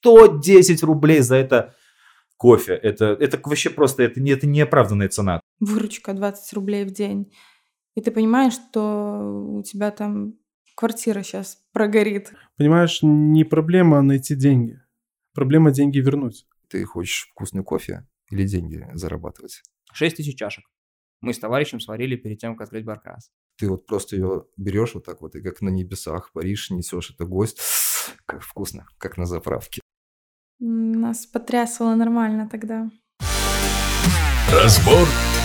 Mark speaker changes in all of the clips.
Speaker 1: 110 рублей за это кофе. Это вообще просто, это неоправданная цена.
Speaker 2: Выручка 20 рублей в день. И ты понимаешь, что у тебя там квартира сейчас прогорит.
Speaker 3: Понимаешь, не проблема найти деньги. Проблема деньги вернуть.
Speaker 4: Ты хочешь вкусный кофе или деньги зарабатывать?
Speaker 5: 6000 чашек. Мы с товарищем сварили перед тем, как открыть баркас.
Speaker 4: Ты вот просто ее берешь вот так вот, и как на небесах паришь, несешь это гость. Как вкусно, как на заправке.
Speaker 2: Нас потрясывало нормально тогда.
Speaker 6: Разбор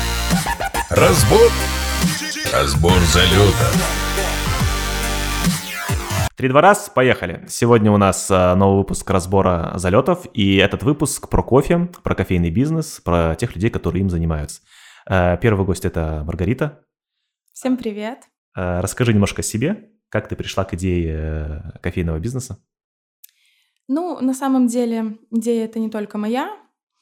Speaker 6: залета.
Speaker 1: 3-2 раз, поехали. Сегодня у нас новый выпуск разбора залетов, и этот выпуск про кофе, про кофейный бизнес, про тех людей, которые им занимаются. Первый гость — это Маргарита.
Speaker 2: Всем привет.
Speaker 1: Расскажи немножко о себе, как ты пришла к идее кофейного бизнеса.
Speaker 2: Ну, на самом деле, идея это не только моя.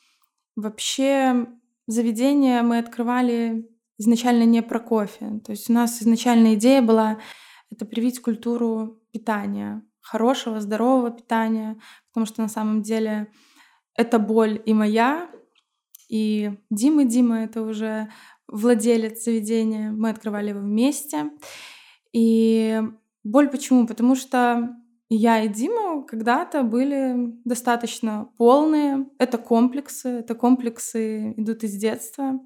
Speaker 2: Вообще, заведение мы открывали изначально не про кофе. То есть у нас изначальная идея была это привить культуру питания, хорошего, здорового питания, потому что на самом деле это боль и моя, и Дима это уже владелец заведения, мы открывали его вместе. И боль почему? Потому что я и Дима когда-то были достаточно полные. Это комплексы идут из детства.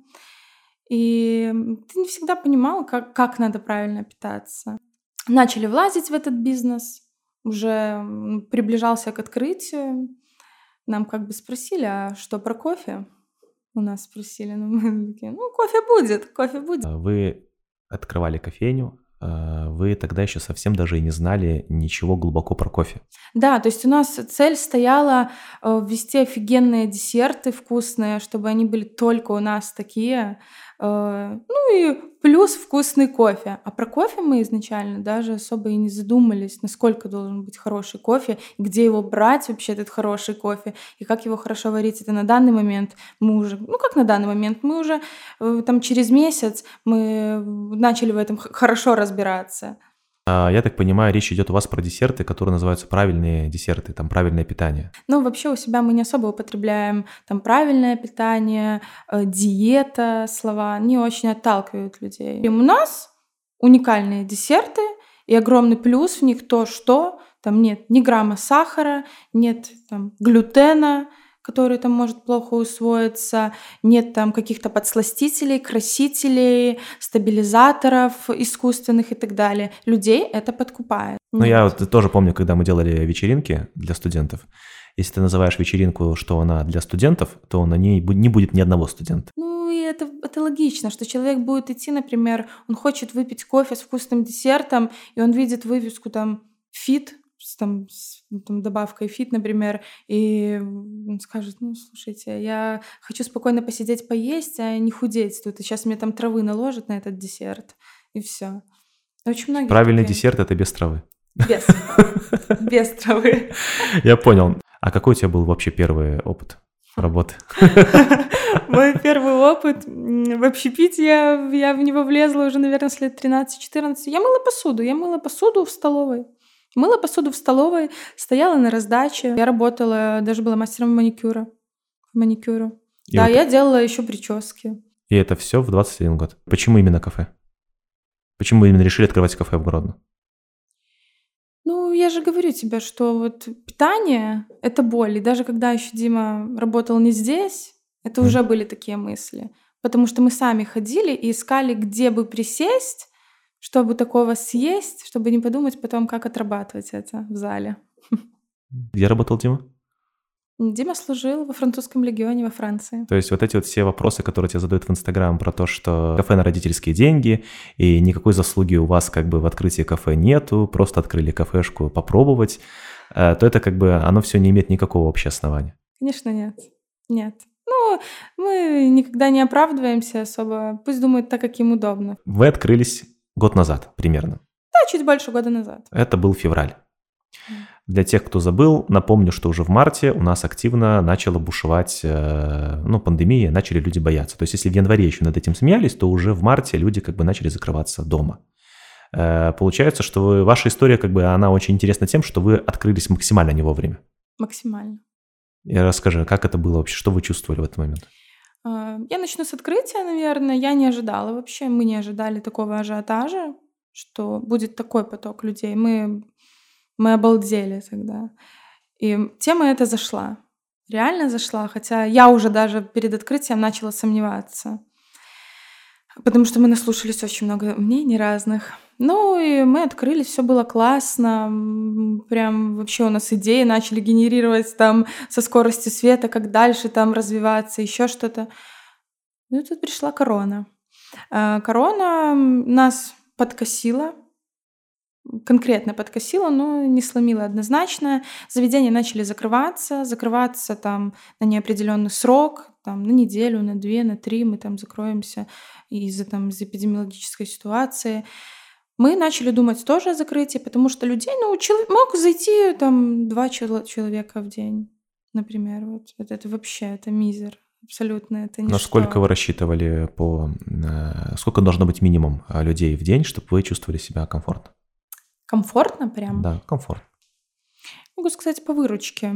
Speaker 2: И ты не всегда понимал, как надо правильно питаться. Начали влазить в этот бизнес, уже приближался к открытию. Нам как бы спросили, а что про кофе? У нас спросили, мы такие, кофе будет.
Speaker 1: Вы открывали кофейню, вы тогда еще совсем даже и не знали ничего глубоко про кофе.
Speaker 2: Да, то есть у нас цель стояла ввести офигенные десерты вкусные, чтобы они были только у нас такие. Ну и плюс вкусный кофе. А про кофе мы изначально даже особо и не задумались, насколько должен быть хороший кофе, где его брать вообще, этот хороший кофе, и как его хорошо варить. Это на данный момент мы уже, мы уже там через месяц мы начали в этом хорошо разбираться.
Speaker 1: Я так понимаю, речь идет у вас про десерты, которые называются правильные десерты, там правильное питание.
Speaker 2: Ну, вообще у себя мы не особо употребляем там правильное питание, диета, слова, не очень отталкивают людей. И у нас уникальные десерты, и огромный плюс в них то, что там нет ни грамма сахара, нет там глютена, который там может плохо усвоиться, нет там каких-то подсластителей, красителей, стабилизаторов искусственных и так далее. Людей это подкупает.
Speaker 1: Ну, я вот тоже помню, когда мы делали вечеринки для студентов. Если ты называешь вечеринку, что она для студентов, то на ней не будет ни одного студента.
Speaker 2: Ну, и это логично, что человек будет идти, например, он хочет выпить кофе с вкусным десертом, и он видит вывеску там «Фит», с добавкой фит, например, и он скажет, слушайте, я хочу спокойно посидеть, поесть, а не худеть тут, и сейчас мне там травы наложат на этот десерт, и все. Очень многие
Speaker 1: правильный десерт — это без травы.
Speaker 2: Без травы.
Speaker 1: Я понял. А какой у тебя был вообще первый опыт работы?
Speaker 2: Мой первый опыт в общепите, я в него влезла уже, наверное, с лет 13-14. Я мыла посуду в столовой. Стояла на раздаче. Я работала, даже была мастером маникюра. Да, я делала еще прически.
Speaker 1: И это все в 21 год. Почему именно кафе? Почему вы именно решили открывать кафе в Гродно?
Speaker 2: Ну, я же говорю тебе, что вот питание — это боль. И даже когда еще Дима работал не здесь, это уже были такие мысли. Потому что мы сами ходили и искали, где бы присесть, чтобы такого съесть, чтобы не подумать потом, как отрабатывать это в зале.
Speaker 1: Где работал Дима?
Speaker 2: Дима служил во французском легионе во Франции.
Speaker 1: То есть вот эти вот все вопросы, которые тебе задают в Инстаграм про то, что кафе на родительские деньги, и никакой заслуги у вас как бы в открытии кафе нету, просто открыли кафешку попробовать, то это как бы оно все не имеет никакого вообще основания.
Speaker 2: Конечно, нет. Ну, мы никогда не оправдываемся особо. Пусть думают так, как им удобно.
Speaker 1: Вы открылись год назад примерно.
Speaker 2: Да, чуть больше года назад.
Speaker 1: Это был февраль. Для тех, кто забыл, напомню, что уже в марте у нас активно начала бушевать пандемия, начали люди бояться. То есть если в январе еще над этим смеялись, то уже в марте люди как бы начали закрываться дома. Получается, что ваша история как бы она очень интересна тем, что вы открылись максимально не вовремя.
Speaker 2: Максимально.
Speaker 1: И расскажи, как это было вообще, что вы чувствовали в этот момент?
Speaker 2: Я начну с открытия, наверное. Я не ожидала вообще, мы не ожидали такого ажиотажа, что будет такой поток людей. Мы обалдели тогда. И тема эта зашла. Реально зашла, хотя я уже даже перед открытием начала сомневаться. Потому что мы наслушались очень много мнений разных. Ну и мы открылись, все было классно. Прям вообще у нас идеи начали генерировать там со скоростью света, как дальше там развиваться, еще что-то. Ну и тут пришла корона. Корона нас подкосила, конкретно подкосила, но не сломила однозначно. Заведения начали закрываться там на неопределенный срок, там на неделю, на 2, на 3 мы там закроемся из-за эпидемиологической ситуации. Мы начали думать тоже о закрытии, потому что людей, мог зайти там 2 человека в день, например. Вот это вообще, это мизер. Абсолютно, это ничто.
Speaker 1: Насколько вы рассчитывали сколько должно быть минимум людей в день, чтобы вы чувствовали себя комфортно?
Speaker 2: Комфортно прям?
Speaker 1: Да, комфортно.
Speaker 2: Могу сказать по выручке.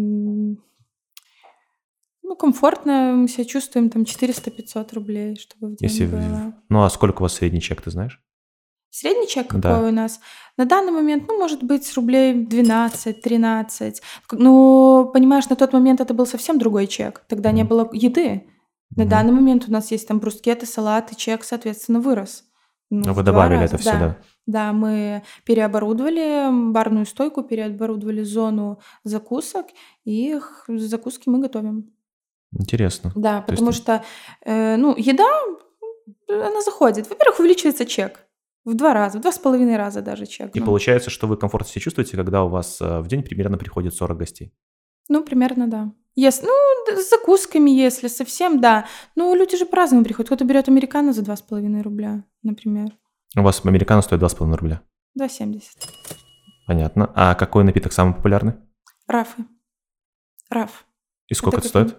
Speaker 2: Комфортно мы себя чувствуем там 400-500 рублей, чтобы в день было.
Speaker 1: Ну, а сколько у вас средний чек, ты знаешь?
Speaker 2: Средний чек какой у нас? На данный момент, может быть, рублей 12-13. Ну, понимаешь, на тот момент это был совсем другой чек. Тогда не было еды. На данный момент у нас есть там брускеты, салаты, чек, соответственно, вырос.
Speaker 1: Вы добавили это все, да?
Speaker 2: Да, мы переоборудовали барную стойку, переоборудовали зону закусок, и закуски мы готовим.
Speaker 1: Интересно.
Speaker 2: Да, потому что, еда, она заходит. Во-первых, увеличивается чек. В 2 раза, в 2,5 раза даже чек.
Speaker 1: И получается, что вы комфортно себя чувствуете, когда у вас в день примерно приходит 40 гостей?
Speaker 2: Примерно, да. С закусками, если совсем, да. Люди же по-разному приходят. Кто-то берет американо за 2,5 рубля, например.
Speaker 1: У вас американо стоит 2,5 рубля?
Speaker 2: 2,70.
Speaker 1: Понятно. А какой напиток самый популярный?
Speaker 2: Рафы. Раф.
Speaker 1: И сколько это стоит?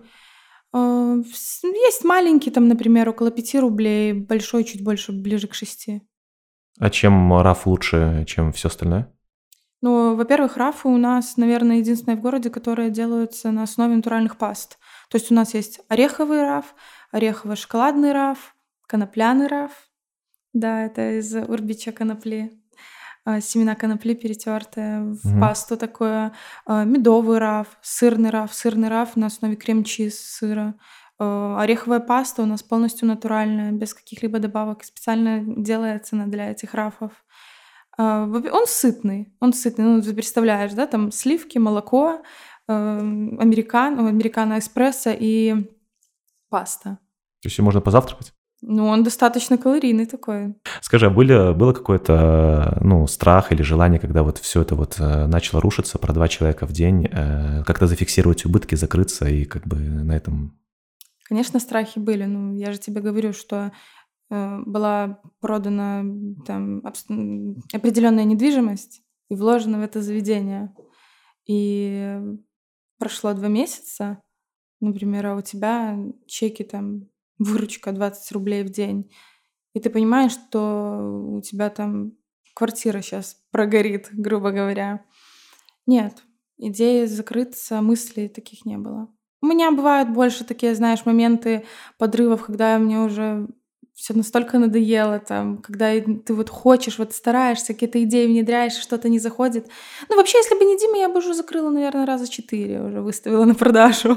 Speaker 2: Есть маленький, там, например, около 5 рублей, большой чуть больше, ближе к 6.
Speaker 1: А чем раф лучше, чем все остальное?
Speaker 2: Во-первых, рафы у нас, наверное, единственные в городе, которые делаются на основе натуральных паст. То есть у нас есть ореховый раф, орехово-шоколадный раф, конопляный раф. Да, это из урбича конопли. Семена конопли перетертые в пасту такое. Медовый раф, сырный раф на основе крем-чиз сыра. Ореховая паста у нас полностью натуральная, без каких-либо добавок. Специально делается она для этих рафов. Он сытный. Ты представляешь, да, там сливки, молоко, американо эспрессо и паста.
Speaker 1: То есть можно позавтракать?
Speaker 2: Он достаточно калорийный такой.
Speaker 1: Скажи, а было какое-то, страх или желание, когда вот все это начало рушиться, про 2 человека в день, как-то зафиксировать убытки, закрыться и как бы на этом...
Speaker 2: Конечно, страхи были. Я же тебе говорю, что была продана там определенная недвижимость и вложена в это заведение. И прошло 2 месяца, например, а у тебя чеки там, выручка 20 рублей в день. И ты понимаешь, что у тебя там квартира сейчас прогорит, грубо говоря. Нет, идеи закрыться, мыслей таких не было. У меня бывают больше такие, знаешь, моменты подрывов, когда мне уже все настолько надоело, там, когда ты хочешь, стараешься, какие-то идеи внедряешь, что-то не заходит. Вообще, если бы не Дима, я бы уже закрыла, наверное, раза 4, уже выставила на продажу.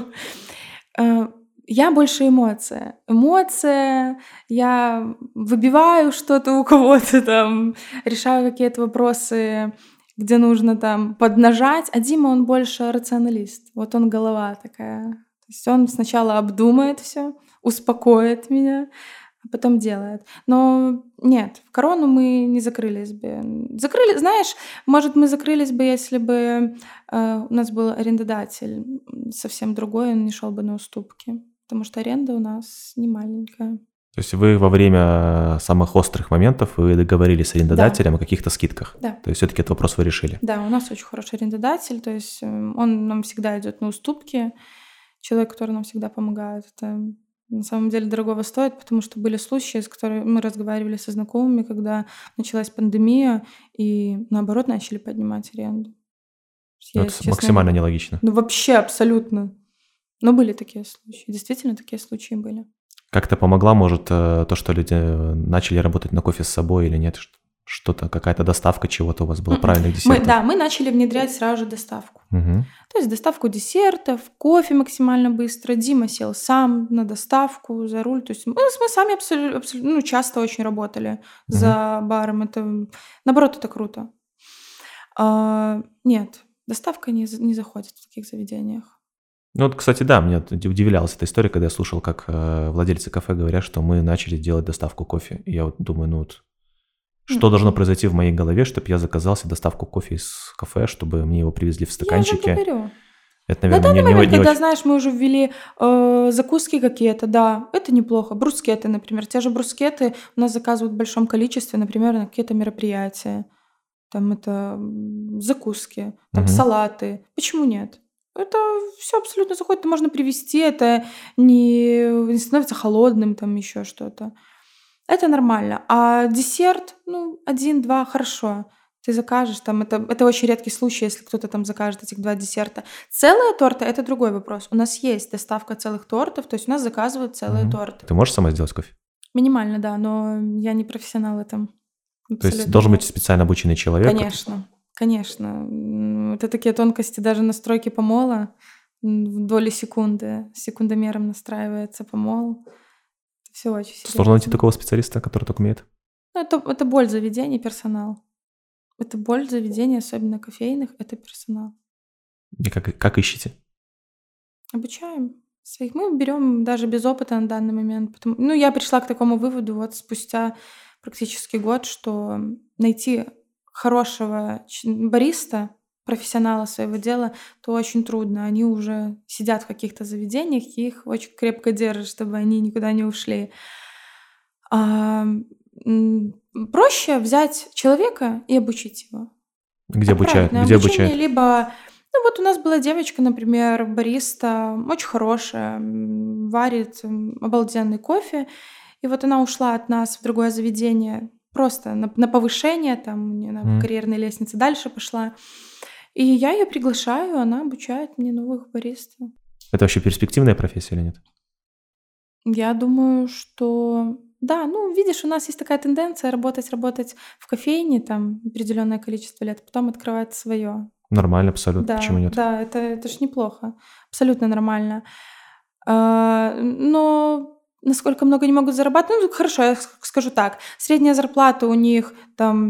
Speaker 2: Я больше эмоция. Я выбиваю что-то у кого-то там, решаю какие-то вопросы, где нужно там поднажать, а Дима, он больше рационалист. Он голова такая. То есть он сначала обдумает все, успокоит меня, а потом делает. Но нет, в корону мы не закрылись бы. Знаешь, может, мы закрылись бы, если бы у нас был арендодатель совсем другой, он не шел бы на уступки. Потому что аренда у нас не маленькая.
Speaker 1: То есть вы во время самых острых моментов вы договорились с арендодателем о каких-то скидках?
Speaker 2: Да.
Speaker 1: То есть все-таки этот вопрос вы решили?
Speaker 2: Да, у нас очень хороший арендодатель, то есть он нам всегда идет на уступки. Человек, который нам всегда помогает. Это на самом деле дорогого стоит, потому что были случаи, с которыми мы разговаривали со знакомыми, когда началась пандемия, и наоборот начали поднимать аренду.
Speaker 1: Ну,
Speaker 2: Я,
Speaker 1: это
Speaker 2: честно,
Speaker 1: максимально нелогично.
Speaker 2: ну вообще абсолютно. Но были такие случаи. Действительно, такие случаи были.
Speaker 1: Как-то помогла, может, то, что люди начали работать на кофе с собой или нет? Что-то, какая-то доставка чего-то у вас была, правильных десертов?
Speaker 2: Мы начали внедрять сразу же доставку.
Speaker 1: Мгм.
Speaker 2: То есть доставку десертов, кофе максимально быстро. Дима сел сам на доставку, за руль. То есть мы сами абсолютно часто очень работали за баром. Это, наоборот, это круто. Нет, доставка не заходит в таких заведениях.
Speaker 1: Ну, вот, кстати, да, меня удивлялась эта история, когда я слушал, как владельцы кафе говорят, что мы начали делать доставку кофе. И я вот думаю, ну вот, что должно произойти в моей голове, чтобы я заказал себе доставку кофе из кафе, чтобы мне его привезли в
Speaker 2: Я же
Speaker 1: стаканчике?
Speaker 2: говорю.
Speaker 1: Это,
Speaker 2: На
Speaker 1: наверное,
Speaker 2: данный момент,
Speaker 1: не
Speaker 2: когда,
Speaker 1: очень...
Speaker 2: знаешь, мы уже ввели закуски какие-то, да, это неплохо. Брускеты, например. Те же брускеты у нас заказывают в большом количестве, например, на какие-то мероприятия. Там это закуски, там
Speaker 1: Мгм.
Speaker 2: салаты. Почему нет? Это все абсолютно заходит, это можно привезти, это не становится холодным, там еще что-то. Это нормально. А десерт, ну, 1-2, хорошо. Ты закажешь там, это очень редкий случай, если кто-то там закажет этих 2 десерта. Целые торты — это другой вопрос. У нас есть доставка целых тортов, то есть у нас заказывают целые
Speaker 1: Мгм.
Speaker 2: торты.
Speaker 1: Ты можешь сама сделать кофе?
Speaker 2: Минимально, да, но я не профессионал в этом.
Speaker 1: То есть
Speaker 2: Абсолютно
Speaker 1: должен
Speaker 2: нет.
Speaker 1: быть специально обученный человек?
Speaker 2: Конечно, конечно. Это такие тонкости даже настройки помола. В доли секунды с секундомером настраивается помол. Это всё очень
Speaker 1: Сложно найти
Speaker 2: серьезно.
Speaker 1: такого специалиста, который так умеет?
Speaker 2: Ну, это боль заведений, персонал. Это боль заведений, особенно кофейных, это персонал.
Speaker 1: И как ищете?
Speaker 2: Обучаем своих. Мы берем даже без опыта на данный момент. Ну, я пришла к такому выводу вот спустя практически год, что найти хорошего бариста, профессионала своего дела, то очень трудно. Они уже сидят в каких-то заведениях, и их очень крепко держат, чтобы они никуда не ушли. А, проще взять человека и обучить его.
Speaker 1: Где обучают?
Speaker 2: Отправить на
Speaker 1: Где
Speaker 2: обучение,
Speaker 1: обучают?
Speaker 2: либо... Ну, вот у нас была девочка, например, бариста, очень хорошая, варит обалденный кофе. И вот она ушла от нас в другое заведение просто на повышение, там, у неё на
Speaker 1: Мгм.
Speaker 2: карьерной лестнице дальше пошла. И я её приглашаю, она обучает мне новых бариста.
Speaker 1: Это вообще перспективная профессия или нет?
Speaker 2: Я думаю, что да. Ну, видишь, у нас есть такая тенденция работать в кофейне там определённое количество лет, потом открывать своё.
Speaker 1: Нормально абсолютно. Почему
Speaker 2: Да,
Speaker 1: нет?
Speaker 2: да, это ж неплохо. Абсолютно нормально. Но насколько много они могут зарабатывать? Ну, хорошо, я скажу так. Средняя зарплата у них там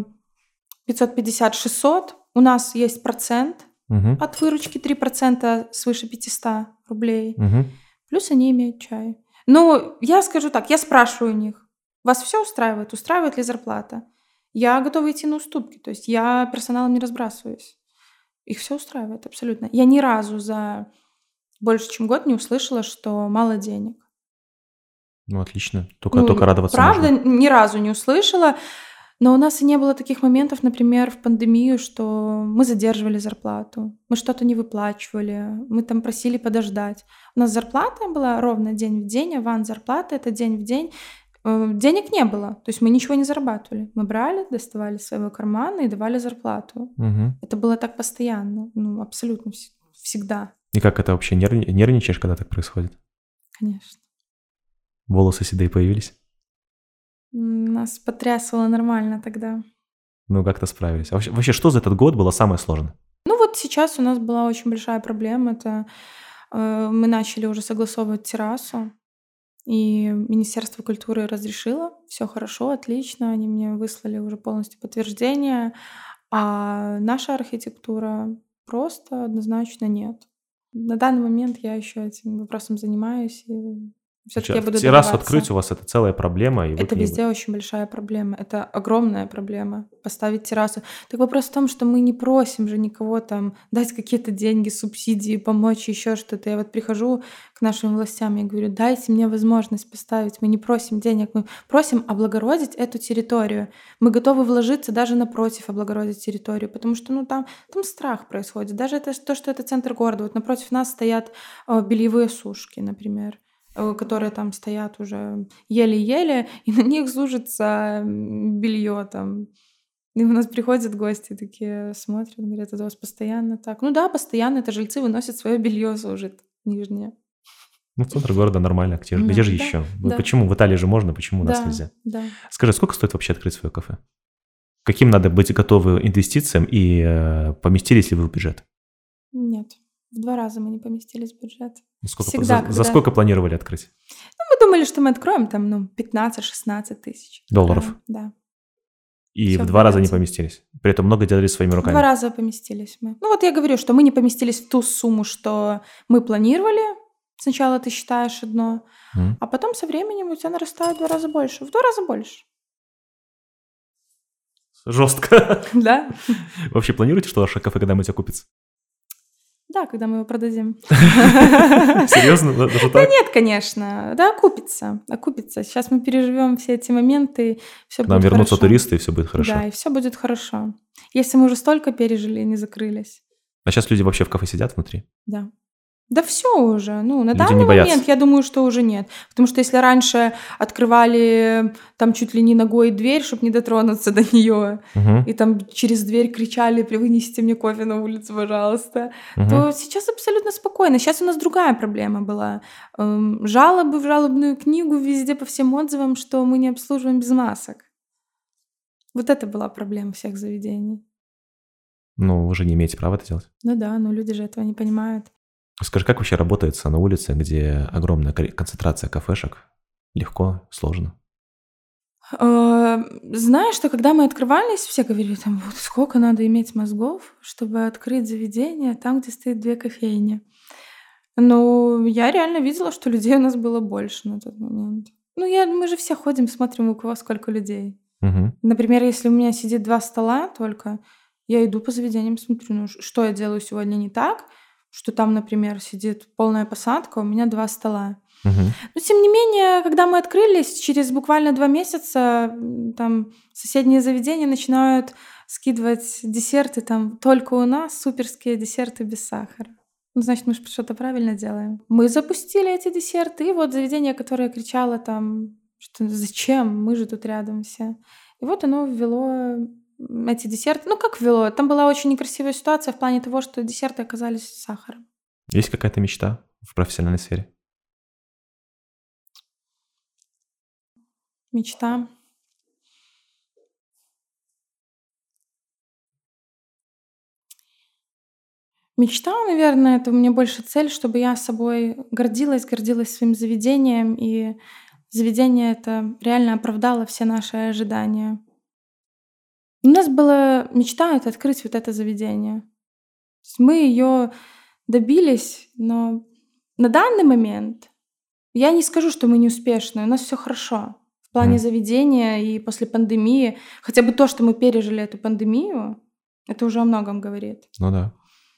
Speaker 2: 550-600. У нас есть процент
Speaker 1: Мгм.
Speaker 2: от выручки, 3% свыше 500 рублей.
Speaker 1: Мгм.
Speaker 2: Плюс они имеют чай. Ну, я скажу так, я спрашиваю у них: "Вас всё устраивает? Устраивает ли зарплата?" Я готова идти на уступки. То есть я персоналом не разбрасываюсь. Их всё устраивает абсолютно. Я ни разу за больше чем год не услышала, что мало денег.
Speaker 1: Ну, отлично.
Speaker 2: Ну,
Speaker 1: Только радоваться
Speaker 2: правда,
Speaker 1: можно.
Speaker 2: ни разу не услышала. Но у нас и не было таких моментов, например, в пандемию, что мы задерживали зарплату, мы что-то не выплачивали, мы там просили подождать. У нас зарплата была ровно день в день, аванс зарплаты — это день в день. Денег не было, то есть мы ничего не зарабатывали. Мы брали, доставали из своего кармана и давали зарплату.
Speaker 1: Мгм.
Speaker 2: Это было так постоянно, ну, абсолютно всегда,
Speaker 1: И как это вообще? Нервничаешь, когда так происходит?
Speaker 2: конечно.
Speaker 1: Волосы седые появились?
Speaker 2: Нас потрясывало нормально тогда.
Speaker 1: Ну, как-то справились. А вообще, что за этот год было самое сложное?
Speaker 2: Ну, вот сейчас у нас была очень большая проблема. Это, мы начали уже согласовывать террасу, и Министерство культуры разрешило. Всё хорошо, отлично. Они мне выслали уже полностью подтверждение. А наша архитектура просто однозначно нет. На данный момент я ещё этим вопросом занимаюсь, и всё-таки я буду
Speaker 1: Террасу
Speaker 2: добиваться.
Speaker 1: открыть у вас — это целая проблема, и вы
Speaker 2: Это
Speaker 1: к ней...
Speaker 2: везде очень большая проблема. Это огромная проблема — поставить террасу. Так вопрос в том, что мы не просим же никого там дать какие-то деньги, субсидии, помочь, ещё что-то. Я вот прихожу к нашим властям и говорю: "Дайте мне возможность поставить". Мы не просим денег, мы просим облагородить эту территорию. Мы готовы вложиться даже напротив облагородить территорию, потому что, ну, там страх происходит. Даже то, что это центр города. Вот напротив нас стоят бельевые сушки, например, которые там стоят уже еле-еле, и на них сушится белье там. И у нас приходят гости, такие смотрят, говорят, это у вас постоянно так. Ну да, постоянно, это жильцы выносят свое белье, служит нижнее.
Speaker 1: Ну, в центр города нормально. Где
Speaker 2: Ну,
Speaker 1: же
Speaker 2: да,
Speaker 1: еще? Ну,
Speaker 2: да.
Speaker 1: почему? В Италии же можно, почему у нас
Speaker 2: Да,
Speaker 1: нельзя?
Speaker 2: да.
Speaker 1: Скажи, сколько стоит вообще открыть свое кафе? Каким надо быть готовы инвестициям и поместились ли вы в бюджет?
Speaker 2: Нет, в 2 раза мы не поместились в бюджет.
Speaker 1: Сколько,
Speaker 2: Всегда,
Speaker 1: за
Speaker 2: когда-
Speaker 1: сколько планировали открыть?
Speaker 2: Мы думали, что мы откроем там, 15-16 тысяч.
Speaker 1: Долларов?
Speaker 2: Да.
Speaker 1: И
Speaker 2: Всё
Speaker 1: в 2 раза не
Speaker 2: обойдётся.
Speaker 1: поместились. При этом много делали своими
Speaker 2: В 2
Speaker 1: руками.
Speaker 2: раза поместились мы. Ну вот я говорю, что мы не поместились в ту сумму, что мы планировали. Сначала ты считаешь одно,
Speaker 1: Мгм.
Speaker 2: а потом со временем у тебя нарастает в 2 раза больше. В 2 раза больше.
Speaker 1: Жестко.
Speaker 2: Да?
Speaker 1: Вообще планируете, что ваше кафе когда-нибудь окупится?
Speaker 2: Да, когда мы его продадим.
Speaker 1: Серьезно? Даже
Speaker 2: Да
Speaker 1: так?
Speaker 2: нет, конечно. Да, окупится. Окупится. Сейчас мы переживем все эти моменты, все
Speaker 1: К нам
Speaker 2: будет
Speaker 1: вернутся
Speaker 2: хорошо.
Speaker 1: туристы, и все будет хорошо.
Speaker 2: Да, и все будет хорошо. Если мы уже столько пережили и не закрылись.
Speaker 1: А сейчас люди вообще в кафе сидят внутри?
Speaker 2: Да. Да все уже. Ну, на
Speaker 1: Люди
Speaker 2: данный
Speaker 1: не боятся.
Speaker 2: момент я думаю, что уже нет. Потому что если раньше открывали там чуть ли не ногой дверь, чтобы не дотронуться до нее,
Speaker 1: Мгм.
Speaker 2: и там через дверь кричали: «Вынесите мне кофе на улицу, пожалуйста»,
Speaker 1: Мгм.
Speaker 2: то сейчас абсолютно спокойно. Сейчас у нас другая проблема была. Жалобы в жалобную книгу везде по всем отзывам, что мы не обслуживаем без масок. Вот это была проблема всех заведений.
Speaker 1: Ну, вы же не имеете права это делать.
Speaker 2: Ну да, но люди же этого не понимают.
Speaker 1: Скажи, как вообще работается на улице, где огромная концентрация кафешек? Легко, сложно?
Speaker 2: Знаешь, что когда мы открывались, все говорили, там, вот сколько надо иметь мозгов, чтобы открыть заведение там, где стоит 2 кофейни. Но я реально видела, что людей у нас было больше на тот момент. Ну, мы же все ходим, смотрим, у кого сколько людей.
Speaker 1: Мгм.
Speaker 2: Например, если у меня сидит 2 стола только, я иду по заведениям, смотрю, ну, что я делаю сегодня не так, что там, например, сидит полная посадка, у меня 2 стола.
Speaker 1: Мгм.
Speaker 2: Но тем не менее, когда мы открылись, через буквально 2 месяца там соседние заведения начинают скидывать десерты, там только у нас суперские десерты без сахара. Ну, значит, мы что-то правильно делаем. Мы запустили эти десерты, и вот заведение, которое кричало там, что зачем, мы же тут рядом все. И вот оно ввело эти десерты. Ну, как ввело? Там была очень некрасивая ситуация в плане того, что десерты оказались с сахаром.
Speaker 1: Есть какая-то мечта в профессиональной сфере?
Speaker 2: Мечта. Мечта, наверное, это у меня больше цель, чтобы я собой гордилась своим заведением, и заведение это реально оправдало все наши ожидания. У нас была мечта это открыть вот это заведение. То есть мы ее добились, но на данный момент я не скажу, что мы не успешны. У нас все хорошо в плане
Speaker 1: Мгм.
Speaker 2: заведения и после пандемии. Хотя бы то, что мы пережили эту пандемию, это уже о многом говорит.
Speaker 1: Ну да.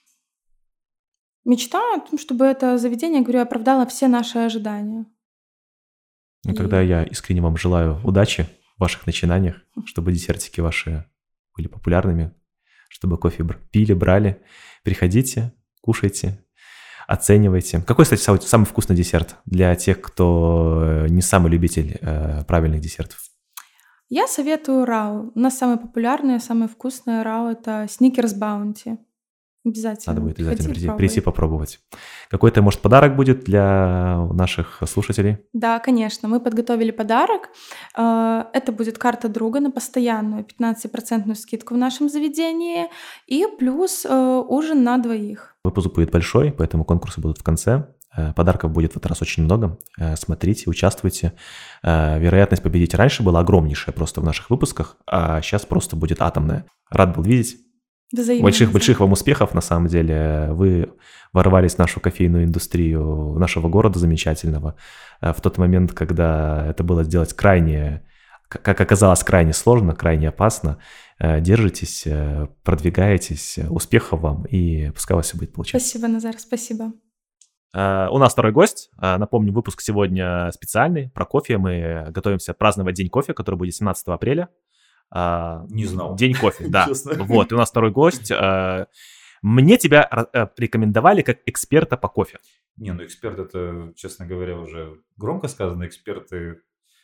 Speaker 2: Мечта о том, чтобы это заведение, говорю, оправдало все наши ожидания.
Speaker 1: Ну,
Speaker 2: И-
Speaker 1: тогда я искренне вам желаю удачи в ваших начинаниях, чтобы десертики ваши были популярными, чтобы кофе пили, брали. Приходите, кушайте, оценивайте. Какой, кстати, самый вкусный десерт для тех, кто не самый любитель правильных десертов?
Speaker 2: Я советую рау. У нас самое популярное, самое вкусное рау это Snickers Bounty. Обязательно.
Speaker 1: Надо будет обязательно
Speaker 2: Приходи,
Speaker 1: прийти
Speaker 2: пробуй.
Speaker 1: попробовать. Какой-то, может, подарок будет для наших слушателей?
Speaker 2: Да, конечно. Мы подготовили подарок. Это будет карта друга на постоянную 15% скидку в нашем заведении и плюс ужин на 2.
Speaker 1: Выпуск будет большой, поэтому конкурсы будут в конце. Подарков будет в этот раз очень много. Смотрите, участвуйте. Вероятность победить раньше была огромнейшая просто в наших выпусках, а сейчас просто будет атомная. Рад был видеть.
Speaker 2: Взаимно.
Speaker 1: Больших вам успехов, на самом деле. Вы ворвались в нашу кофейную индустрию нашего города замечательного в тот момент, когда это было сделать крайне, как оказалось, крайне сложно, крайне опасно. Держитесь, продвигаетесь. Успехов вам, и пускай у вас все будет получаться.
Speaker 2: Спасибо, Назар, спасибо.
Speaker 1: У нас второй гость. Напомню, выпуск сегодня специальный про кофе. Мы готовимся праздновать День кофе, который будет 17 апреля.
Speaker 6: Не знал.
Speaker 1: День кофе, да.
Speaker 6: Честно.
Speaker 1: Вот, и у нас второй гость. Мне тебя рекомендовали как эксперта по кофе.
Speaker 6: Не, ну эксперт это, честно говоря, уже громко сказано. Эксперты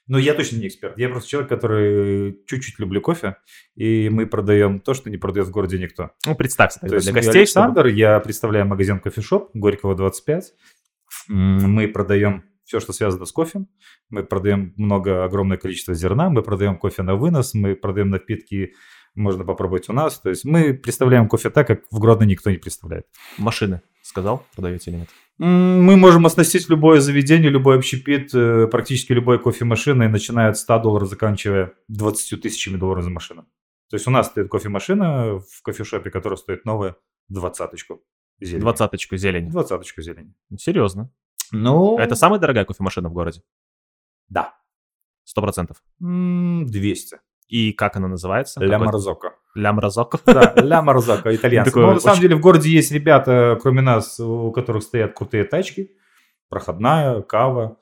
Speaker 6: Но я точно не эксперт. Я просто человек, который чуть-чуть люблю кофе, и мы продаем то, что не продает в городе никто.
Speaker 1: Ну, представься
Speaker 6: То
Speaker 1: тогда
Speaker 6: есть
Speaker 1: для
Speaker 6: мы
Speaker 1: гостей,
Speaker 6: Александр, я представляю магазин кофешоп Горького 25. Мы продаем все, что связано с кофе. Мы продаем огромное количество зерна, мы продаем кофе на вынос, мы продаем напитки, можно попробовать у нас. То есть мы представляем кофе так, как в Гродно никто не представляет.
Speaker 1: машины, сказал, продаете или нет?
Speaker 6: Мы можем оснастить любое заведение, любой общепит, практически любой кофемашиной, начиная от $100, заканчивая 20 тысячами долларов за машину. То есть у нас стоит кофемашина в кофешопе, которая стоит новая 20-очку зелени.
Speaker 1: 20-очку зелени.
Speaker 6: 20-очку зелени.
Speaker 1: Серьезно.
Speaker 6: Ну,
Speaker 1: Это самая дорогая кофемашина в городе?
Speaker 6: да.
Speaker 1: 100%.
Speaker 6: 200.
Speaker 1: И как она называется?
Speaker 6: Ля
Speaker 1: Какой-
Speaker 6: Марзока.
Speaker 1: Ля Марзоко?
Speaker 6: Да, Ля Марзока, итальянцы.
Speaker 1: Такой
Speaker 6: Но на самом
Speaker 1: очень-
Speaker 6: деле в городе есть ребята, кроме нас, у которых стоят крутые тачки. Проходная, кава.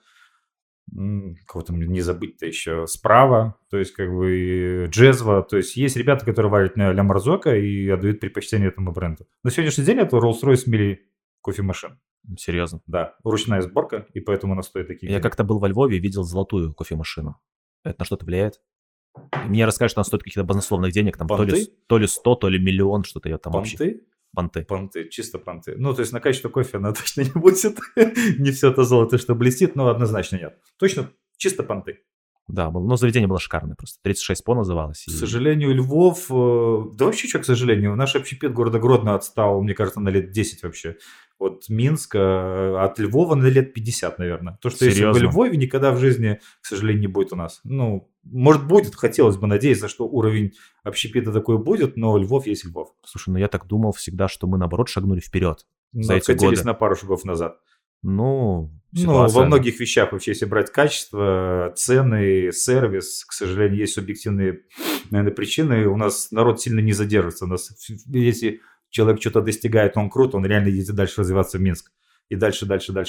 Speaker 6: Кого там не забыть-то еще, справа, то есть как бы джезва, то есть есть ребята, которые варят на Ля Марзока и отдают предпочтение этому бренду. На сегодняшний день это Rolls-Royce в мире кофемашин.
Speaker 1: Серьезно.
Speaker 6: Да, ручная сборка, и поэтому она стоит такие
Speaker 1: Я
Speaker 6: деньги.
Speaker 1: как-то был во Львове и видел золотую кофемашину. Это на что-то влияет? И мне расскажешь, что она стоит каких-то баснословных денег, там
Speaker 6: Понты?
Speaker 1: то ли 100, то ли миллион, что-то я там вообще.
Speaker 6: Понты?
Speaker 1: Понты.
Speaker 6: Понты, чисто понты. Ну, то есть на качество кофе она точно не будет. Не все это золото, что блестит, но однозначно нет. Точно чисто понты.
Speaker 1: Да, но заведение было шикарное просто. 36 по называлось.
Speaker 6: К сожалению, Львов... Да вообще, что, к сожалению, наш общепит города Гродно отстал, мне кажется, на лет 10 вообще. От Минска, от Львова на лет 50, наверное. То, что если
Speaker 1: Серьезно?
Speaker 6: в Львове, никогда в жизни, к сожалению, не будет у нас. Ну, может, будет, хотелось бы надеяться, что уровень общепита такой будет, но Львов есть Львов.
Speaker 1: Слушай, ну я так думал всегда, что мы, наоборот, шагнули вперед. За
Speaker 6: Но
Speaker 1: эти
Speaker 6: откатились
Speaker 1: годы.
Speaker 6: на пару шагов назад.
Speaker 1: Ну,
Speaker 6: Ну,
Speaker 1: ситуация-
Speaker 6: во многих вещах вообще, если брать качество, цены, сервис, к сожалению, есть субъективные, наверное, причины. У нас народ сильно не задерживается. У нас, если человек что-то достигает, он крут, он реально едет дальше развиваться в Минск. И дальше.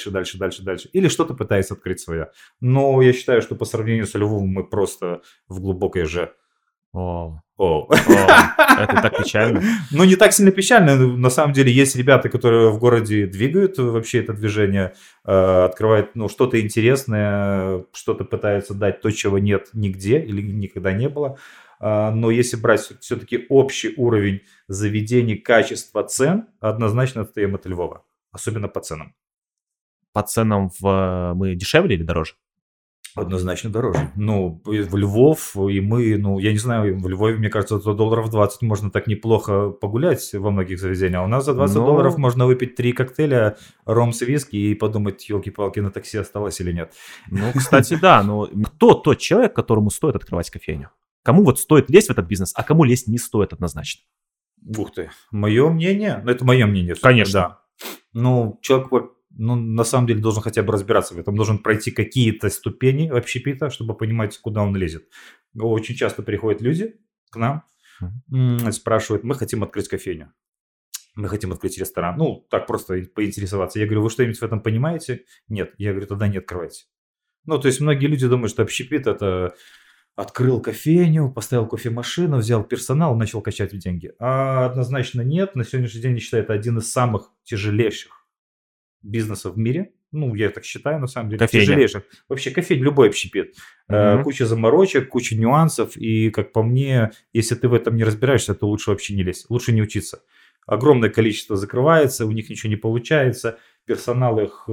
Speaker 6: Или что-то пытается открыть свое. Но я считаю, что по сравнению с Львовом мы просто в глубокой же.
Speaker 1: О,
Speaker 6: О.
Speaker 1: это так печально.
Speaker 6: Ну, не так сильно печально. На самом деле, есть ребята, которые в городе двигают вообще это движение, открывают что-то интересное, что-то пытаются дать, то, чего нет нигде или никогда не было. Но если брать все-таки общий уровень заведений, качества, цен, однозначно отстаем от Львова. Особенно по ценам.
Speaker 1: По ценам мы дешевле или дороже?
Speaker 6: Однозначно дороже. Ну, в Львов, и мы, ну, я не знаю, в Львове, мне кажется, за $20 можно так неплохо погулять во многих заведениях. А у нас за $20 можно выпить 3 коктейля, ром с виски и подумать, елки-палки, на такси осталось или нет.
Speaker 1: Ну, кстати, да, но кто тот человек, которому стоит открывать кофейню? Кому вот стоит лезть в этот бизнес, а кому лезть не стоит однозначно?
Speaker 6: Ух ты, мое мнение, ну, это мое мнение.
Speaker 1: Конечно.
Speaker 6: Да. Ну, человек, на самом деле должен хотя бы разбираться в этом, должен пройти какие-то ступени общепита, чтобы понимать, куда он лезет. Очень часто приходят люди к нам, спрашивают, мы хотим открыть кофейню, мы хотим открыть ресторан. Ну, так просто поинтересоваться. Я говорю, вы что-нибудь в этом понимаете? Нет. Я говорю, тогда не открывайте. Ну, то есть многие люди думают, что общепит – это открыл кофейню, поставил кофемашину, взял персонал, начал качать деньги. А однозначно нет. На сегодняшний день, я считаю, это один из самых тяжелейших бизнесов в мире. Ну, я так считаю, на самом деле.
Speaker 1: Кофейня.
Speaker 6: Тяжелейших. Вообще, кофейня, любой общепит. Куча заморочек, куча нюансов. И, как по мне, если ты в этом не разбираешься, то лучше вообще не лезть. Лучше не учиться. Огромное количество закрывается, у них ничего не получается. Персонал их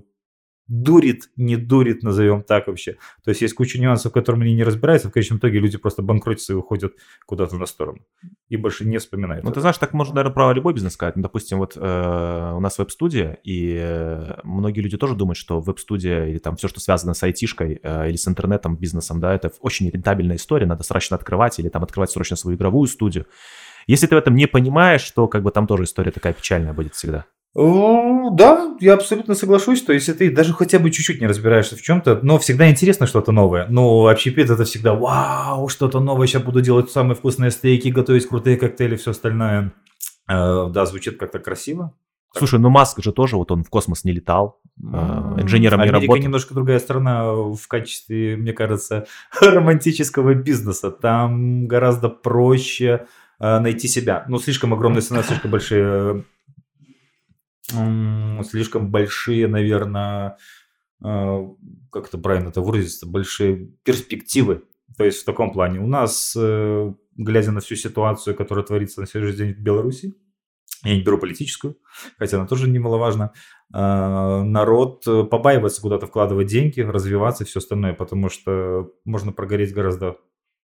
Speaker 6: дурит, не дурит, назовем так вообще. То есть есть куча нюансов, в которых они не разбираются. В конечном итоге люди просто банкротятся и уходят куда-то на сторону. И больше не вспоминают.
Speaker 1: Ну, ты знаешь, так можно, наверное, про любой бизнес сказать. Ну, допустим, вот у нас веб-студия, и многие люди тоже думают, что веб-студия или там все, что связано с айтишкой или с интернетом, бизнесом, да, это очень рентабельная история, надо срочно открывать или там открывать срочно свою игровую студию. Если ты в этом не понимаешь, то как бы там тоже история такая печальная будет всегда.
Speaker 6: Да, я абсолютно соглашусь, что если ты даже хотя бы чуть-чуть не разбираешься в чем-то, но всегда интересно что-то новое. Но общепит это всегда вау, что-то новое, сейчас буду делать самые вкусные стейки, готовить крутые коктейли, все остальное. Да, звучит как-то красиво.
Speaker 1: Слушай, ну Маск же тоже, вот он в космос не летал, инженером не
Speaker 6: Америка
Speaker 1: работал.
Speaker 6: немножко другая страна в качестве, мне кажется, романтического бизнеса. Там гораздо проще найти себя. Ну, слишком огромная цена, слишком большие, наверное, как это правильно это выразиться, большие перспективы. То есть в таком плане. У нас, глядя на всю ситуацию, которая творится на сегодняшний день в Беларуси, я не беру политическую, хотя она тоже немаловажна, народ побаивается куда-то вкладывать деньги, развиваться и все остальное, потому что можно прогореть гораздо,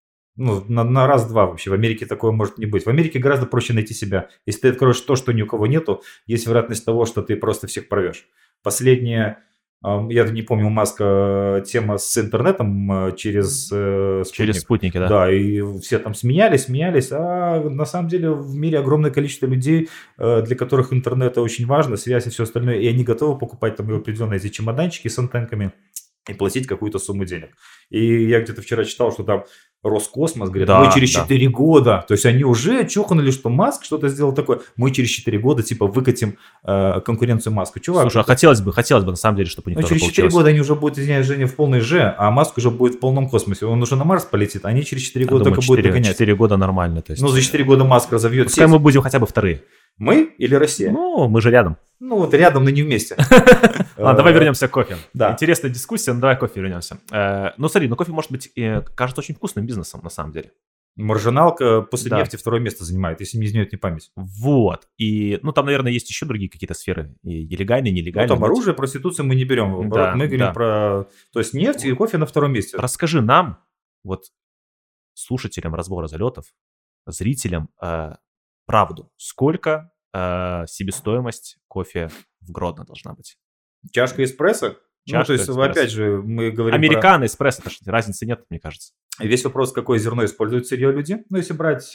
Speaker 6: на раз-два вообще. В Америке такое может не быть. В Америке гораздо проще найти себя. Если ты откроешь то, что ни у кого нету, есть вероятность того, что ты просто всех порвешь. Последняя, я не помню, у Маска тема с интернетом через спутник.
Speaker 1: Через спутники, да.
Speaker 6: Да, и все там смеялись, а на самом деле в мире огромное количество людей, для которых интернет очень важно, связь и все остальное, и они готовы покупать там определенные эти чемоданчики с антенками и платить какую-то сумму денег. И я где-то вчера читал, что там Роскосмос говорит,
Speaker 1: Да,
Speaker 6: мы через
Speaker 1: да.
Speaker 6: 4 года, то есть они уже чухнули, что Маск что-то сделал такое, мы через 4 года типа выкатим конкуренцию Маску. Чувак,
Speaker 1: Слушай, а хотелось бы на самом деле, чтобы у них тоже
Speaker 6: через 4
Speaker 1: получилось.
Speaker 6: года они уже будут, извиняюсь, Женя, в полной Ж, а Маск уже будет в полном космосе. Он уже на Марс полетит, а они через 4
Speaker 1: Я
Speaker 6: года
Speaker 1: думаю,
Speaker 6: только будут догонять.
Speaker 1: 4 года нормально. То есть,
Speaker 6: Ну, за 4 года Маск разовьет
Speaker 1: пускай
Speaker 6: сеть.
Speaker 1: мы будем хотя бы вторые.
Speaker 6: Мы или Россия?
Speaker 1: Ну, мы же рядом.
Speaker 6: Ну, вот рядом, но не вместе.
Speaker 1: Ладно, давай вернемся к кофе.
Speaker 6: Да.
Speaker 1: Интересная дискуссия, но давай к кофе вернемся. Ну, смотри, кофе может быть, кажется очень вкусным бизнесом, на самом деле.
Speaker 6: Маржиналка после
Speaker 1: Да.
Speaker 6: нефти второе место занимает, если не изменяет мне память.
Speaker 1: Вот. И, там, наверное, есть еще другие какие-то сферы. И легальные,
Speaker 6: Ну,
Speaker 1: нелегальные.
Speaker 6: там оружие, проституцию мы не берем.
Speaker 1: Да,
Speaker 6: Мы говорим
Speaker 1: да.
Speaker 6: про... То есть нефть и кофе на втором месте.
Speaker 1: Расскажи нам, вот, слушателям разбора залетов, зрителям, правду. Сколько себестоимость кофе в Гродно должна быть?
Speaker 6: Чашка эспрессо?
Speaker 1: Чашка
Speaker 6: то есть,
Speaker 1: эспрессо.
Speaker 6: опять же, мы говорим
Speaker 1: Американо, эспрессо, разницы нет, мне кажется.
Speaker 6: про... Весь вопрос, какое зерно используют сырье люди. Ну, если брать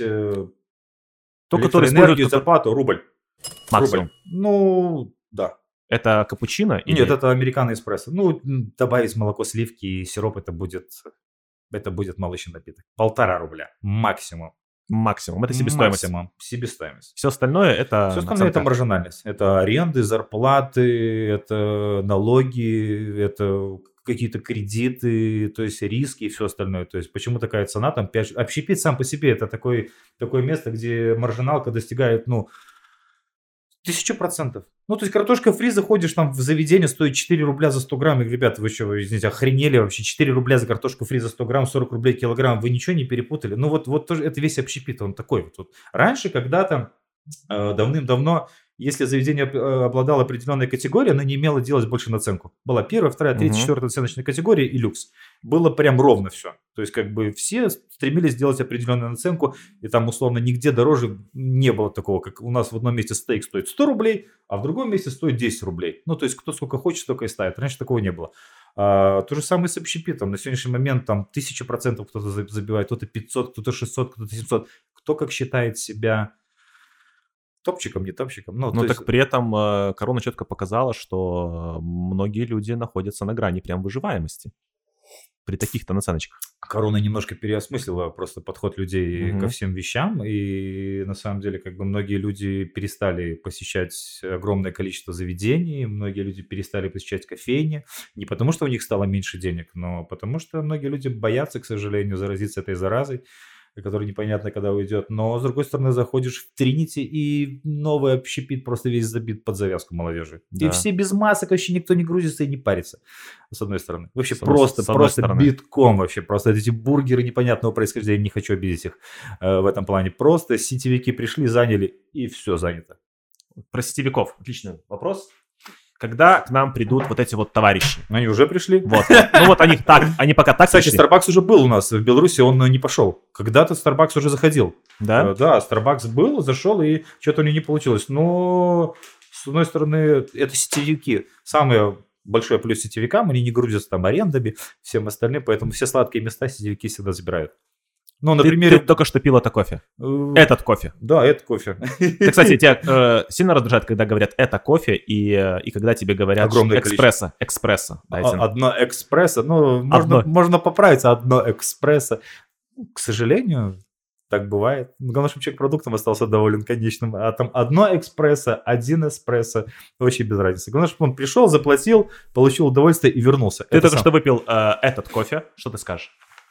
Speaker 1: То, которое
Speaker 6: электроэнергию,
Speaker 1: используют
Speaker 6: зарплату, рубль.
Speaker 1: максимум.
Speaker 6: Рубль. Ну, да.
Speaker 1: Это капучино? Или...
Speaker 6: Нет, это американо эспрессо. Ну, добавить молоко, сливки и сироп, это будет молочный напиток. 1,5 рубля максимум.
Speaker 1: Максимум. Это себестоимость.
Speaker 6: Максимум. Себестоимость.
Speaker 1: Все остальное это
Speaker 6: Все остальное это
Speaker 1: наценка.
Speaker 6: маржинальность. Это аренды, зарплаты, это налоги, это какие-то кредиты, то есть риски и все остальное. То есть почему такая цена там 5... Общепит сам по себе это такое место, где маржиналка достигает, 1000%. Ну, то есть картошка фри, заходишь там в заведение, стоит 4 рубля за 100 грамм. И, ребята, вы что, вы, извините, охренели вообще? 4 рубля за картошку фри за 100 грамм, 40 рублей килограмм. Вы ничего не перепутали? Ну, вот тоже это весь общепит, он такой вот. Раньше, когда-то, давным-давно, если заведение обладало определенной категорией, оно не имело делать больше наценку. Была первая, вторая, третья, четвертая оценочная категория и люкс. Было прям ровно все. То есть как бы все стремились сделать определенную наценку, и там условно нигде дороже не было такого, как у нас в одном месте стейк стоит 100 рублей, а в другом месте стоит 10 рублей. Ну то есть кто сколько хочет, столько и ставит. Раньше такого не было. То же самое с общепитом. На сегодняшний момент там 1000% кто-то забивает, кто-то 500, кто-то 600, кто-то 700. Кто как считает себя... Топчиком, не топчиком.
Speaker 1: Ну,
Speaker 6: то
Speaker 1: так
Speaker 6: есть...
Speaker 1: при этом корона четко показала, что многие люди находятся на грани прям выживаемости при таких-то наценочках.
Speaker 6: Корона немножко переосмыслила просто подход людей ко всем вещам, и на самом деле как бы многие люди перестали посещать огромное количество заведений, многие люди перестали посещать кофейни, не потому что у них стало меньше денег, но потому что многие люди боятся, к сожалению, заразиться этой заразой, который непонятно когда уйдет. Но, с другой стороны, заходишь в Тринити, и новый общепит просто весь забит под завязку молодежи.
Speaker 1: Да.
Speaker 6: И все без масок, вообще никто не грузится и не парится, с одной стороны. Вообще
Speaker 1: С одной стороны.
Speaker 6: битком вообще. Просто эти бургеры непонятного происхождения, не хочу обидеть их в этом плане. Просто сетевики пришли, заняли, и все занято.
Speaker 1: Про сетевиков. Отличный вопрос. Когда к нам придут вот эти вот товарищи?
Speaker 6: Они уже пришли.
Speaker 1: Вот. Ну вот они пока так
Speaker 6: Кстати,
Speaker 1: пришли.
Speaker 6: Starbucks уже был у нас в Беларуси, он не пошел. Когда-то Starbucks уже заходил.
Speaker 1: Да?
Speaker 6: Да, Starbucks был, зашел, и что-то у него не получилось. Но, с одной стороны, это сетевики. Самый большой плюс сетевикам, они не грузятся там арендами, всем остальным, поэтому все сладкие места сетевики всегда забирают. Ну, на примере...
Speaker 1: Ты только что пил это кофе. Этот кофе.
Speaker 6: Да, это кофе.
Speaker 1: Ты, кстати, тебя сильно раздражает, когда говорят «это кофе» и когда тебе говорят
Speaker 6: Огромное
Speaker 1: «экспрессо». «Экспрессо». Дайте.
Speaker 6: Одно экспрессо. Ну, можно поправиться. Одно экспрессо. К сожалению, так бывает. Главное, чтобы человек продуктом остался доволен конечным. А там одно экспрессо, один эспрессо. Вообще без разницы. Главное, чтобы он пришел, заплатил, получил удовольствие и вернулся.
Speaker 1: Ты только что выпил этот кофе. Что ты скажешь?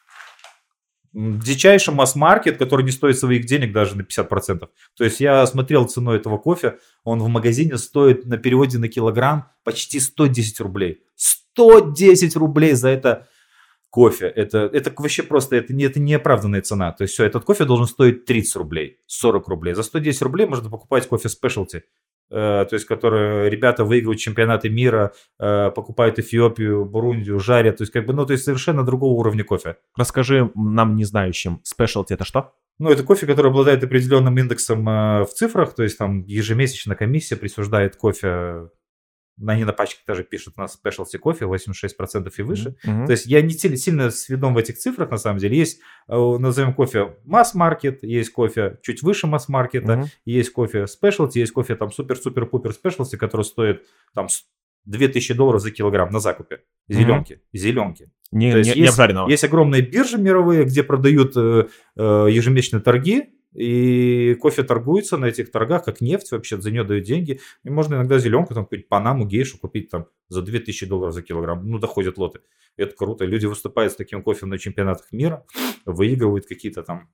Speaker 6: Дичайший масс-маркет, который не стоит своих денег даже на 50%. То есть я смотрел цену этого кофе, он в магазине стоит на переводе на килограмм почти 110 рублей. 110 рублей за это кофе. Это вообще просто, это неоправданная цена. То есть все, этот кофе должен стоить 30 рублей, 40 рублей. За 110 рублей можно покупать кофе спешлти. То есть, которые ребята выигрывают чемпионаты мира, покупают Эфиопию, Бурундию, жарят. То есть, как бы, ну, то есть, совершенно другого уровня кофе.
Speaker 1: Расскажи нам, не знающим, спешлти это что?
Speaker 6: Ну, это кофе, который обладает определенным индексом в цифрах. То есть, там ежемесячно комиссия присуждает кофе. Они на пачке даже пишут, у нас спешлти кофе 86% и выше. То есть я не сильно сведом в этих цифрах, на самом деле. Есть, назовем кофе масс-маркет, есть кофе чуть выше масс-маркета, есть кофе спешлти, есть кофе там супер-супер-пупер спешлти, который стоит там $2000 за килограмм на закупе. Зеленки.
Speaker 1: Не
Speaker 6: есть
Speaker 1: обжаренного.
Speaker 6: Есть огромные биржи мировые, где продают ежемесячные торги. И кофе торгуется на этих торгах, как нефть, вообще за нее дают деньги. И можно иногда зеленку, там какую-нибудь Панаму, гейшу купить там за $2000 за килограмм. Ну, доходят лоты. Это круто. Люди выступают с таким кофе на чемпионатах мира, выигрывают какие-то там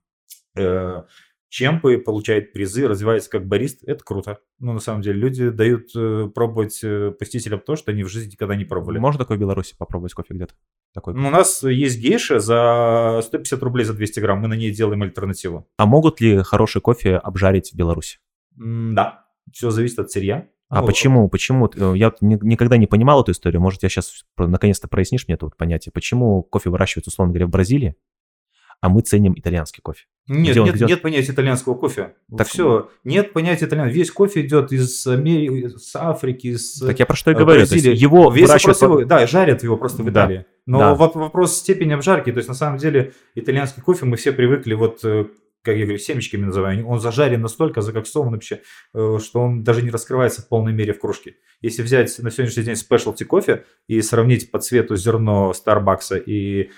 Speaker 6: чемпы, получают призы, развиваются как барист. Это круто. Ну, на самом деле, люди дают пробовать посетителям то, что они в жизни никогда не пробовали.
Speaker 1: Можно такое в Беларуси попробовать кофе где-то? Такой?
Speaker 6: Ну, у нас есть гейша за 150 рублей за 200 грамм. Мы на ней делаем альтернативу.
Speaker 1: А могут ли хороший кофе обжарить в Беларуси?
Speaker 6: Да. Все зависит от сырья.
Speaker 1: А почему? Я никогда не понимал эту историю. Может, я сейчас наконец-то прояснишь мне это вот понятие. Почему кофе выращивается, условно говоря, в Бразилии, а мы ценим итальянский кофе?
Speaker 6: Нет понятия итальянского кофе.
Speaker 1: Так,
Speaker 6: все, нет понятия итальянского. Весь кофе идет из Америки, с Африки,
Speaker 1: Так я про что и говорю.
Speaker 6: Бразилии.
Speaker 1: То есть его
Speaker 6: весь
Speaker 1: выращивают...
Speaker 6: да, жарят его просто в Италии. Но
Speaker 1: Да.
Speaker 6: вопрос степени обжарки. То есть, на самом деле, итальянский кофе мы все привыкли, вот, как я говорю, семечками называю. Он зажарен настолько, закоксован вообще, что он даже не раскрывается в полной мере в кружке. Если взять на сегодняшний день спешлти кофе и сравнить по цвету зерно Старбакса и,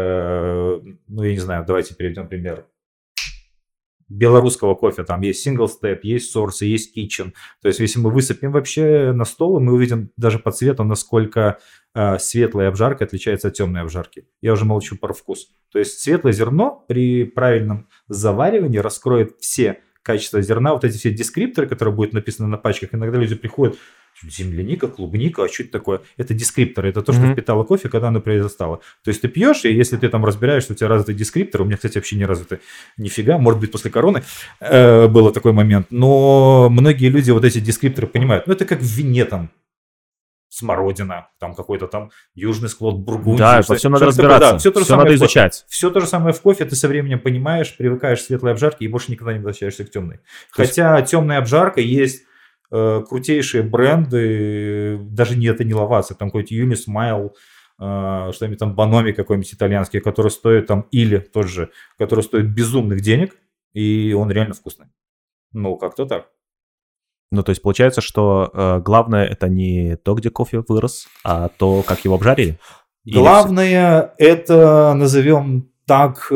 Speaker 6: ну, я не знаю, давайте приведем пример белорусского кофе, там есть Single Step, есть Source, есть Kitchen. То есть, если мы высыпем вообще на стол, мы увидим даже по цвету, насколько светлая обжарка отличается от темной обжарки. Я уже молчу про вкус. То есть, светлое зерно при правильном заваривании раскроет все качества зерна, вот эти все дескрипторы, которые будут написаны на пачках. Иногда люди приходят, земляника, клубника, а что это такое? Это дескрипторы, это то, что впитало кофе, когда оно произрастало. То есть ты пьешь, и если ты там разбираешься, у тебя развитый дескриптор, у меня, кстати, вообще не развитый нифига, может быть, после короны было такой момент, но многие люди вот эти дескрипторы понимают. Ну, это как в вине там, смородина, там какой-то там южный склад Бургундии.
Speaker 1: Да, все надо разбираться,
Speaker 6: Да, все
Speaker 1: надо изучать.
Speaker 6: Все то же самое в кофе, ты со временем понимаешь, привыкаешь к светлой обжарке и больше никогда не возвращаешься к темной. Хотя темная обжарка есть крутейшие бренды, даже это не лавация, там какой-то Unismile, что-нибудь там Баноми какой-нибудь итальянский, который стоит там, или тот же, который стоит безумных денег, и он реально вкусный. Ну, как-то так.
Speaker 1: Ну, то есть получается, что главное это не то, где кофе вырос, а то, как его обжарили?
Speaker 6: Главное это, назовем так,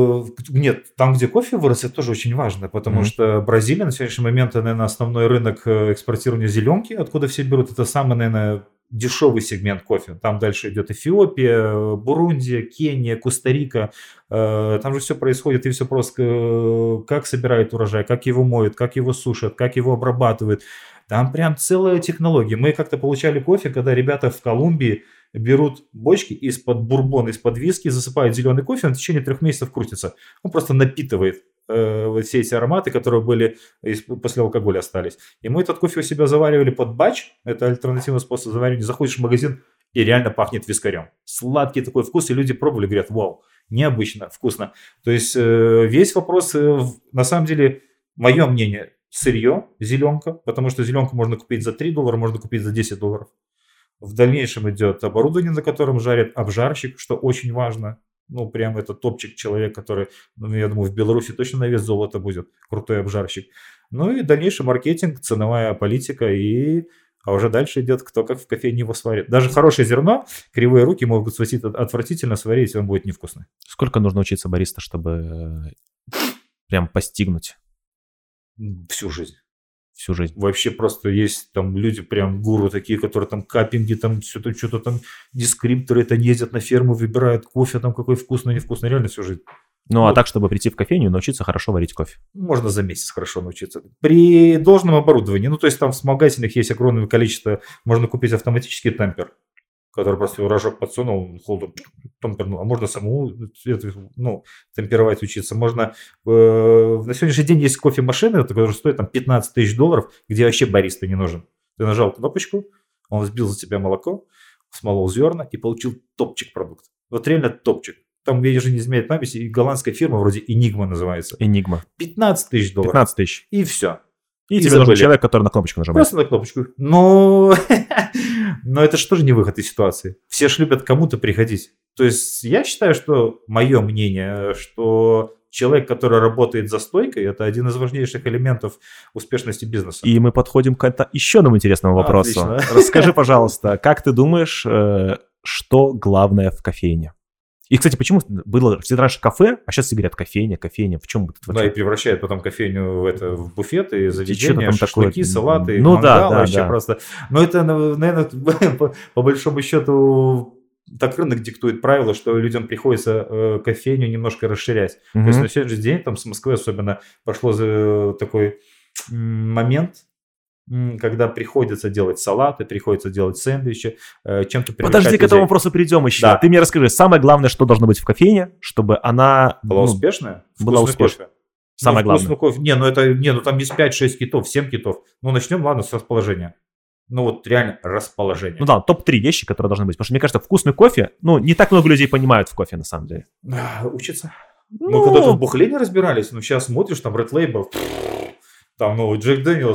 Speaker 6: нет, там, где кофе вырос, это тоже очень важно, потому что Бразилия на сегодняшний момент, наверное, основной рынок экспортирования зеленки, откуда все берут, это самый, наверное, дешевый сегмент кофе. Там дальше идет Эфиопия, Бурундия, Кения, Коста-Рика. Там же все происходит, и все просто как собирают урожай, как его моют, как его сушат, как его обрабатывают. Там прям целая технология. Мы как-то получали кофе, когда ребята в Колумбии берут бочки из-под бурбона, из-под виски, засыпают зеленый кофе, он в течение 3 месяцев крутится. Он просто напитывает все эти ароматы, которые были после алкоголя остались. И мы этот кофе у себя заваривали под батч. Это альтернативный способ заваривания. Заходишь в магазин и реально пахнет вискарем. Сладкий такой вкус, и люди пробовали, говорят, вау, необычно, вкусно. То есть весь вопрос, на самом деле, мое мнение, сырье, зеленка, потому что зеленку можно купить за $3, можно купить за $10. В дальнейшем идет оборудование, на котором жарит обжарщик, что очень важно. Ну, прям это топчик человек, который, ну, я думаю, в Беларуси точно на вес золота будет. Крутой обжарщик. Ну и дальнейший маркетинг, ценовая политика а уже дальше идет, кто как в кофейне его сварит. Даже хорошее зерно, кривые руки могут отвратительно сварить, и он будет невкусный.
Speaker 1: Сколько нужно учиться бариста, чтобы прям постигнуть?
Speaker 6: Всю жизнь.
Speaker 1: Всю жизнь.
Speaker 6: Вообще просто есть там люди прям гуру такие, которые там каппинги, там что-то там дескрипторы, это ездят на ферму, выбирают кофе, там какой вкусный, невкусный, реально всю жизнь.
Speaker 1: Ну, а так, чтобы прийти в кофейню и научиться хорошо варить кофе?
Speaker 6: Можно за месяц хорошо научиться. При должном оборудовании. Ну, то есть там в вспомогательных есть огромное количество, можно купить автоматический темпер. который просто рожок подсунул, холодом темпернул. А можно самому темперовать учиться. Можно... на сегодняшний день есть кофемашины, которые стоят там $15 тысяч, где вообще бариста не нужен. Ты нажал кнопочку, он взбил за тебя молоко, смолол зерна и получил топчик продукт. Вот реально топчик. Там, я же не изменяет память, и голландская фирма вроде Enigma называется.
Speaker 1: Enigma.
Speaker 6: $15 тысяч.
Speaker 1: 15 тысяч.
Speaker 6: И все.
Speaker 1: И тебе нужен человек, который на кнопочку нажимает.
Speaker 6: Просто на кнопочку. Но это же тоже не выход из ситуации. Все ж любят кому-то приходить. То есть я считаю, что мое мнение, что человек, который работает за стойкой, это один из важнейших элементов успешности бизнеса.
Speaker 1: И мы подходим к еще одному интересному вопросу.
Speaker 6: Отлично.
Speaker 1: Расскажи, пожалуйста, как ты думаешь, что главное в кофейне? И, кстати, почему было всегда раньше кафе, а сейчас все говорят кофейня. В чем будет?
Speaker 6: Да, и превращают потом кофейню в буфет, и заведения,
Speaker 1: там
Speaker 6: шашлыки,
Speaker 1: такое...
Speaker 6: салаты,
Speaker 1: ну,
Speaker 6: мангал,
Speaker 1: да,
Speaker 6: вообще
Speaker 1: да.
Speaker 6: просто. Но это, наверное, по большому счету, так рынок диктует правила, что людям приходится кофейню немножко расширять. То есть на сегодняшний день, там с Москвы особенно, пошло такой момент, когда приходится делать салаты, приходится делать сэндвичи, чем-то привлекать
Speaker 1: Подожди, к
Speaker 6: людей.
Speaker 1: этому вопросу придем еще.
Speaker 6: Да.
Speaker 1: Ты мне расскажи, самое главное, что должно быть в кофейне, чтобы она...
Speaker 6: Была успешная?
Speaker 1: Была
Speaker 6: Вкусный
Speaker 1: успешная.
Speaker 6: кофе.
Speaker 1: Самое главное.
Speaker 6: Кофе. Там есть 5-6 китов, 7 китов. Начнем, ладно, с расположения. Реально расположение.
Speaker 1: Ну да, топ-3 вещи, которые должны быть. Потому что, мне кажется, вкусный кофе, не так много людей понимают в кофе, на самом деле.
Speaker 6: Учатся. Мы когда-то в бухле не разбирались, сейчас смотришь, там Red Label, там, Jack Daniels.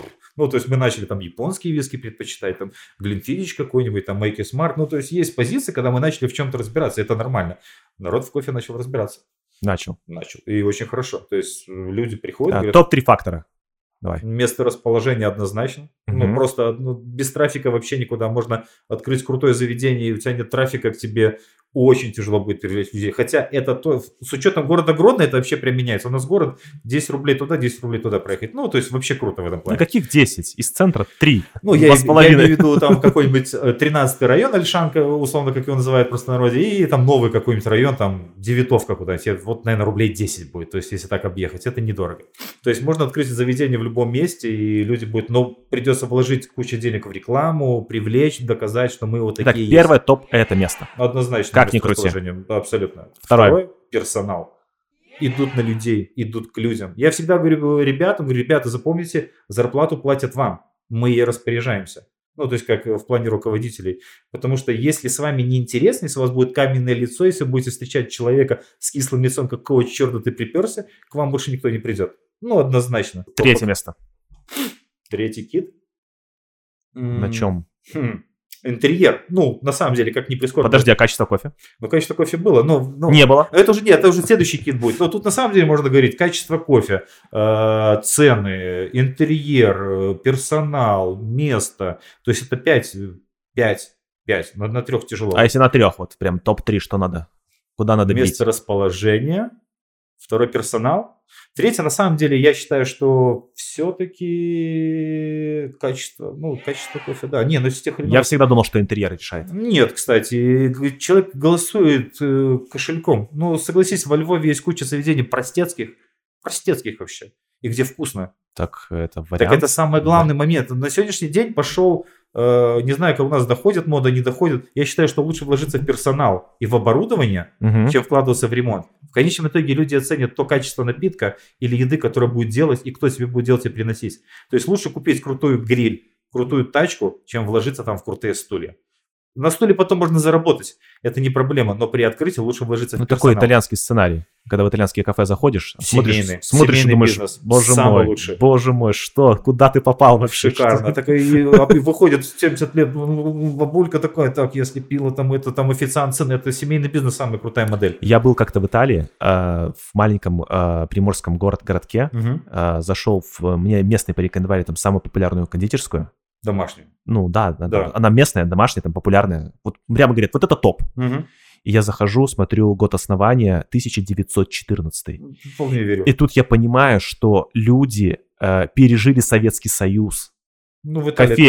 Speaker 6: То есть мы начали там японские виски предпочитать, там Glenfiddich какой-нибудь, там Make It Smart. То есть есть позиции, когда мы начали в чем-то разбираться, это нормально. Народ в кофе начал разбираться.
Speaker 1: Начал.
Speaker 6: И очень хорошо. То есть люди приходят, говорят...
Speaker 1: Топ-3 фактора. Давай.
Speaker 6: Место расположения однозначно. Просто без трафика вообще никуда. Можно открыть крутое заведение, и у тебя нет трафика, к тебе очень тяжело будет привлечь людей. Хотя это с учетом города Гродно это вообще применяется. У нас город 10 рублей туда, 10 рублей туда проехать. То есть вообще круто в этом плане.
Speaker 1: Каких 10? Из центра 3.
Speaker 6: Я имею в виду там какой-нибудь 13-й район Ольшанка, условно, как его называют просто в народе, и там новый какой-нибудь район, там Девятовка куда-нибудь. Вот, наверное, рублей 10 будет. То есть если так объехать, это недорого. То есть можно открыть заведение в любом месте, и люди будут, придется вложить кучу денег в рекламу, привлечь, доказать, что мы вот такие.
Speaker 1: Так, первое топ – это место.
Speaker 6: Однозначно.
Speaker 1: Как ни крути.
Speaker 6: Абсолютно.
Speaker 1: Второй
Speaker 6: – персонал. Идут на людей, идут к людям. Я всегда говорю ребятам, ребята, запомните, зарплату платят вам, мы ей распоряжаемся. То есть как в плане руководителей. Потому что если с вами неинтересно, если у вас будет каменное лицо, если вы будете встречать человека с кислым лицом, какого черта ты приперся, к вам больше никто не придет. Однозначно.
Speaker 1: Третье место.
Speaker 6: Третий кит.
Speaker 1: На чем?
Speaker 6: Интерьер. На самом деле, как ни прискорбно.
Speaker 1: Подожди, а качество кофе?
Speaker 6: Качество кофе было,
Speaker 1: не было.
Speaker 6: Это уже следующий кит будет. Но тут на самом деле можно говорить качество кофе, цены, интерьер, персонал, место. То есть это 5. На 3 тяжело.
Speaker 1: А если на 3, прям топ-3, что надо? Куда надо бить?
Speaker 6: Место расположения, 2 персонал. 3, на самом деле, я считаю, что все-таки качество кофе, да.
Speaker 1: Я всегда думал, что интерьер решает.
Speaker 6: Нет, кстати, человек голосует кошельком. Согласись, во Львове есть куча заведений простецких вообще, и где вкусно.
Speaker 1: Так это вариант.
Speaker 6: Так это самый главный момент. На сегодняшний день пошел, не знаю, как у нас доходит мода, не доходит. Я считаю, что лучше вложиться в персонал и в оборудование, чем вкладываться в ремонт. В конечном итоге люди оценят то качество напитка или еды, которое будет делать, и кто тебе будет делать и приносить. То есть лучше купить крутую гриль, крутую тачку, чем вложиться там в крутые стулья. На стуле потом можно заработать, это не проблема, но при открытии лучше вложиться в персонал.
Speaker 1: Такой итальянский сценарий, когда в итальянские кафе заходишь, смотришь и думаешь,
Speaker 6: бизнес,
Speaker 1: боже мой, что, куда ты попал вообще?
Speaker 6: Шикарно. Так и выходит 70 лет бабулька такая, так, если пила там это, там официант, цены, это семейный бизнес, самая крутая модель.
Speaker 1: Я был как-то в Италии, в маленьком приморском городке, зашел, мне местные порекомендовали там самую популярную кондитерскую.
Speaker 6: Домашнюю.
Speaker 1: Да. Она местная, домашняя, там популярная. Вот прямо говорят, вот это топ. И я захожу, смотрю год основания 1914.
Speaker 6: Вполне верю.
Speaker 1: И тут я понимаю, что люди пережили Советский Союз.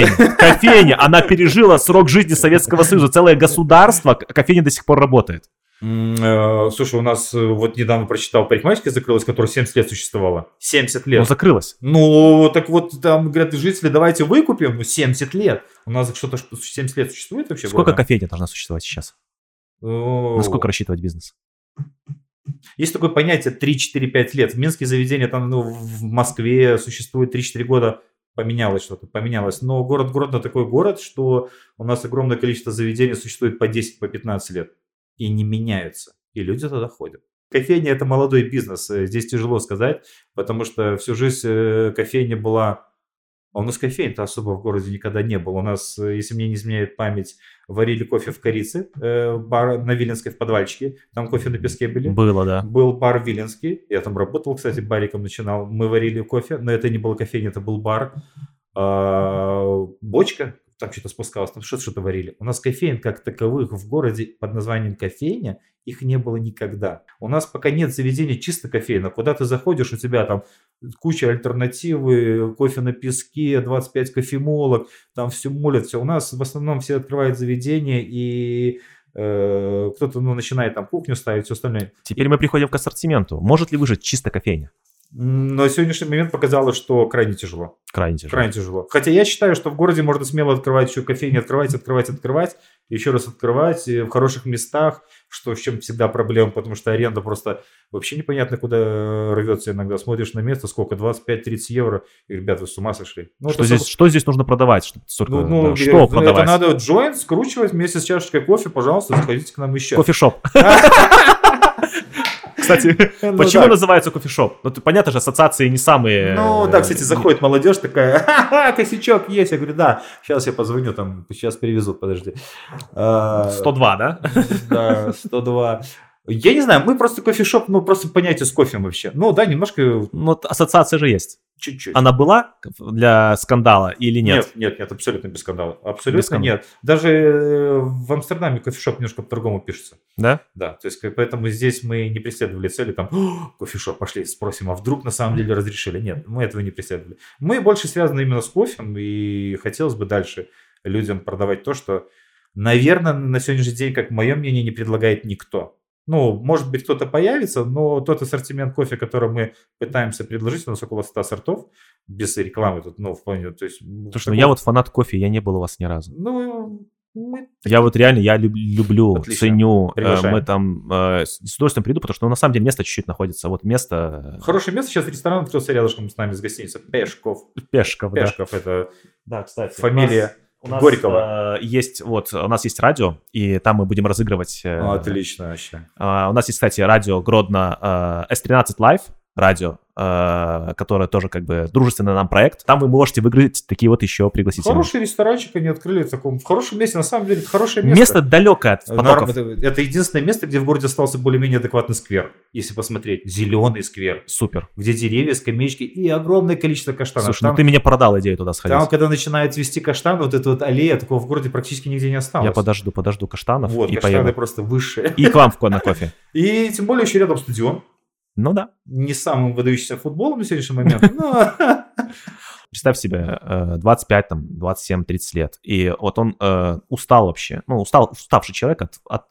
Speaker 1: Кофейня, она пережила срок жизни Советского Союза. Целое государство, кофейня до сих пор работает.
Speaker 6: Слушай, у нас вот недавно прочитал, парикмахерская закрылась, которая 70 лет существовала. 70 лет.
Speaker 1: Ну, закрылась.
Speaker 6: Ну, так вот, там говорят, жители, давайте выкупим. Ну, 70 лет. У нас что-то 70 лет существует вообще?
Speaker 1: Сколько
Speaker 6: города?
Speaker 1: кофейня должна существовать сейчас? На сколько рассчитывать бизнес?
Speaker 6: Есть такое понятие 3-4-5 лет. В Минске заведения, там, ну, в Москве существует 3-4 года. Поменялось что-то, поменялось. Но город на такой город, что у нас огромное количество заведений существует по 10, по 15 лет. И не меняются. И люди туда ходят. Кофейня – это молодой бизнес. Здесь тяжело сказать, потому что всю жизнь кофейня была... А у нас кофейни-то особо в городе никогда не было. У нас, если мне не изменяет память, варили кофе в Корице, бар на Виленской в подвальчике. Там кофе на песке были.
Speaker 1: Было, да.
Speaker 6: Был бар Виленский. Я там работал, кстати, бариком начинал. Мы варили кофе, но это не было кофейня, это был бар. Бочка. Там что-то спускалось, там что-то варили. У нас кофеин как таковых в городе под названием кофейня, их не было никогда. У нас пока нет заведений чисто кофейна. Куда ты заходишь, у тебя там куча альтернативы, кофе на песке, 25 кофемолок, там все молят, все. У нас в основном все открывают заведения и кто-то начинает там кухню ставить, все остальное.
Speaker 1: Теперь мы приходим к ассортименту. Может ли выжить чисто кофейня?
Speaker 6: На сегодняшний момент показалось, что крайне тяжело.
Speaker 1: Крайне тяжело.
Speaker 6: Крайне тяжело. Хотя я считаю, что в городе можно смело открывать еще кофейни, открывать, еще раз открывать в хороших местах, что в чем всегда проблема, потому что аренда просто вообще непонятно куда рвется иногда. Смотришь на место, сколько, 25-30 евро, и, ребят, вы с ума сошли. Ну,
Speaker 1: что здесь нужно продавать? Что продавать?
Speaker 6: Это надо джойнт скручивать вместе с чашечкой кофе, пожалуйста, заходите к нам еще.
Speaker 1: Кофешоп. Кстати, почему называется кофешоп? Ну, понятно же, ассоциации не самые...
Speaker 6: Ну, да, кстати, заходит молодежь такая, ха-ха, косячок есть. Я говорю, да, сейчас я позвоню, там, сейчас перевезут, подожди.
Speaker 1: 102, да?
Speaker 6: Да, 102. Я не знаю, мы просто кофешоп, ну, просто понятие с кофе вообще. Ну, да, немножко...
Speaker 1: Ну, ассоциация же есть.
Speaker 6: Чуть-чуть.
Speaker 1: Она была для скандала или нет?
Speaker 6: Нет, абсолютно без скандала. Абсолютно нет. Даже в Амстердаме кофешоп немножко по-другому пишется.
Speaker 1: Да?
Speaker 6: Да, то есть поэтому здесь мы не преследовали цели, там, кофешоп, пошли, спросим, а вдруг на самом деле разрешили? Нет, мы этого не преследовали. Мы больше связаны именно с кофе, и хотелось бы дальше людям продавать то, что, наверное, на сегодняшний день, как мое мнение, не предлагает никто. Ну, может быть, кто-то появится, но тот ассортимент кофе, который мы пытаемся предложить, у нас около 100 сортов, без рекламы тут, ну, в плане, то есть...
Speaker 1: Слушай, я вот фанат кофе, я не был у вас ни разу.
Speaker 6: Ну,
Speaker 1: я вот реально, я люблю,
Speaker 6: отлично.
Speaker 1: Ценю,
Speaker 6: Приглашаем.
Speaker 1: мы там с удовольствием приду, потому что, ну, на самом деле, место чуть-чуть находится, вот место...
Speaker 6: Хорошее место, сейчас ресторан открылся рядышком с нами, с гостиницей, Пешков.
Speaker 1: Пешков, да.
Speaker 6: Пешков, это
Speaker 1: Да, кстати.
Speaker 6: фамилия
Speaker 1: У нас
Speaker 6: Горького.
Speaker 1: Есть, вот, у нас есть радио, и там мы будем разыгрывать...
Speaker 6: Отлично вообще.
Speaker 1: У нас есть, кстати, радио Гродно S13 Live, радио, которое тоже как бы дружественный нам проект. Там вы можете выиграть такие вот еще пригласительные.
Speaker 6: Хороший ресторанчик они открыли в таком, в хорошем месте, на самом деле, это хорошее место.
Speaker 1: Место далекое от потоков.
Speaker 6: Это единственное место, где в городе остался более-менее адекватный сквер, если посмотреть. Зеленый сквер.
Speaker 1: Супер.
Speaker 6: Где деревья, скамеечки и огромное количество каштанов.
Speaker 1: Слушай, ну ты мне продал идею туда сходить.
Speaker 6: Там, когда начинают цвести каштаны, вот эта вот аллея, такого в городе практически нигде не осталось.
Speaker 1: Я подожду каштанов
Speaker 6: Вот,
Speaker 1: и
Speaker 6: каштаны
Speaker 1: поеду.
Speaker 6: просто высшие.
Speaker 1: И к вам на кофе.
Speaker 6: И тем более еще рядом стадион.
Speaker 1: Ну да.
Speaker 6: Не самым выдающимся футболом на сегодняшний момент, но...
Speaker 1: Представь себе, 25, там, 27, 30 лет, и вот он устал вообще, ну, уставший человек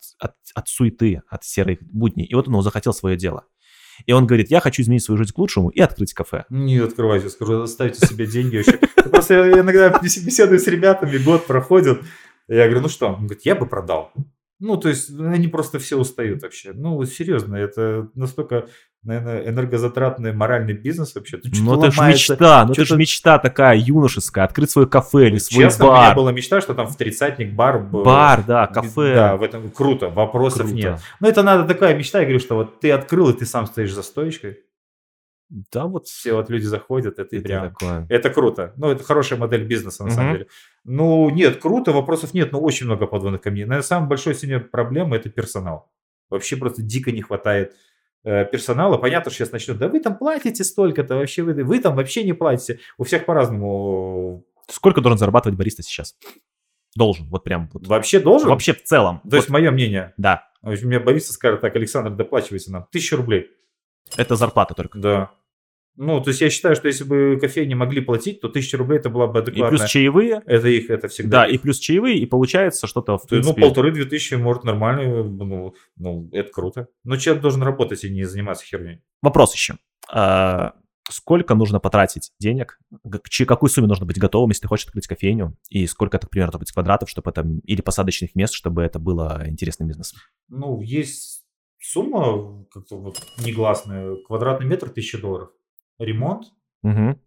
Speaker 1: от суеты, от серых будней, и вот он захотел свое дело. И он говорит, я хочу изменить свою жизнь к лучшему и открыть кафе.
Speaker 6: Не открывайте, скажу, оставьте себе деньги вообще. Просто я иногда беседую с ребятами, год проходит, я говорю, ну что? Он говорит, я бы продал. Ну, то есть, они просто все устают вообще. Ну, серьезно, это настолько, наверное, энергозатратный моральный бизнес вообще.
Speaker 1: Ну, это же мечта, ну, это же мечта такая юношеская, открыть свое кафе или свой
Speaker 6: честно,
Speaker 1: бар.
Speaker 6: у меня была мечта, что там в тридцатник бар.
Speaker 1: Бар, да, кафе.
Speaker 6: Да, в этом круто, вопросов
Speaker 1: Круто.
Speaker 6: нет. Но это надо такая мечта, я говорю, что вот ты открыл, и ты сам стоишь за стоечкой.
Speaker 1: Да, вот.
Speaker 6: Все вот люди заходят, это прям...
Speaker 1: такое.
Speaker 6: Это круто. Ну, это хорошая модель бизнеса, на самом деле. Ну, нет, круто, вопросов нет, но очень много подводных камней. Наверное, самая большая сегодня проблема – это персонал. Вообще просто дико не хватает персонала. Понятно, что сейчас начнут, да вы там платите столько-то, вообще вы там вообще не платите. У всех по-разному.
Speaker 1: Сколько должен зарабатывать бариста сейчас? Должен, вот прям. Вот.
Speaker 6: Вообще должен?
Speaker 1: Вообще в целом.
Speaker 6: То есть, мое мнение.
Speaker 1: Да.
Speaker 6: У меня бариста скажет, так, Александр, доплачивайте нам 1000 рублей.
Speaker 1: Это зарплата только.
Speaker 6: Да. Ну, то есть я считаю, что если бы кофейни могли платить, то 1000 рублей это была бы
Speaker 1: И
Speaker 6: адекватная.
Speaker 1: плюс чаевые.
Speaker 6: Это их, это всегда.
Speaker 1: Да, и плюс чаевые, и получается что-то в
Speaker 6: Ну,
Speaker 1: принципе...
Speaker 6: 1500-2000 может нормально, ну, это круто. Но человек должен работать и не заниматься херней.
Speaker 1: Вопрос еще. Сколько нужно потратить денег, к какой сумме нужно быть готовым, если ты хочешь открыть кофейню, и сколько это примерно должно быть квадратов, чтобы это, или посадочных мест, чтобы это было интересным бизнесом?
Speaker 6: Ну, есть сумма как-то вот негласная. Квадратный метр $1000. Ремонт
Speaker 1: Угу.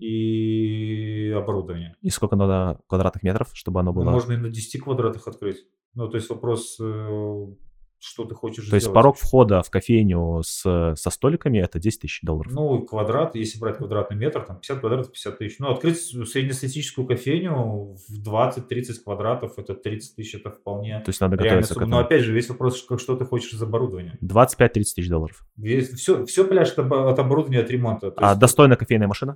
Speaker 6: и оборудование.
Speaker 1: И сколько надо квадратных метров, чтобы оно было?
Speaker 6: Можно и на 10 квадратах открыть. Ну, то есть вопрос, что ты хочешь
Speaker 1: То
Speaker 6: сделать.
Speaker 1: есть порог входа в кофейню со столиками это $10 000.
Speaker 6: Ну, квадрат, если брать квадратный метр, там 50 квадратов, 50 тысяч. Ну, открыть среднестатистическую кофейню в 20-30 квадратов, это 30 тысяч, это вполне
Speaker 1: То есть надо
Speaker 6: реально
Speaker 1: готовиться к
Speaker 6: сумма.
Speaker 1: этому.
Speaker 6: Но опять же, весь вопрос, что ты хочешь из оборудования.
Speaker 1: 25-30 тысяч долларов.
Speaker 6: Все пляшет от оборудования, от ремонта. То
Speaker 1: А
Speaker 6: есть
Speaker 1: достойная кофейная машина?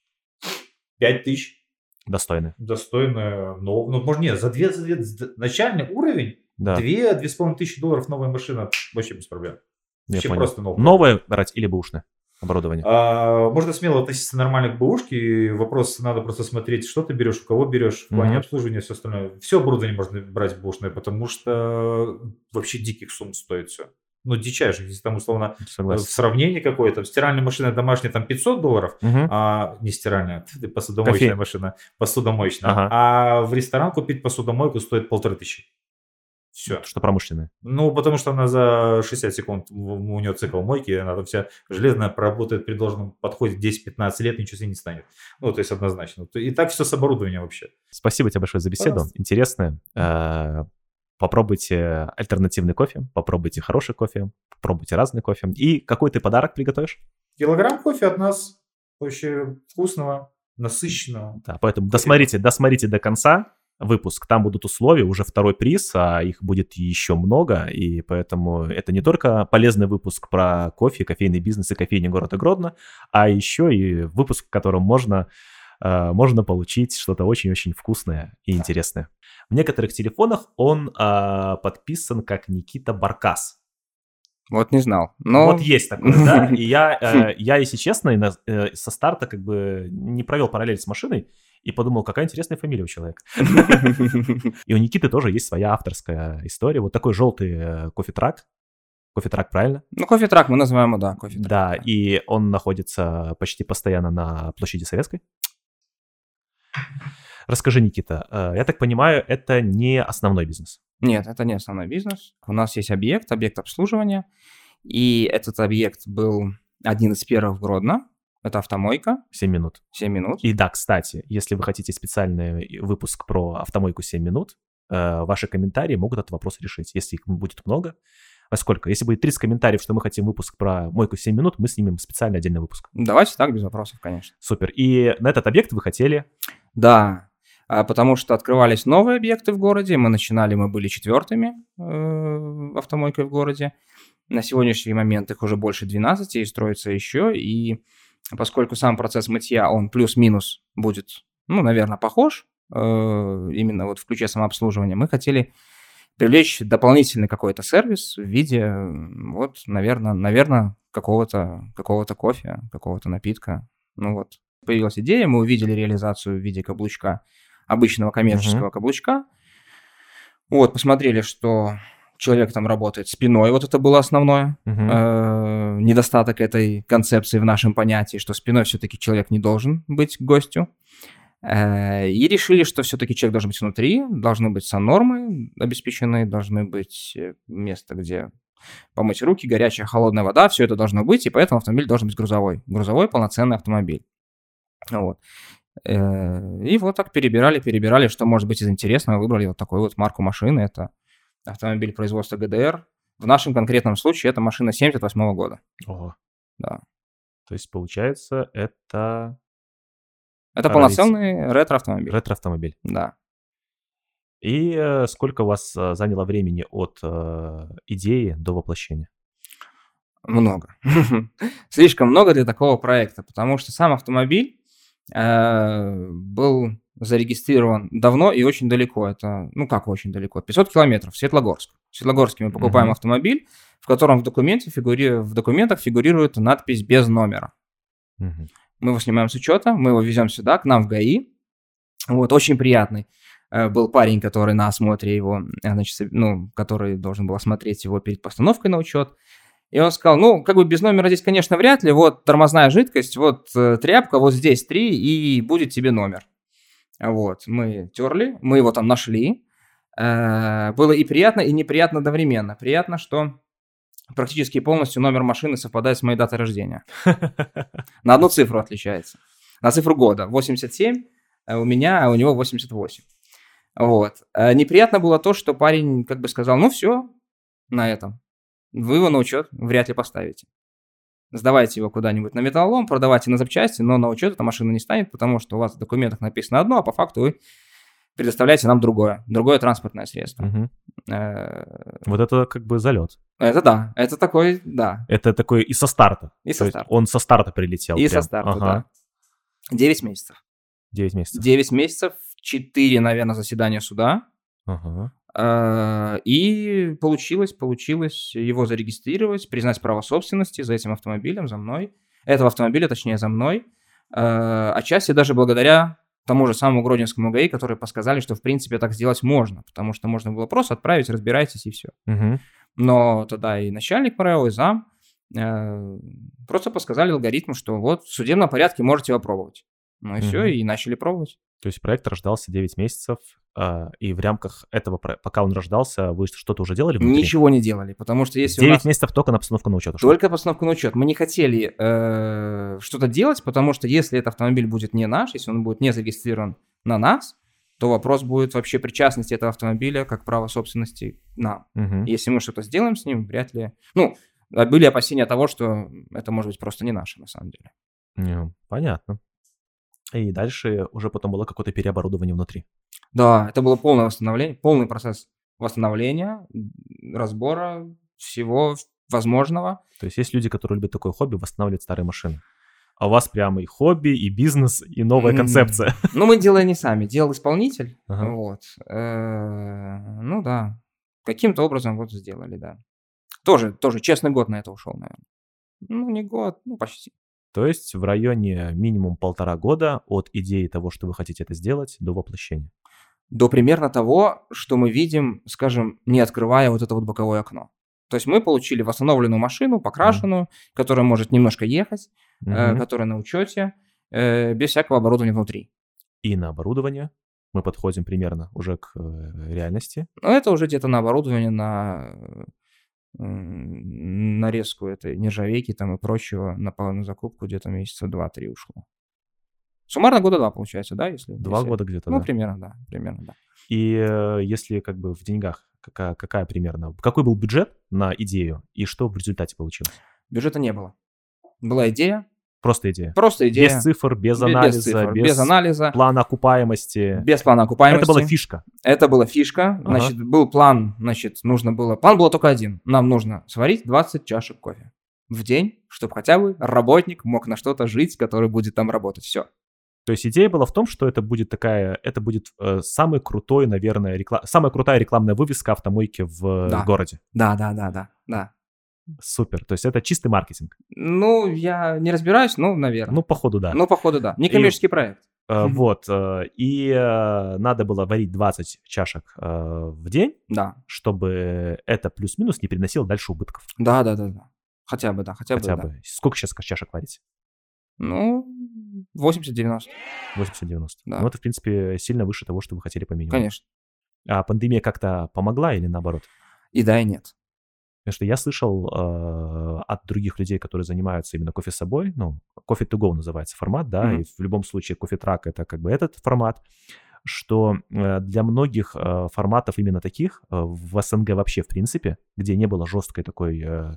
Speaker 6: 5 тысяч.
Speaker 1: Достойная.
Speaker 6: Достойная, ну, может, нет, за 2, начальный уровень,
Speaker 1: Да.
Speaker 6: 2-2,5 тысячи долларов новая машина, вообще без проблем.
Speaker 1: Я
Speaker 6: Вообще
Speaker 1: понял.
Speaker 6: просто новая.
Speaker 1: Новое брать или бэушное оборудование?
Speaker 6: Можно смело относиться нормально к бэушке, и вопрос, надо просто смотреть, что ты берешь, у кого берешь, в плане обслуживания, все остальное. Все оборудование можно брать бэушное, потому что вообще диких сумм стоит все. Ну, дичайших, если там условно
Speaker 1: Согласен.
Speaker 6: в сравнении какое-то, стиральная машина домашняя там $500, а не стиральная, посудомоечная машина, посудомоечная,
Speaker 1: Ага.
Speaker 6: а в ресторан купить посудомойку стоит 1500. Все.
Speaker 1: Что промышленное.
Speaker 6: Ну, потому что она за 60 секунд, у нее цикл мойки, она там вся железная, проработает при должном подходе 10-15 лет, ничего с ней не станет. Ну, то есть однозначно. И так все с оборудованием вообще.
Speaker 1: Спасибо тебе большое за беседу.
Speaker 6: Пожалуйста.
Speaker 1: Интересно. Попробуйте альтернативный кофе, попробуйте хороший кофе, попробуйте разный кофе. И какой ты подарок приготовишь?
Speaker 6: Килограмм кофе от нас, вообще вкусного, насыщенного.
Speaker 1: Да, поэтому досмотрите до конца выпуск. Там будут условия, уже второй приз, а их будет еще много. И поэтому это не только полезный выпуск про кофе, кофейный бизнес и кофейню города Гродно, а еще и выпуск, в котором можно получить что-то очень-очень вкусное и интересное. В некоторых телефонах он подписан как Никита Баркас.
Speaker 5: Вот не знал. Но...
Speaker 1: Вот есть такое, да. И я, если честно, со старта как бы не провел параллель с машиной и подумал, какая интересная фамилия у человека. И у Никиты тоже есть своя авторская история. Вот такой желтый кофе-трак. Кофе-трак, правильно?
Speaker 5: Ну, кофе-трак мы называем его, да, кофе-трак.
Speaker 1: Да, и он находится почти постоянно на площади Советской. Расскажи, Никита, я так понимаю, это не основной бизнес?
Speaker 5: Нет, это не основной бизнес. У нас есть объект обслуживания, и этот объект был один из первых в Гродно. Это автомойка.
Speaker 1: 7 минут.
Speaker 5: 7 минут.
Speaker 1: И да, кстати, если вы хотите специальный выпуск про автомойку 7 минут, ваши комментарии могут этот вопрос решить. Если их будет много, а сколько? Если будет 30 комментариев, что мы хотим выпуск про мойку 7 минут, мы снимем специально отдельный выпуск.
Speaker 5: Давайте так, без вопросов, конечно.
Speaker 1: Супер. И на этот объект вы хотели?
Speaker 5: Да, потому что открывались новые объекты в городе. Мы были 4-ми автомойкой в городе. На сегодняшний момент их уже больше 12, и строится еще. И поскольку сам процесс мытья, он плюс-минус будет, ну, наверное, похож, именно вот в ключе самообслуживания, мы хотели привлечь дополнительный какой-то сервис в виде, вот, наверное, какого-то кофе, какого-то напитка. Ну вот, появилась идея, мы увидели реализацию в виде каблучка, обычного коммерческого каблучка. Вот, посмотрели, что человек там работает спиной, вот это было основное. Недостаток этой концепции в нашем понятии, что спиной все-таки человек не должен быть к гостю. И решили, что все-таки человек должен быть внутри, должны быть саннормы обеспечены, должны быть место, где помыть руки, горячая, холодная вода, все это должно быть, и поэтому автомобиль должен быть грузовой полноценный автомобиль. Вот. И вот так перебирали, что может быть из интересного, выбрали вот такую вот марку машины, это автомобиль производства ГДР. В нашем конкретном случае это машина 78 года.
Speaker 1: Ого.
Speaker 5: Да.
Speaker 1: То есть, получается, это
Speaker 5: полноценный ретро-автомобиль.
Speaker 1: Ретро-автомобиль.
Speaker 5: Да.
Speaker 1: И сколько у вас заняло времени от идеи до воплощения?
Speaker 5: Много. Слишком много для такого проекта, потому что сам автомобиль был зарегистрирован давно и очень далеко. Это, ну как очень далеко? 500 километров, Светлогорск. В Светлогорске мы покупаем автомобиль, в котором в документах фигурирует надпись «без номера». мы его снимаем с учета, мы его везем сюда, к нам в ГАИ. Вот, очень приятный был парень, который на осмотре его, значит, который должен был осмотреть его перед постановкой на учет. И он сказал, как бы без номера здесь, конечно, вряд ли, вот тормозная жидкость, вот тряпка, вот здесь 3, и будет тебе номер. Вот, мы терли, мы его там нашли. Было и приятно, и неприятно одновременно. Приятно, что практически полностью номер машины совпадает с моей датой рождения. На одну цифру отличается. На цифру года. 87 у меня, а у него 88. Вот. Неприятно было то, что парень как бы сказал, все, на этом. Вы его на учет вряд ли поставите. Сдавайте его куда-нибудь на металлолом, продавайте на запчасти, но на учет эта машина не станет, потому что у вас в документах написано одно, а по факту вы предоставляете нам другое транспортное средство.
Speaker 1: Угу. Вот это как бы залет.
Speaker 5: Это да, это такой, да.
Speaker 1: Это такой и со старта.
Speaker 5: И со старта.
Speaker 1: Он со старта прилетел.
Speaker 5: И со старта, да. 9 месяцев.
Speaker 1: 9 месяцев.
Speaker 5: 9 месяцев, 4, наверное, заседания суда.
Speaker 1: Ага.
Speaker 5: И получилось его зарегистрировать, признать право собственности за этим автомобилем, за мной. Этого автомобиля, точнее, за мной. Отчасти даже благодаря тому же самому Гродненскому ГАИ, которые подсказали, что, в принципе, так сделать можно, потому что можно было просто отправить, разбирайтесь, и все.
Speaker 1: Угу. Но
Speaker 5: тогда и начальник МРЭО, и зам просто подсказали алгоритм, что вот в судебном порядке можете попробовать. И все, и начали пробовать.
Speaker 1: То есть проект рождался 9 месяцев, и в рамках этого, пока он рождался, вы что-то уже делали внутри?
Speaker 5: Ничего не делали, потому что если
Speaker 1: 9 месяцев только на постановку на учет ушло?
Speaker 5: Только постановку на учет. Мы не хотели что-то делать, потому что если этот автомобиль будет не наш, если он будет не зарегистрирован на нас, то вопрос будет вообще причастности этого автомобиля как право собственности нам.
Speaker 1: Угу.
Speaker 5: Если мы что-то сделаем с ним, вряд ли... были опасения того, что это может быть просто не наше на самом деле.
Speaker 1: Понятно. И дальше уже потом было какое-то переоборудование внутри.
Speaker 5: Да, это было полное восстановление, полный процесс восстановления, разбора всего возможного.
Speaker 1: То есть есть люди, которые любят такое хобби, восстанавливать старые машины. А у вас прямо и хобби, и бизнес, и новая концепция.
Speaker 5: Мы делали не сами, делал исполнитель.
Speaker 1: Ага.
Speaker 5: Вот. Да. Каким-то образом вот сделали, да. Тоже честный год на это ушел, наверное. Не год, почти.
Speaker 1: То есть в районе минимум 1,5 года от идеи того, что вы хотите это сделать, до воплощения.
Speaker 5: До примерно того, что мы видим, скажем, не открывая вот это вот боковое окно. То есть мы получили восстановленную машину, покрашенную, которая может немножко ехать, которая на учете, без всякого оборудования внутри.
Speaker 1: И на оборудование мы подходим примерно уже к реальности.
Speaker 5: Это уже где-то на оборудование, на нарезку этой нержавейки там и прочего, на полную закупку где-то месяца 2-3 ушло. Суммарно года 2 получается, да?
Speaker 1: 2 года где-то, да.
Speaker 5: Примерно, да.
Speaker 1: И если как бы в деньгах, какая примерно, какой был бюджет на идею и что в результате получилось?
Speaker 5: Бюджета не было. Была идея.
Speaker 1: Просто идея?
Speaker 5: Просто идея.
Speaker 1: Без цифр, без анализа,
Speaker 5: без анализа.
Speaker 1: Плана окупаемости.
Speaker 5: Без плана окупаемости.
Speaker 1: Это была фишка.
Speaker 5: Это была фишка. Значит, был план, нужно было... План был только один. Нам нужно сварить 20 чашек кофе в день, чтобы хотя бы работник мог на что-то жить, который будет там работать. Все.
Speaker 1: То есть идея была в том, что это будет самый крутой, наверное, самая крутая рекламная вывеска автомойки в городе.
Speaker 5: Да.
Speaker 1: Супер. То есть это чистый маркетинг.
Speaker 5: Я не разбираюсь, наверное.
Speaker 1: Походу, да.
Speaker 5: Некоммерческий проект.
Speaker 1: Вот. И надо было варить 20 чашек в день, чтобы это плюс-минус не приносило дальше убытков.
Speaker 5: Да. Хотя бы.
Speaker 1: Сколько сейчас чашек варите?
Speaker 5: 80-90.
Speaker 1: 80-90.
Speaker 5: Да.
Speaker 1: Это, в принципе, сильно выше того, что вы хотели по минимуму.
Speaker 5: Конечно.
Speaker 1: А пандемия как-то помогла или наоборот?
Speaker 5: И да, и нет.
Speaker 1: Потому что я слышал от других людей, которые занимаются именно кофе с собой, кофе to go называется формат, да, и в любом случае кофе-трак это как бы этот формат, что для многих форматов именно таких в СНГ вообще в принципе, где не было жесткого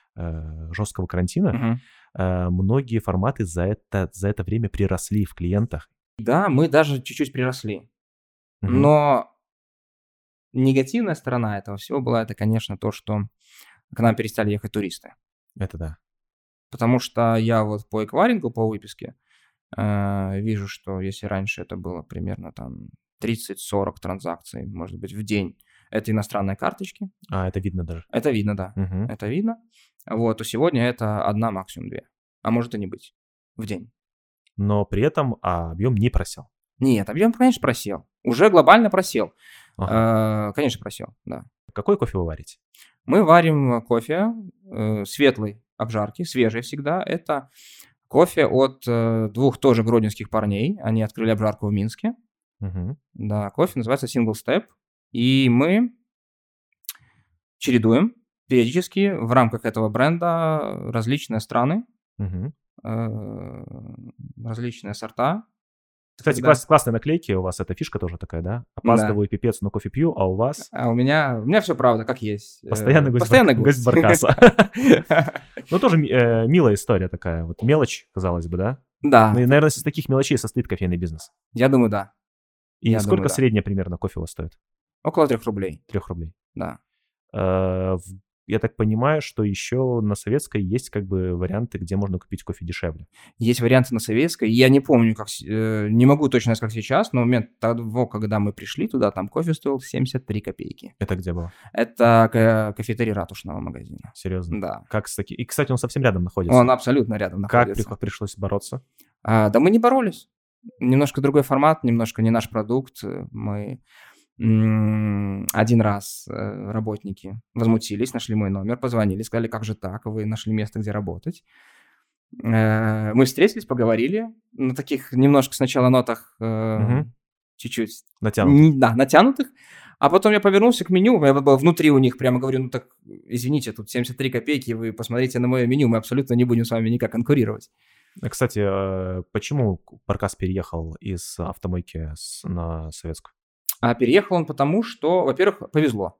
Speaker 1: карантина, многие форматы за это время приросли в клиентах.
Speaker 5: Да, мы даже чуть-чуть приросли. Но негативная сторона этого всего была, это, конечно, то, что к нам перестали ехать туристы.
Speaker 1: Это да.
Speaker 5: Потому что я вот по эквайрингу, по выписке, вижу, что если раньше это было примерно там 30-40 транзакций, может быть, в день, это иностранные карточки.
Speaker 1: Это видно даже?
Speaker 5: Это видно, да. Это видно. Вот, то сегодня это 1, максимум 2. А может и не быть в день.
Speaker 1: но при этом объем не просел.
Speaker 5: Нет, объем, конечно, просел. Уже глобально просел.
Speaker 1: Ага.
Speaker 5: Конечно, просел, да.
Speaker 1: Какой кофе вы варите?
Speaker 5: Мы варим кофе светлой обжарки, свежий всегда. Это кофе от двух тоже гродненских парней. Они открыли обжарку в Минске.
Speaker 1: Угу.
Speaker 5: Да, кофе называется Single Step. И мы чередуем периодически в рамках этого бренда различные страны,
Speaker 1: Угу.
Speaker 5: различные сорта.
Speaker 1: Кстати,
Speaker 5: Да.
Speaker 1: классные наклейки у вас, эта фишка тоже такая, да? Опаздываю, пипец, но кофе пью, а у вас
Speaker 5: А у меня все правда, как есть.
Speaker 1: постоянный гость баркаса. Ну, тоже милая история такая, вот мелочь, казалось бы, да?
Speaker 5: Да,
Speaker 1: Ну, и, наверное, из таких мелочей состоит кофейный бизнес.
Speaker 5: я думаю, да.
Speaker 1: И
Speaker 5: Я
Speaker 1: сколько
Speaker 5: думаю, да.
Speaker 1: средняя примерно кофе у вас стоит?
Speaker 5: Около 3 рублей,
Speaker 1: 3 рублей.
Speaker 5: да.
Speaker 1: Я так понимаю, что еще на Советской есть как бы варианты, где можно купить кофе дешевле.
Speaker 5: Есть варианты на Советской. Я не помню, не могу точно сказать, как сейчас, но в момент того, когда мы пришли туда, там кофе стоил 73 копейки.
Speaker 1: Это где было?
Speaker 5: Это кафетерий ратушного магазина.
Speaker 1: Серьезно?
Speaker 5: Да.
Speaker 1: Как с таки... И, кстати, он совсем рядом находится.
Speaker 5: Он абсолютно рядом
Speaker 1: Как
Speaker 5: находится.
Speaker 1: пришлось бороться?
Speaker 5: Да мы не боролись. Немножко другой формат, немножко не наш продукт. Мы один раз работники возмутились, нашли мой номер, позвонили, сказали, как же так, вы нашли место, где работать. Мы встретились, поговорили на таких немножко сначала нотах чуть-чуть
Speaker 1: Натянутых.
Speaker 5: Да, натянутых. А потом я повернулся к меню, я был внутри у них, прямо говорю, ну так, извините, тут 73 копейки, вы посмотрите на мое меню, мы абсолютно не будем с вами никак конкурировать.
Speaker 1: Кстати, почему Баркас переехал из автомойки на Советскую?
Speaker 5: А переехал он потому, что, во-первых, повезло.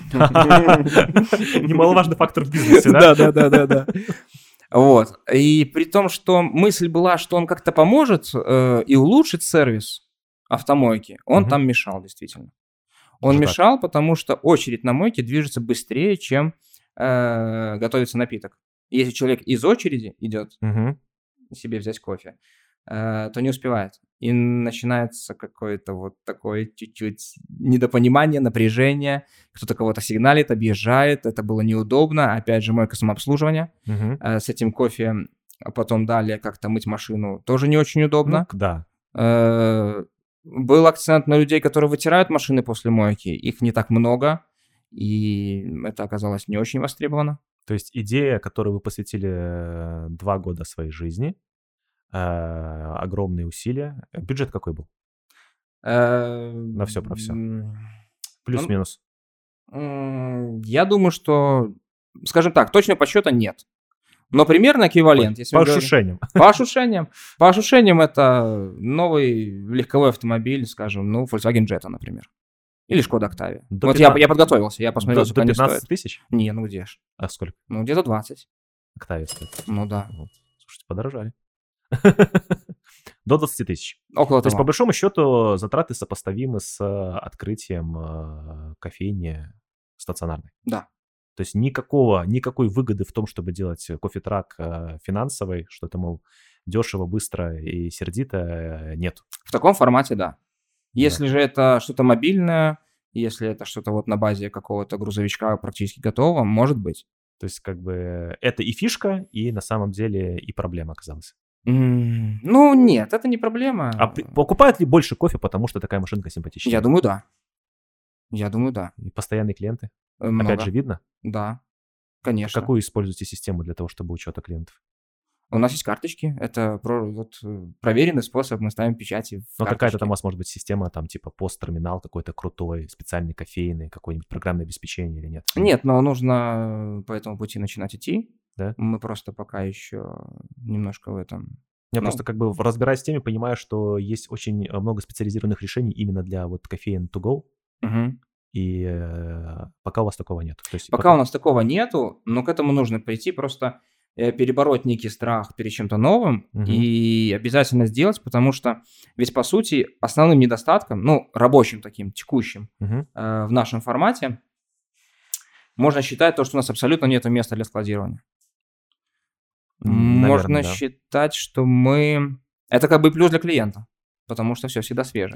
Speaker 1: Немаловажный фактор в бизнесе, да?
Speaker 5: Да. Вот. И при том, что мысль была, что он как-то поможет и улучшит сервис автомойки, он там мешал, действительно. Он мешал, потому что очередь на мойке движется быстрее, чем готовится напиток. Если человек из очереди идет себе взять кофе, то не успевает. И начинается какое-то вот такое чуть-чуть недопонимание, напряжение. Кто-то кого-то сигналит, объезжает. Это было неудобно. Опять же, мойка самообслуживания. С этим кофе потом далее как-то мыть машину тоже не очень удобно.
Speaker 1: Ну, да.
Speaker 5: Был акцент на людей, которые вытирают машины после мойки. Их не так много. И это оказалось не очень востребовано.
Speaker 1: То есть идея, которой вы посвятили 2 года своей жизни, огромные усилия. Бюджет какой был? На все про все. Плюс-минус.
Speaker 5: Я думаю, что, скажем так, точного подсчета нет. Но примерно эквивалент.
Speaker 1: По ошушениям.
Speaker 5: По ошушениям. По ошушениям это новый легковой автомобиль, скажем, Volkswagen Jetta, например. Или Skoda Octavia. Вот я подготовился, я посмотрел, сколько они стоят.
Speaker 1: До 15 тысяч?
Speaker 5: Не, ну где ж.
Speaker 1: А сколько?
Speaker 5: Ну, где-то 20.
Speaker 1: Octavia стоит.
Speaker 5: Ну да.
Speaker 1: Вот. Слушайте, подорожали. До 20 тысяч.
Speaker 5: Около
Speaker 1: То есть,
Speaker 5: того.
Speaker 1: по большому счету, затраты сопоставимы с открытием кофейни стационарной.
Speaker 5: Да.
Speaker 1: То есть никакой выгоды в том, чтобы делать кофе-трак финансовой, что это, мол, дешево, быстро и сердито, нет.
Speaker 5: В таком формате, да. Если же это что-то мобильное, если это что-то вот на базе какого-то грузовичка практически готового, может быть.
Speaker 1: То есть как бы это и фишка, и на самом деле и проблема оказалась.
Speaker 5: Ну, нет, это не проблема.
Speaker 1: А покупают ли больше кофе, потому что такая машинка симпатичная?
Speaker 5: Я думаю, да. И
Speaker 1: постоянные клиенты?
Speaker 5: Много.
Speaker 1: Опять же, видно?
Speaker 5: Да, конечно.
Speaker 1: Какую используете систему для того, чтобы учета клиентов?
Speaker 5: У нас есть карточки. Это проверенный способ. Мы ставим печати в
Speaker 1: Но
Speaker 5: карточки.
Speaker 1: какая-то там у вас может быть система, там типа пост-терминал какой-то крутой, специальный кофейный, какое-нибудь программное обеспечение или нет?
Speaker 5: Нет, но нужно по этому пути начинать идти.
Speaker 1: Да?
Speaker 5: Мы просто пока еще немножко в этом...
Speaker 1: Я просто как бы разбираясь в теме, понимаю, что есть очень много специализированных решений именно для вот кофеин to go. И пока у вас такого нет. То есть
Speaker 5: пока у нас такого нету, но к этому нужно прийти, просто перебороть некий страх перед чем-то новым и обязательно сделать, потому что ведь по сути основным недостатком, рабочим таким, текущим в нашем формате, можно считать то, что у нас абсолютно нет места для складирования.
Speaker 1: Наверное,
Speaker 5: можно считать, что мы... Это как бы плюс для клиента, потому что все всегда свежее.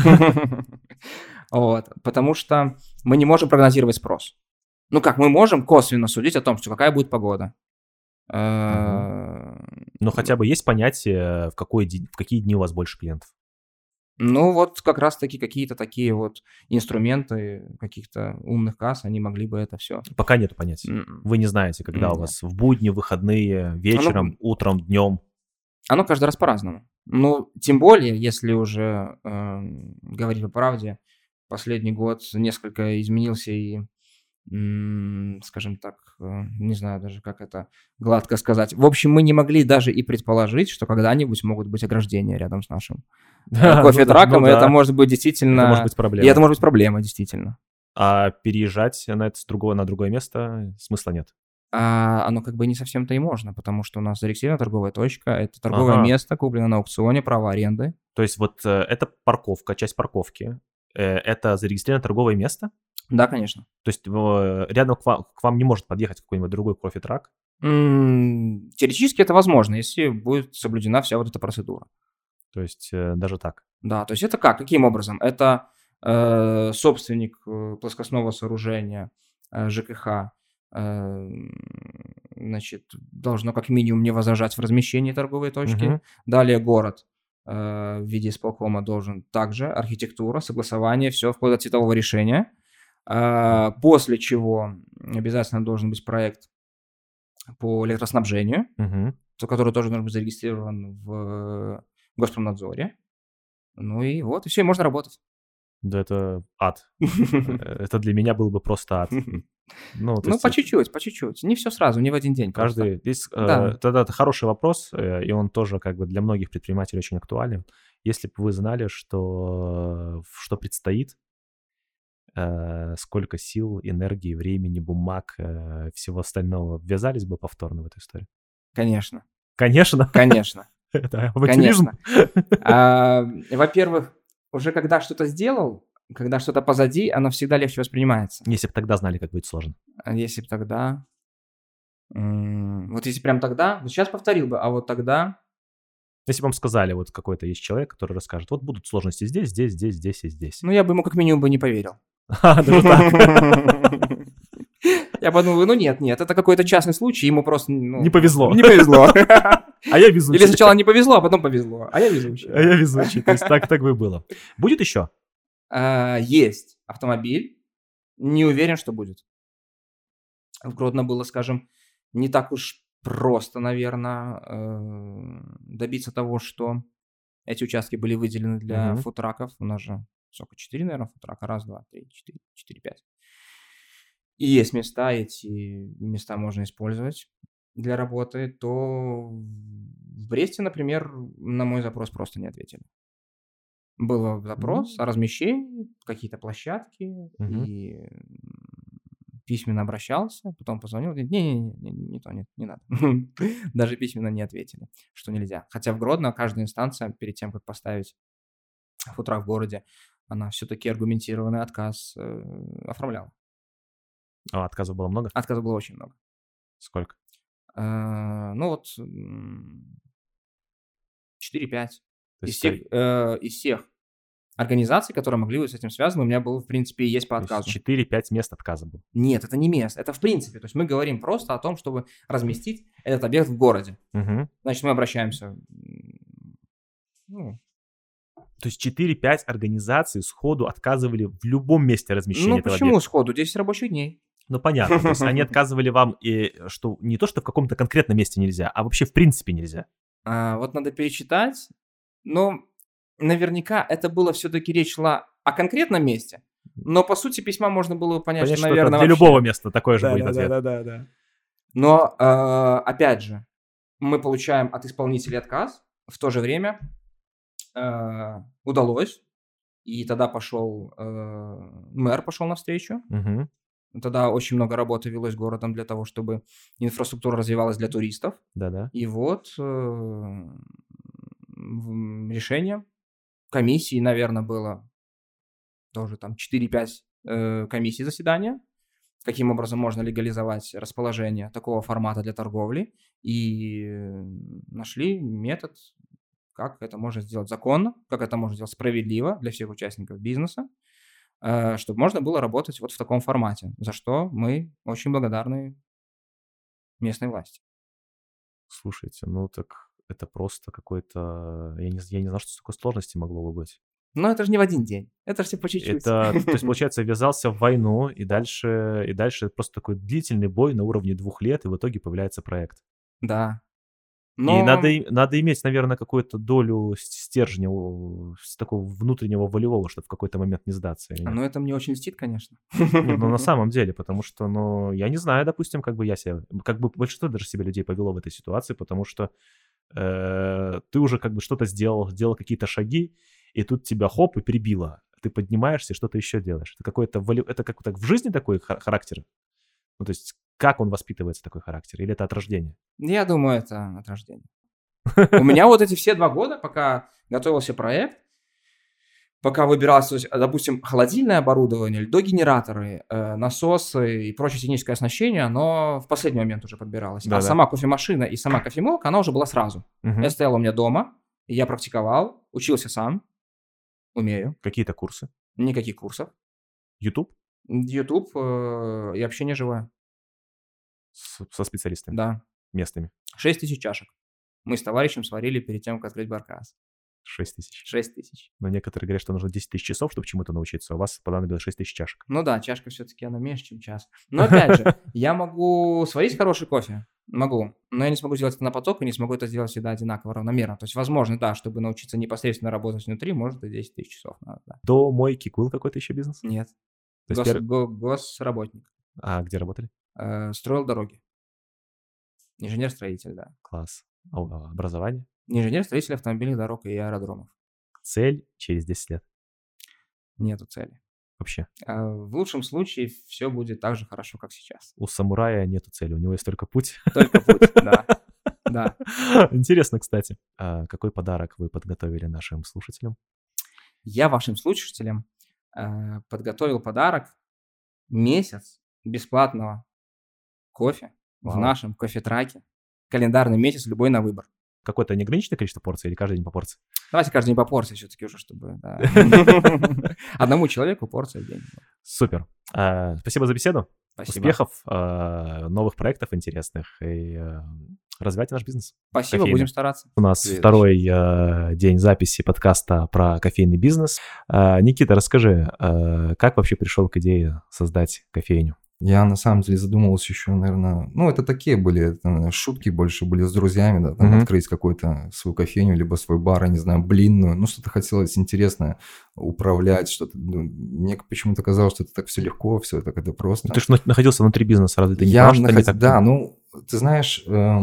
Speaker 5: Вот, потому что мы не можем прогнозировать спрос. Мы можем косвенно судить о том, что какая будет погода.
Speaker 1: Но хотя бы есть понятие, в какие дни у вас больше клиентов?
Speaker 5: Ну, вот как раз-таки какие-то такие вот инструменты каких-то умных касс, они могли бы это все.
Speaker 1: Пока нету понятия. Вы не знаете, когда у
Speaker 5: Нет.
Speaker 1: вас в будни, выходные, вечером, утром, днем.
Speaker 5: Оно каждый раз по-разному. Ну, тем более, если уже говорить по правде, последний год несколько изменился и, скажем так, не знаю даже, как это гладко сказать. В общем, мы не могли даже и предположить, что когда-нибудь могут быть ограждения рядом с нашим кофе-траком, и это может быть действительно...
Speaker 1: Это может быть
Speaker 5: И
Speaker 1: проблема.
Speaker 5: это может быть проблема, действительно.
Speaker 1: А переезжать на другое место смысла нет.
Speaker 5: Оно как бы не совсем-то и можно, потому что у нас зарегистрирована торговая точка, это торговое место, куплено на аукционе, право аренды.
Speaker 1: То есть вот это парковка, часть парковки, это зарегистрированное торговое место?
Speaker 5: Да, конечно.
Speaker 1: То есть рядом к вам не может подъехать какой-нибудь другой кофе-трак?
Speaker 5: Теоретически это возможно, если будет соблюдена вся вот эта процедура.
Speaker 1: То есть даже так?
Speaker 5: Да, то есть это как? Каким образом? Это собственник плоскостного сооружения ЖКХ, значит, должно как минимум не возражать в размещении торговой точки.
Speaker 1: Мгм.
Speaker 5: Далее город в виде исполкома должен также, архитектура, согласование, все вплоть до цветового решения. После чего обязательно должен быть проект по электроснабжению,
Speaker 1: Мгм.
Speaker 5: который тоже должен быть зарегистрирован в Госпромнадзоре. Ну и вот, и все, и можно работать.
Speaker 1: Да это ад. Это для меня был бы просто ад. Ну, то
Speaker 5: Ну,
Speaker 1: есть
Speaker 5: по чуть-чуть. Не все сразу, не в один день просто.
Speaker 1: каждый... Здесь
Speaker 5: Да.
Speaker 1: тогда это хороший вопрос, и он тоже как бы для многих предпринимателей очень актуален. Если бы вы знали, что предстоит, сколько сил, энергии, времени, бумаг, всего остального, ввязались бы повторно в эту историю?
Speaker 5: Конечно,
Speaker 1: Конечно.
Speaker 5: конечно,
Speaker 1: Это авантюризм.
Speaker 5: конечно. Во-первых, уже когда что-то сделал, когда что-то позади, оно всегда легче воспринимается.
Speaker 1: Если бы тогда знали, как будет сложно.
Speaker 5: А если бы тогда... Вот если прям тогда... Вот сейчас повторил бы, а вот тогда...
Speaker 1: Если бы вам сказали, вот какой-то есть человек, который расскажет, вот будут сложности здесь, здесь, здесь, здесь и здесь.
Speaker 5: Ну, я бы ему как минимум бы не поверил.
Speaker 1: Даже так.
Speaker 5: Я подумал, ну нет, это какой-то частный случай, ему просто...
Speaker 1: Не повезло.
Speaker 5: Не повезло.
Speaker 1: А я везучий.
Speaker 5: Или сначала не повезло, а потом повезло. А я везучий.
Speaker 1: А я везучий. То есть так бы и было. Будет еще?
Speaker 5: Есть автомобиль. Не уверен, что будет. В Гродно было, скажем, не так уж просто, наверное, добиться того, что эти участки были выделены для
Speaker 1: Мгм.
Speaker 5: фудтраков. У нас же сколько? 4, наверное, фудтрака. 1, 2, 3, 4, 5. И есть места, эти места можно использовать для работы, то в Бресте, например, на мой запрос просто не ответили. Был запрос о размещении, какие-то площадки,
Speaker 1: Мгм.
Speaker 5: и письменно обращался, потом позвонил, говорит, не то, нет, не надо. Даже письменно не ответили, что нельзя. Хотя в Гродно каждая инстанция перед тем, как поставить фудтрак в городе, она все-таки аргументированный отказ оформляла.
Speaker 1: А отказов было много?
Speaker 5: Отказов было очень много.
Speaker 1: Сколько?
Speaker 5: Ну вот 4-5.
Speaker 1: То
Speaker 5: Из
Speaker 1: есть
Speaker 5: всех организаций, которые могли быть с этим связаны, у меня было, в принципе, и есть по
Speaker 1: то есть
Speaker 5: отказу.
Speaker 1: 4-5 мест отказа было.
Speaker 5: Нет, это не место, это в принципе. То есть мы говорим просто о том, чтобы разместить этот объект в городе.
Speaker 1: Мгм.
Speaker 5: Значит, мы обращаемся. Ну,
Speaker 1: То есть 4-5 организаций сходу отказывали в любом месте размещения
Speaker 5: ну
Speaker 1: этого
Speaker 5: почему
Speaker 1: объекта.
Speaker 5: сходу? 10 рабочих дней.
Speaker 1: Ну, понятно. То есть они отказывали вам, и что не то, что в каком-то конкретном месте нельзя, а вообще в принципе нельзя.
Speaker 5: Вот надо перечитать. Но наверняка это было все-таки речь шла о конкретном месте. Но по сути письма можно было понять,
Speaker 1: Понятно,
Speaker 5: что,
Speaker 1: что
Speaker 5: наверное,
Speaker 1: это для
Speaker 5: вообще...
Speaker 1: любого места такой же будет ответ.
Speaker 5: Да. Но, опять же, мы получаем от исполнителей отказ. В то же время удалось. И тогда пошел мэр пошел навстречу.
Speaker 1: Мгм.
Speaker 5: Тогда очень много работы велось городом для того, чтобы инфраструктура развивалась для туристов.
Speaker 1: Да-да.
Speaker 5: И вот решение комиссии, наверное, было тоже там 4-5 комиссий заседания. Каким образом можно легализовать расположение такого формата для торговли. И нашли метод, как это можно сделать законно, как это можно сделать справедливо для всех участников бизнеса, чтобы можно было работать вот в таком формате, за что мы очень благодарны местной власти.
Speaker 1: Слушайте, ну так Это просто какой-то... Я не знаю, что такой сложности могло бы быть.
Speaker 5: Но это же не в один день. Это же все по чуть-чуть.
Speaker 1: То есть, получается, ввязался в войну, и дальше просто такой длительный бой на уровне 2 лет, и в итоге появляется проект.
Speaker 5: Да.
Speaker 1: И
Speaker 5: Но
Speaker 1: надо иметь, наверное, какую-то долю стержня, такого внутреннего волевого, чтобы в какой-то момент не сдаться. Или нет?
Speaker 5: ну, это мне очень льстит, конечно.
Speaker 1: Нет, ну, на самом деле, потому что, я не знаю, допустим, как бы я себя... Как бы большинство даже себя людей повело в этой ситуации, потому что ты уже как бы что-то сделал какие-то шаги, и тут тебя хоп, и перебило. Ты поднимаешься и что-то еще делаешь. Это как так в жизни такой характер? Ну, то есть как он воспитывается, такой характер? Или это от рождения?
Speaker 5: Я думаю, это от рождения. У меня вот эти все 2 года, пока готовился проект, пока выбирался, то есть, допустим, холодильное оборудование, льдогенераторы, насосы и прочее техническое оснащение, оно в последний момент уже подбиралось. А
Speaker 1: Да-да.
Speaker 5: сама кофемашина и сама кофемолка, она уже была сразу.
Speaker 1: Мгм.
Speaker 5: Это стояла у меня дома, и я практиковал, учился сам, умею,
Speaker 1: Какие-то курсы?
Speaker 5: никаких курсов.
Speaker 1: YouTube
Speaker 5: YouTube и общение живое,
Speaker 1: со специалистами
Speaker 5: да.
Speaker 1: местными?
Speaker 5: 6000 чашек. Мы с товарищем сварили перед тем, как открыть баркас.
Speaker 1: 6000.
Speaker 5: 6000.
Speaker 1: Но некоторые говорят, что нужно 10 тысяч часов, чтобы чему-то научиться, а у вас понадобилось 6 тысяч чашек.
Speaker 5: Ну да, чашка все-таки она меньше, чем час. Но опять же, я могу сварить хороший кофе, могу, но я не смогу сделать это на поток и не смогу это сделать всегда одинаково, равномерно. То есть, возможно, да, чтобы научиться непосредственно работать внутри, может и 10 тысяч часов надо, да.
Speaker 1: До мойки был какой-то еще бизнес?
Speaker 5: Нет.
Speaker 1: То есть
Speaker 5: Госработник.
Speaker 1: А где работали?
Speaker 5: Строил дороги. Инженер-строитель, да.
Speaker 1: Класс. А образование?
Speaker 5: Инженер-строитель автомобильных дорог и аэродромов.
Speaker 1: Цель через 10 лет
Speaker 5: Нету цели.
Speaker 1: вообще.
Speaker 5: В лучшем случае все будет так же хорошо, как сейчас.
Speaker 1: У самурая нету цели, у него есть только путь.
Speaker 5: Только путь, да. Да.
Speaker 1: Интересно, кстати. А какой подарок вы подготовили нашим слушателям?
Speaker 5: Я вашим слушателям подготовил подарок: месяц бесплатного кофе в
Speaker 1: Вау.
Speaker 5: нашем кофетраке. Календарный месяц, любой на выбор.
Speaker 1: Какое-то неограниченное количество порций или каждый день по порции?
Speaker 5: Давайте каждый день по порции все-таки уже, чтобы... да. Одному человеку порция в день.
Speaker 1: Супер. Спасибо за беседу.
Speaker 5: Спасибо.
Speaker 1: Успехов, новых проектов интересных и развивайте наш бизнес.
Speaker 5: Спасибо,
Speaker 1: кофейный.
Speaker 5: будем стараться.
Speaker 1: У нас
Speaker 4: Следующий.
Speaker 1: второй день записи подкаста про кофейный бизнес. Никита, расскажи, как вообще пришел к идее создать кофейню?
Speaker 4: Я на самом деле задумывался еще, наверное, ну, это такие были это, шутки больше были с друзьями, да, там,
Speaker 1: Мгм.
Speaker 4: открыть какую-то свою кофейню, либо свой бар, я не знаю, блинную, ну, что-то хотелось интересное управлять, что-то, ну, мне почему-то казалось, что это так все легко, все так это просто.
Speaker 1: Ты же находился внутри бизнеса, разве ты не
Speaker 4: Я
Speaker 1: понимал, что это не так?
Speaker 4: да, ну, ты знаешь,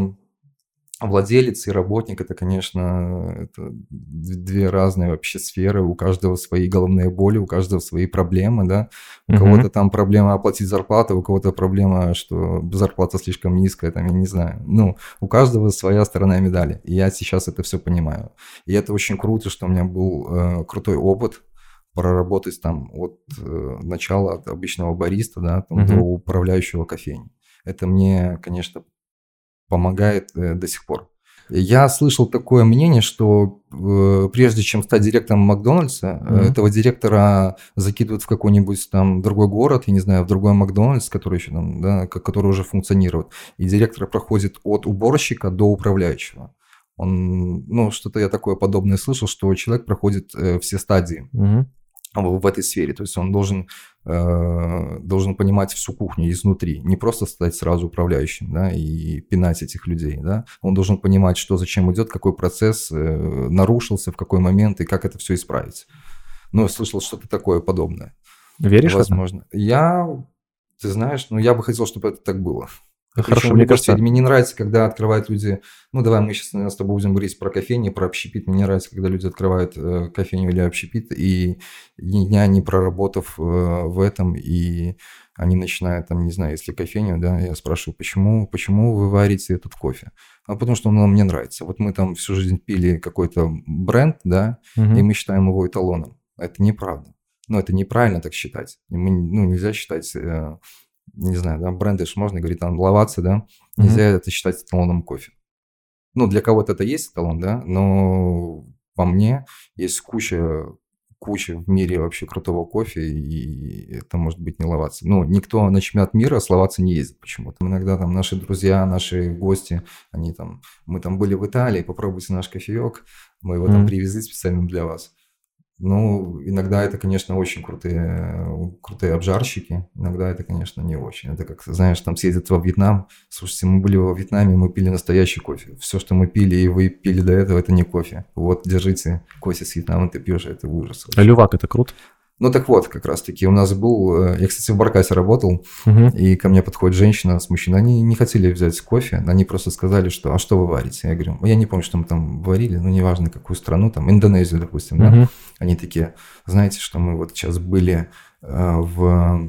Speaker 4: владелец и работник, это, конечно, это две разные вообще сферы, у каждого свои головные боли, у каждого свои проблемы, да, у
Speaker 1: Мгм.
Speaker 4: кого-то там проблема оплатить зарплату, у кого-то проблема, что зарплата слишком низкая, там, я не знаю, ну, у каждого своя сторона медали, и я сейчас это все понимаю, и это очень круто, что у меня был крутой опыт проработать там от начала, от обычного бариста, да, там,
Speaker 1: Мгм.
Speaker 4: до управляющего кофейни. Это мне, конечно, помогает до сих пор. Я слышал такое мнение, что прежде чем стать директором Макдональдса,
Speaker 1: Мгм.
Speaker 4: этого директора закидывают в какой-нибудь там другой город, я не знаю, в другой Макдональдс, который еще там, да, который уже функционирует. И директор проходит от уборщика до управляющего. Он, ну, что-то я такое подобное слышал, что человек проходит все стадии
Speaker 1: Мгм.
Speaker 4: в этой сфере. То есть он должен понимать всю кухню изнутри, не просто стать сразу управляющим, да, и пинать этих людей, да. Он должен понимать, что зачем идет, какой процесс нарушился, в какой момент и как это все исправить. Ну, я слышал что-то такое подобное.
Speaker 1: Веришь в это?
Speaker 4: Возможно. Ты знаешь, ну, я бы хотел, чтобы это так было.
Speaker 1: Хорошо,
Speaker 4: Причем в
Speaker 1: мне
Speaker 4: любой
Speaker 1: кажется,
Speaker 4: сфере. Мне не нравится, когда открывают люди... Ну, давай мы сейчас, наверное, с тобой будем говорить про кофейни, про общепит. Мне не нравится, когда люди открывают кофейню или общепит, и ни дня не проработав в этом, и они начинают, там, не знаю, если кофейню, да, я спрашиваю, почему вы варите этот кофе? А потому что он мне нравится. Вот мы там всю жизнь пили какой-то бренд, да,
Speaker 1: Мгм.
Speaker 4: и мы считаем его эталоном. Это неправда. Ну, это неправильно так считать. Нельзя считать... не знаю, да, бренды же можно говорить, там, Лаваца, да, нельзя это считать эталоном кофе. Ну, для кого-то это есть эталон, да, но по мне есть куча куча в мире вообще крутого кофе, и это может быть не Ловатся. Ну, никто на чемпионат мира с Ловатца не ездит почему-то. Иногда там наши друзья, наши гости, мы там были в Италии, попробуйте наш кофеек, мы его там привезли специально для вас. Ну, иногда это, конечно, очень крутые обжарщики, иногда это, конечно, не очень. Это как, знаешь, там съездят во Вьетнам. Слушайте, мы были во Вьетнаме, мы пили настоящий кофе. Все, что мы пили и вы пили до этого, это не кофе. Вот, держите кофе с Вьетнама, ты пьешь, это ужас.
Speaker 1: А лювак это круто?
Speaker 4: Ну, так вот, как раз-таки у нас был... Я, кстати, в Баркасе работал, и ко мне подходит женщина с мужчиной. Они не хотели взять кофе, они просто сказали, что «А что вы варите?» Я говорю, я не помню, что мы там варили, ну, неважно, какую страну, там, Индонезию, допустим, да. Они такие, знаете, что мы вот сейчас были в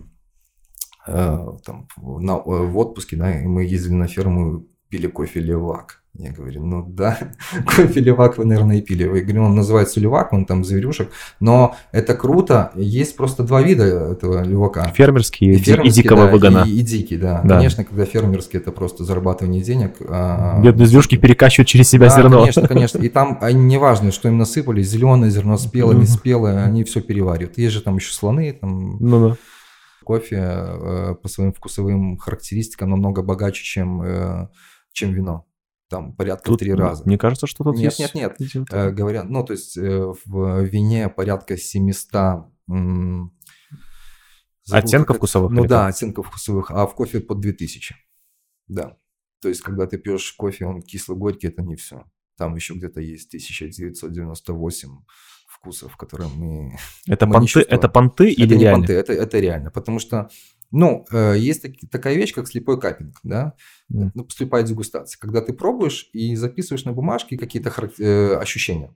Speaker 4: отпуске, да, и мы ездили на ферму, пили кофе «Левак». Я говорю, ну да, кофе «Левак» вы, наверное, и пили. Я говорю, он называется «Левак», он там зверюшек, но это круто. Есть просто два вида этого левака.
Speaker 1: Фермерский и дикого
Speaker 4: да,
Speaker 1: выгона.
Speaker 4: И дикий, да. Конечно, когда фермерский, это просто зарабатывание денег.
Speaker 1: Бедные зверюшки перекачивают через себя зерно.
Speaker 4: Конечно. И там неважно, что им насыпали, зеленое зерно, спелое, не спелое, они все переваривают. Есть же там еще слоны, там...
Speaker 1: Ну-да.
Speaker 4: Кофе по своим вкусовым характеристикам намного богаче, чем вино. Там порядка в 3 раза.
Speaker 1: Мне кажется, что тут есть...
Speaker 4: Нет. Говорят, ну, то есть в вине порядка 700...
Speaker 1: Оттенков вкусовых?
Speaker 4: Ну да, оттенков вкусовых, а в кофе под 2000. Да. То есть, когда ты пьешь кофе, он кисло-горький, это не все. Там еще где-то есть 1998 вкусов, которые мы...
Speaker 1: Это понты или
Speaker 4: это не
Speaker 1: реально?
Speaker 4: понты, это реально. Потому что, ну, есть такая вещь, как слепой каппинг, да? Ну, слепая дегустация. Когда ты пробуешь и записываешь на бумажке какие-то ощущения.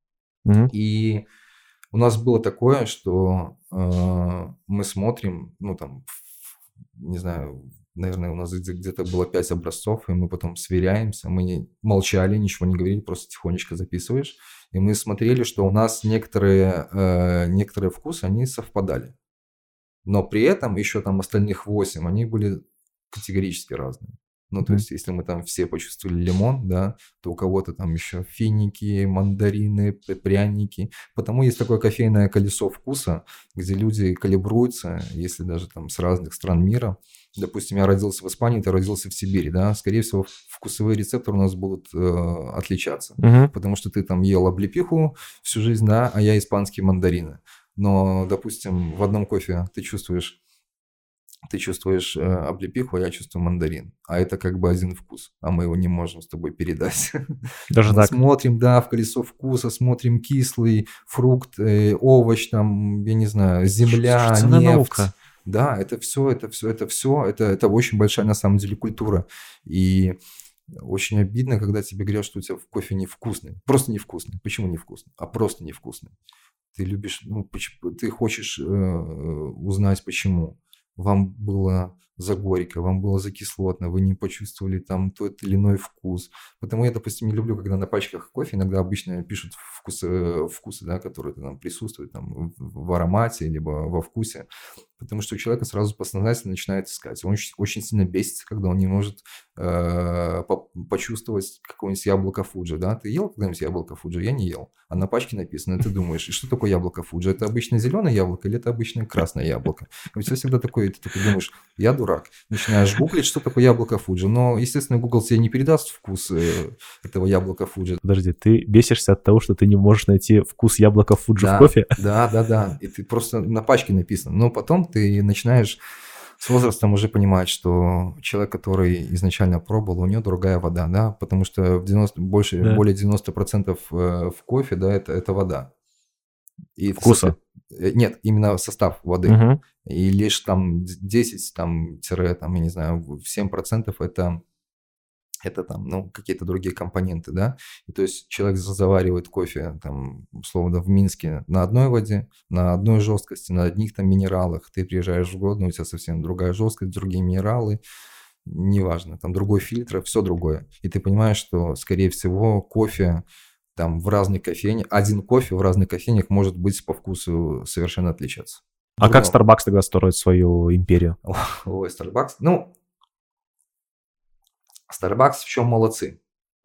Speaker 4: И у нас было такое, что мы смотрим, ну, там, не знаю, наверное, у нас где-то было 5 образцов, и мы потом сверяемся. Мы молчали, ничего не говорили, просто тихонечко записываешь. И мы смотрели, что у нас некоторые вкусы, они совпадали. Но при этом еще там остальных 8, они были категорически разные. Ну, то есть, если мы там все почувствовали лимон, да, то у кого-то там еще финики, мандарины, пряники. Потому есть такое кофейное колесо вкуса, где люди калибруются, если даже там с разных стран мира. Допустим, я родился в Испании, ты родился в Сибири, да, скорее всего, вкусовые рецепторы у нас будут отличаться. Потому что ты там ел облепиху всю жизнь, да, а я испанские мандарины. Но, допустим, в одном кофе ты чувствуешь облепиху, а я чувствую мандарин. А это как бы один вкус, а мы его не можем с тобой передать.
Speaker 1: Даже так?
Speaker 4: Смотрим, да, в колесо вкуса, смотрим кислый фрукт, овощ, там, я не знаю, земля, нефть. Наука. Да, это очень большая на самом деле культура. И очень обидно, когда тебе говорят, что у тебя кофе невкусный. Просто невкусный. Почему невкусный? А просто невкусный. Ты любишь, ну, ты хочешь узнать, почему. Вам было за горько, вам было за кислотно, вы не почувствовали там тот или иной вкус. Потому я, допустим, не люблю, когда на пачках кофе иногда обычно пишут вкусы, да, которые там присутствуют там, в аромате, либо во вкусе. Потому что у человека сразу подсознательно начинает искать. Он очень сильно бесится, когда он не может почувствовать какое-нибудь яблоко Фуджи. Да? Ты ел когда-нибудь яблоко Фуджи? Я не ел. А на пачке написано, ты думаешь, и что такое яблоко Фуджи? Это обычное зеленое яблоко или это обычное красное яблоко? И у тебя всегда такое, ты такой думаешь, я дурак. Начинаешь гуглить, что такое яблоко Фуджи. Но, естественно, Google тебе не передаст вкус этого яблока Фуджи.
Speaker 1: Подожди, ты бесишься от того, что ты не можешь найти вкус яблока Фуджи в кофе?
Speaker 4: Да. И ты просто на пачке написано. Но потом ты начинаешь с возрастом уже понимать, что человек, который изначально пробовал, у него другая вода, да, потому что более 90% в кофе, да, это вода. И
Speaker 1: вкуса?
Speaker 4: Нет, именно состав воды. И лишь там 10, там, я не знаю, 7% это там, ну, какие-то другие компоненты, да, и то есть человек заваривает кофе, там, условно, в Минске на одной воде, на одной жесткости, на одних там минералах, ты приезжаешь в Гродно, у тебя совсем другая жесткость, другие минералы, неважно, там другой фильтр, все другое, и ты понимаешь, что, скорее всего, кофе там в разных кофейнях, один кофе в разных кофейнях может быть по вкусу совершенно отличаться.
Speaker 1: А как Starbucks тогда строит свою империю?
Speaker 4: Ой, Starbucks, ну... Starbucks в чем молодцы?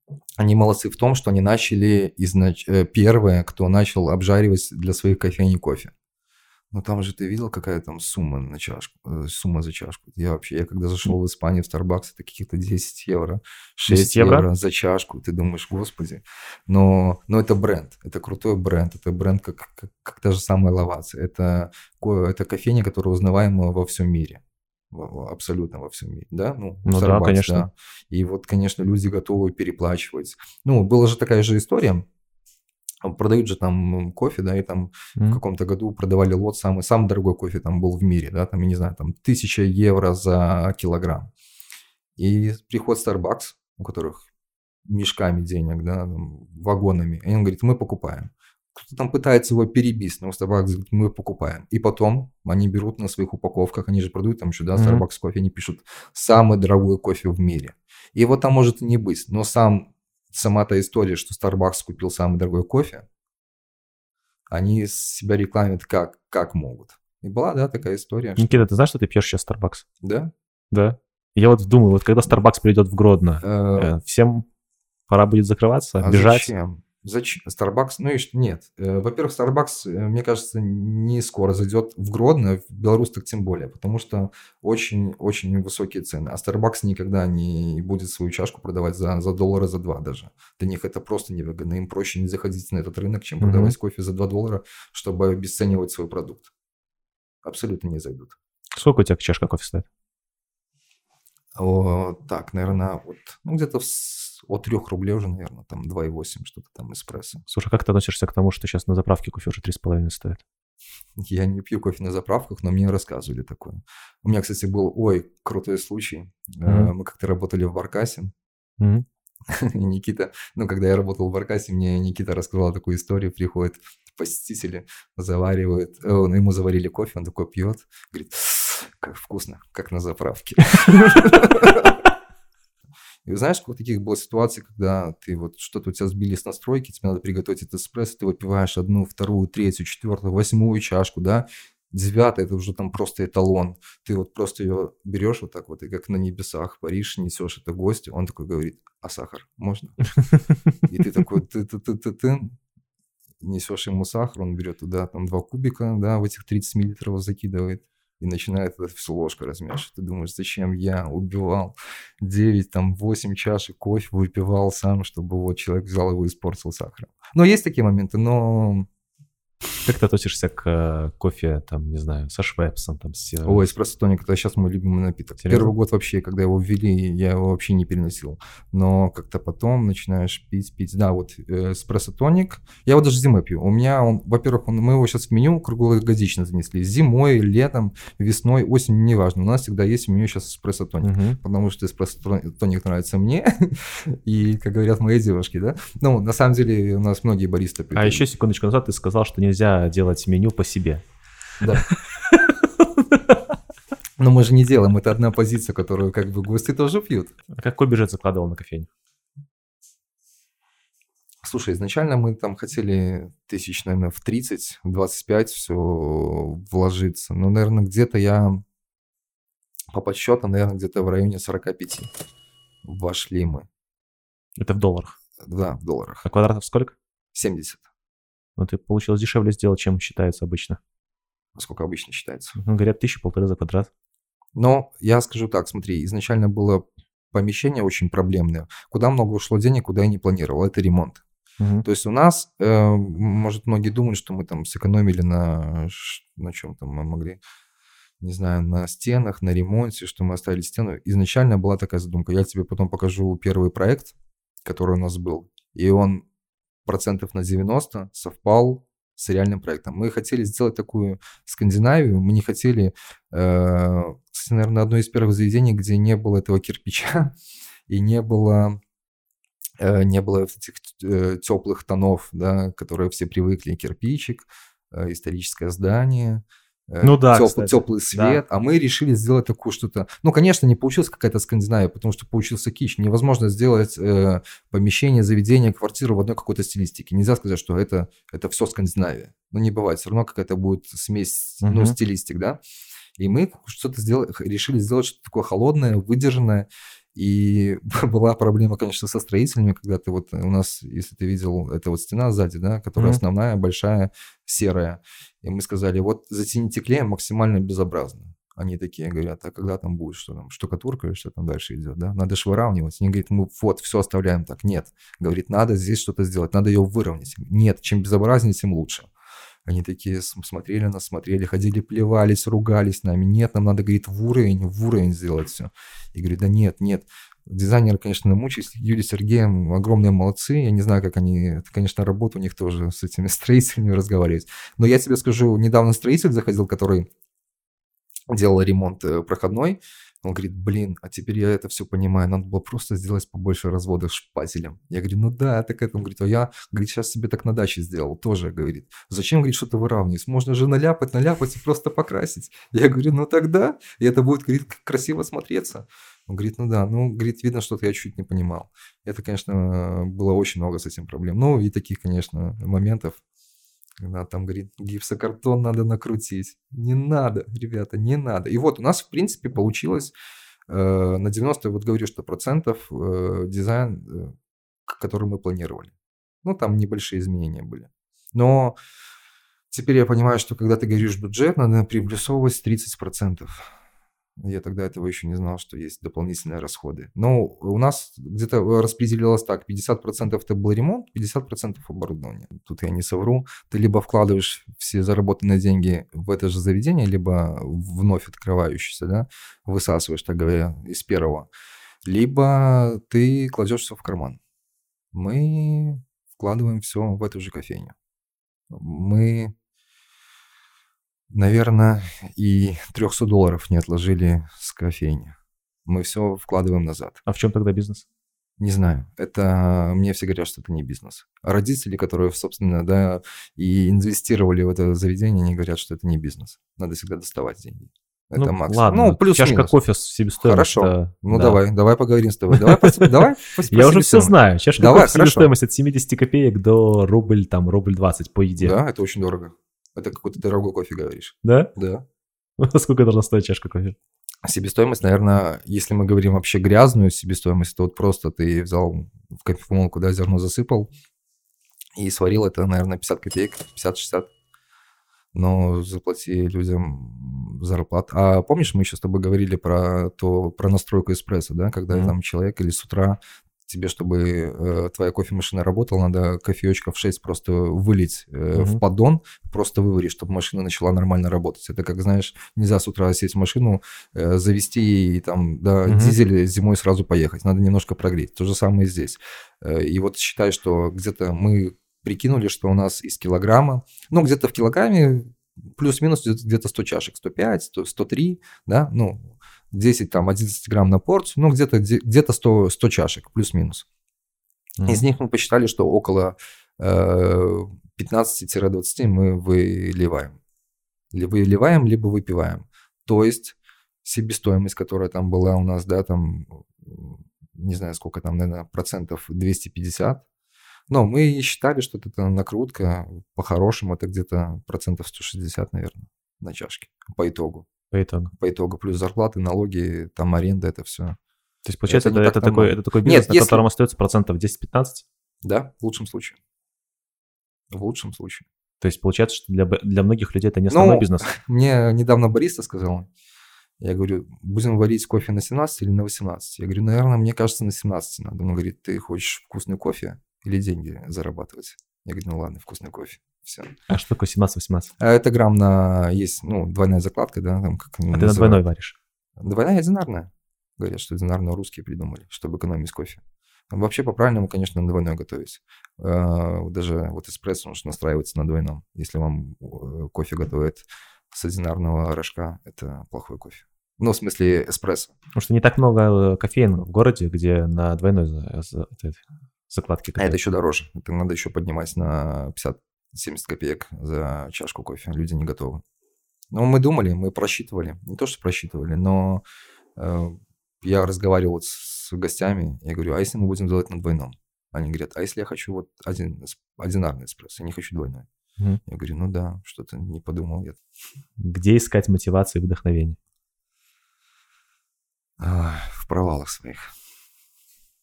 Speaker 4: они молодцы в том, что они начали первые, кто начал обжаривать для своих кофейни кофе. Но там же ты видел, какая там сумма на чашку, сумма за чашку. Я когда зашел в Испанию в Starbucks, это каких-то 10 евро, 6
Speaker 1: 10 евро?
Speaker 4: евро за чашку. Ты думаешь, господи. Но это бренд, это крутой бренд. Это бренд, как та же самая Лавация. Это кофейня, которая узнаваема во всем мире. Абсолютно во всем мире, да?
Speaker 1: Ну
Speaker 4: Starbucks,
Speaker 1: да, конечно.
Speaker 4: да. И вот, конечно, люди готовы переплачивать. Была же такая же история. Продают же там кофе, да, и там в каком-то году продавали лот, самый дорогой кофе там был в мире, да, там, я не знаю, там 1000 евро за килограмм. И приход Starbucks, у которых мешками денег, да, там, вагонами, и он говорит, мы покупаем. Кто-то там пытается его перебить, но Starbucks говорит, мы покупаем. И потом они берут на своих упаковках, они же продают там еще, да, Starbucks кофе, они пишут самый дорогой кофе в мире. И его там может и не быть, но сама та история, что Starbucks купил самый дорогой кофе, они себя рекламируют как могут. И была, да, такая история.
Speaker 1: Никита, ты знаешь, что ты пьешь сейчас Starbucks?
Speaker 4: Да?
Speaker 1: Да. Я вот думаю, вот когда Starbucks придет в Гродно, всем пора будет закрываться, бежать.
Speaker 4: Зачем? Starbucks, нет. Во-первых, Starbucks, мне кажется, не скоро зайдет в Гродно, в Беларусь так тем более, потому что очень-очень высокие цены. А Starbucks никогда не будет свою чашку продавать за $1, за $2 даже. Для них это просто невыгодно. Им проще не заходить на этот рынок, чем продавать кофе за $2, чтобы обесценивать свой продукт. Абсолютно не зайдут.
Speaker 1: Сколько у тебя чашка кофе стоит?
Speaker 4: Так, наверное, где-то от 3 рублей уже, наверное, там 2,8, что-то там эспрессо.
Speaker 1: Слушай, как ты относишься к тому, что сейчас на заправке кофе уже 3,5 стоит?
Speaker 4: Я не пью кофе на заправках, но мне рассказывали такое. У меня, кстати, был, крутой случай. Мы как-то работали в Баркасе. Никита, когда я работал в Баркасе, мне Никита рассказал такую историю. Приходят посетители, заваривают, ему заварили кофе, он такой пьет, говорит, как вкусно, как на заправке. И вы знаешь, сколько таких было ситуаций, когда ты что-то у тебя сбили с настройки, тебе надо приготовить этот эспрессо, ты выпиваешь 1, 2, 3, 4, 8 чашку, да, 9 это уже там просто эталон. Ты просто ее берешь вот так вот и как на небесах паришь, несешь это гостю, он такой говорит, а сахар можно? И ты такой, ты несешь ему сахар, он берет туда там 2 кубика, да, в этих 30 миллилитров закидывает. И начинает это все ложкой размешивать. Ты думаешь, зачем я убивал 9-8 чашек кофе, выпивал сам, чтобы человек взял его и испортил сахаром. Но есть такие моменты, но...
Speaker 1: Как ты относишься к кофе, там, не знаю, со Швепсом?
Speaker 4: Эспрессо-тоник, это сейчас мой любимый напиток.
Speaker 1: Серьезно?
Speaker 4: Первый год вообще, когда его ввели, я его вообще не переносил. Но как-то потом начинаешь пить. Да, эспрессо-тоник. Я его даже зимой пью. У меня во-первых, мы его сейчас в меню круглогодично занесли. Зимой, летом, весной, осенью, неважно. У нас всегда есть в меню сейчас эспрессо-тоник. Потому что эспрессо-тоник нравится мне. И, как говорят мои девушки, да. На самом деле, у нас многие баристы пьют.
Speaker 1: А еще секундочку назад ты сказал, что нельзя делать меню по себе.
Speaker 4: Да. Но мы же не делаем, это одна позиция, которую гости тоже пьют.
Speaker 1: А какой бюджет закладывал на кофейню?
Speaker 4: Слушай, изначально мы там хотели тысяч, наверное, в 30, 25 все вложиться. Но, наверное, где-то по подсчетам, наверное, где-то в районе 45 вошли мы.
Speaker 1: Это в долларах?
Speaker 4: Да, в долларах.
Speaker 1: А квадратов сколько?
Speaker 4: 70.
Speaker 1: Ты получилось дешевле сделать, чем считается обычно.
Speaker 4: Сколько обычно считается?
Speaker 1: Говорят, 1,5 за квадрат.
Speaker 4: Но я скажу так, смотри, изначально было помещение очень проблемное. Куда много ушло денег, куда я не планировал. Это ремонт. То есть у нас, может, многие думают, что мы там сэкономили на чем там мы могли, не знаю, на стенах, на ремонте, что мы оставили стену. Изначально была такая задумка. Я тебе потом покажу первый проект, который у нас был. И он 90% совпал с реальным проектом. Мы хотели сделать такую Скандинавию. Мы не хотели, кстати, наверное, одно из первых заведений, где не было этого кирпича и не было этих теплых тонов, да, которые все привыкли. Кирпичик, историческое здание, теплый свет. Да. А мы решили сделать такое что-то... конечно, не получилась какая-то Скандинавия, потому что получился кич. Невозможно сделать помещение, заведение, квартиру в одной какой-то стилистике. Нельзя сказать, что это все Скандинавия. Не бывает. Все равно какая-то будет смесь стилистик, да. И мы что-то решили сделать что-то такое холодное, выдержанное. И была проблема, конечно, со строителями, когда ты вот у нас, если ты видел, это вот стена сзади, да, которая основная, большая, серая. И мы сказали, вот затяните клеем максимально безобразно. Они такие говорят, а когда там будет, что там, штукатурка или что там дальше идет, да? Надо же выравнивать. Они говорят, мы вот все оставляем так. Нет. Говорит, надо здесь что-то сделать, надо ее выровнять. Нет, чем безобразнее, тем лучше. Они такие смотрели нас, ходили, плевались, ругались с нами. Нет, нам надо, говорит, в уровень сделать все. И говорю, да нет. Дизайнеры, конечно, мучились. Юлия с Сергеем огромные молодцы. Я не знаю, как они... Это, конечно, работа у них тоже с этими строителями разговаривать. Но я тебе скажу, недавно строитель заходил, который делал ремонт проходной. Он говорит, блин, а теперь я это все понимаю, надо было просто сделать побольше разводов шпателем. Я говорю, ну да, так это. Он говорит, а я, говорит, сейчас себе так на даче сделал, тоже, говорит. Зачем, говорит, что-то выравнивать? Можно же наляпать и просто покрасить. Я говорю, ну тогда, и это будет, говорит, красиво смотреться. Он говорит, ну да, говорит, видно, что-то я чуть не понимал. Это, конечно, было очень много с этим проблем. Ну и таких, конечно, моментов. Когда там, говорит, гипсокартон надо накрутить. Не надо, ребята, не надо. И вот у нас, в принципе, получилось на 90, вот говорю, что процентов дизайн, который мы планировали. Ну, там небольшие изменения были. Но теперь я понимаю, что когда ты говоришь бюджет, надо приплюсовывать 30%. Я тогда этого еще не знал, что есть дополнительные расходы. Но у нас где-то распределилось так. 50% это был ремонт, 50% оборудование. Тут я не совру. Ты либо вкладываешь все заработанные деньги в это же заведение, либо вновь открывающееся, да, высасываешь, так говоря, из первого. Либо ты кладешь все в карман. Мы вкладываем все в эту же кофейню. Мы... Наверное, и $300 не отложили с кофейни. Мы все вкладываем назад.
Speaker 1: А в чем тогда бизнес?
Speaker 4: Не знаю. Это мне все говорят, что это не бизнес. А родители, которые, собственно, да, и инвестировали в это заведение, они говорят, что это не бизнес. Надо всегда доставать деньги. Это максимум.
Speaker 1: Ладно,
Speaker 4: ну, плюс-минус.
Speaker 1: Чашка кофе с себестоимостью.
Speaker 4: Хорошо. Ну,
Speaker 1: да.
Speaker 4: давай поговорим с тобой. Давай
Speaker 1: Я уже все знаю. Чашка кофе с
Speaker 4: хорошо.
Speaker 1: себестоимостью от 70 копеек до рубль 20 по еде.
Speaker 4: Да, это очень дорого. Это какой-то дорогой кофе, говоришь.
Speaker 1: Да?
Speaker 4: Да.
Speaker 1: Сколько должна стоить чашка кофе?
Speaker 4: Себестоимость, наверное, если мы говорим вообще грязную себестоимость, то вот просто ты взял в кофемолку, да, зерно засыпал и сварил это, наверное, 50 копеек, 50-60. Но заплати людям зарплату. А помнишь, мы еще с тобой говорили про настройку эспрессо, да, когда там человек или с утра тебе, чтобы твоя кофемашина работала, надо кофеечков 6 просто вылить в поддон, просто выварить, чтобы машина начала нормально работать. Это как, знаешь, нельзя с утра сесть в машину, завести и там, да, дизель зимой сразу поехать. Надо немножко прогреть. То же самое и здесь. И вот считай, что где-то мы прикинули, что у нас из килограмма, ну, где-то в килограмме плюс-минус где-то 100 чашек, 105, 103, да, ну, 10, там, 11 грамм на порцию, ну, где-то 100 чашек, плюс-минус. Из них мы посчитали, что около 15-20 мы выливаем. Либо выпиваем. То есть себестоимость, которая там была у нас, да, там, не знаю, сколько там, наверное, процентов 250. Но мы считали, что это накрутка, по-хорошему, это где-то процентов 160, наверное, на чашке по итогу. По итогу. Плюс зарплаты, налоги, там аренда, это все.
Speaker 1: То есть, получается, это такой бизнес, на котором остается процентов 10-15?
Speaker 4: Да, в лучшем случае. В лучшем случае.
Speaker 1: То есть, получается, что для многих людей это не основной бизнес?
Speaker 4: Мне недавно бариста сказал, я говорю, будем варить кофе на 17 или на 18? Я говорю, наверное, мне кажется, на 17 надо. Он говорит, ты хочешь вкусный кофе или деньги зарабатывать? Я говорю, ну ладно, вкусный кофе. Все.
Speaker 1: А что такое 17-18?
Speaker 4: Это грамм на... Есть, ну, двойная закладка, да. Там, как
Speaker 1: ты на двойной варишь?
Speaker 4: Двойная одинарная. Говорят, что одинарную русские придумали, чтобы экономить кофе. Вообще, по-правильному, конечно, на двойной готовить. Даже вот эспрессо нужно настраиваться на двойном. Если вам кофе готовят с одинарного рожка, это плохой кофе. Ну, в смысле эспрессо.
Speaker 1: Потому что не так много кофеина в городе, где на двойной закладке.
Speaker 4: А это еще дороже. Это надо еще поднимать на 50-70 копеек за чашку кофе. Люди не готовы. Но мы думали, мы просчитывали. Не то, что просчитывали, но я разговаривал вот с гостями. Я говорю, а если мы будем делать на двойном? Они говорят, а если я хочу вот одинарный эспрессо, я не хочу двойной? Я говорю, ну да, что-то не подумал я.
Speaker 1: Где искать мотивацию и вдохновение?
Speaker 4: В провалах своих.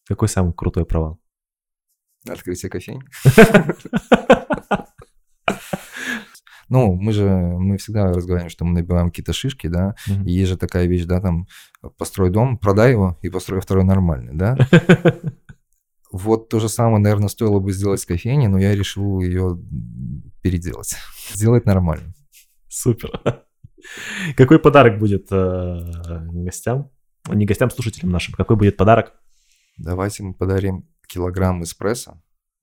Speaker 1: Какой самый крутой провал?
Speaker 4: Открытие кофейни. Ну, мы всегда разговариваем, что мы набиваем какие-то шишки, да, и есть же такая вещь, да, там, построй дом, продай его и построй второй нормальный, да. Вот то же самое, наверное, стоило бы сделать с кофейней, но я решил ее переделать, сделать нормально.
Speaker 1: Супер. Какой подарок будет гостям? Не гостям, слушателям нашим. Какой будет подарок?
Speaker 4: Давайте мы подарим килограмм эспрессо.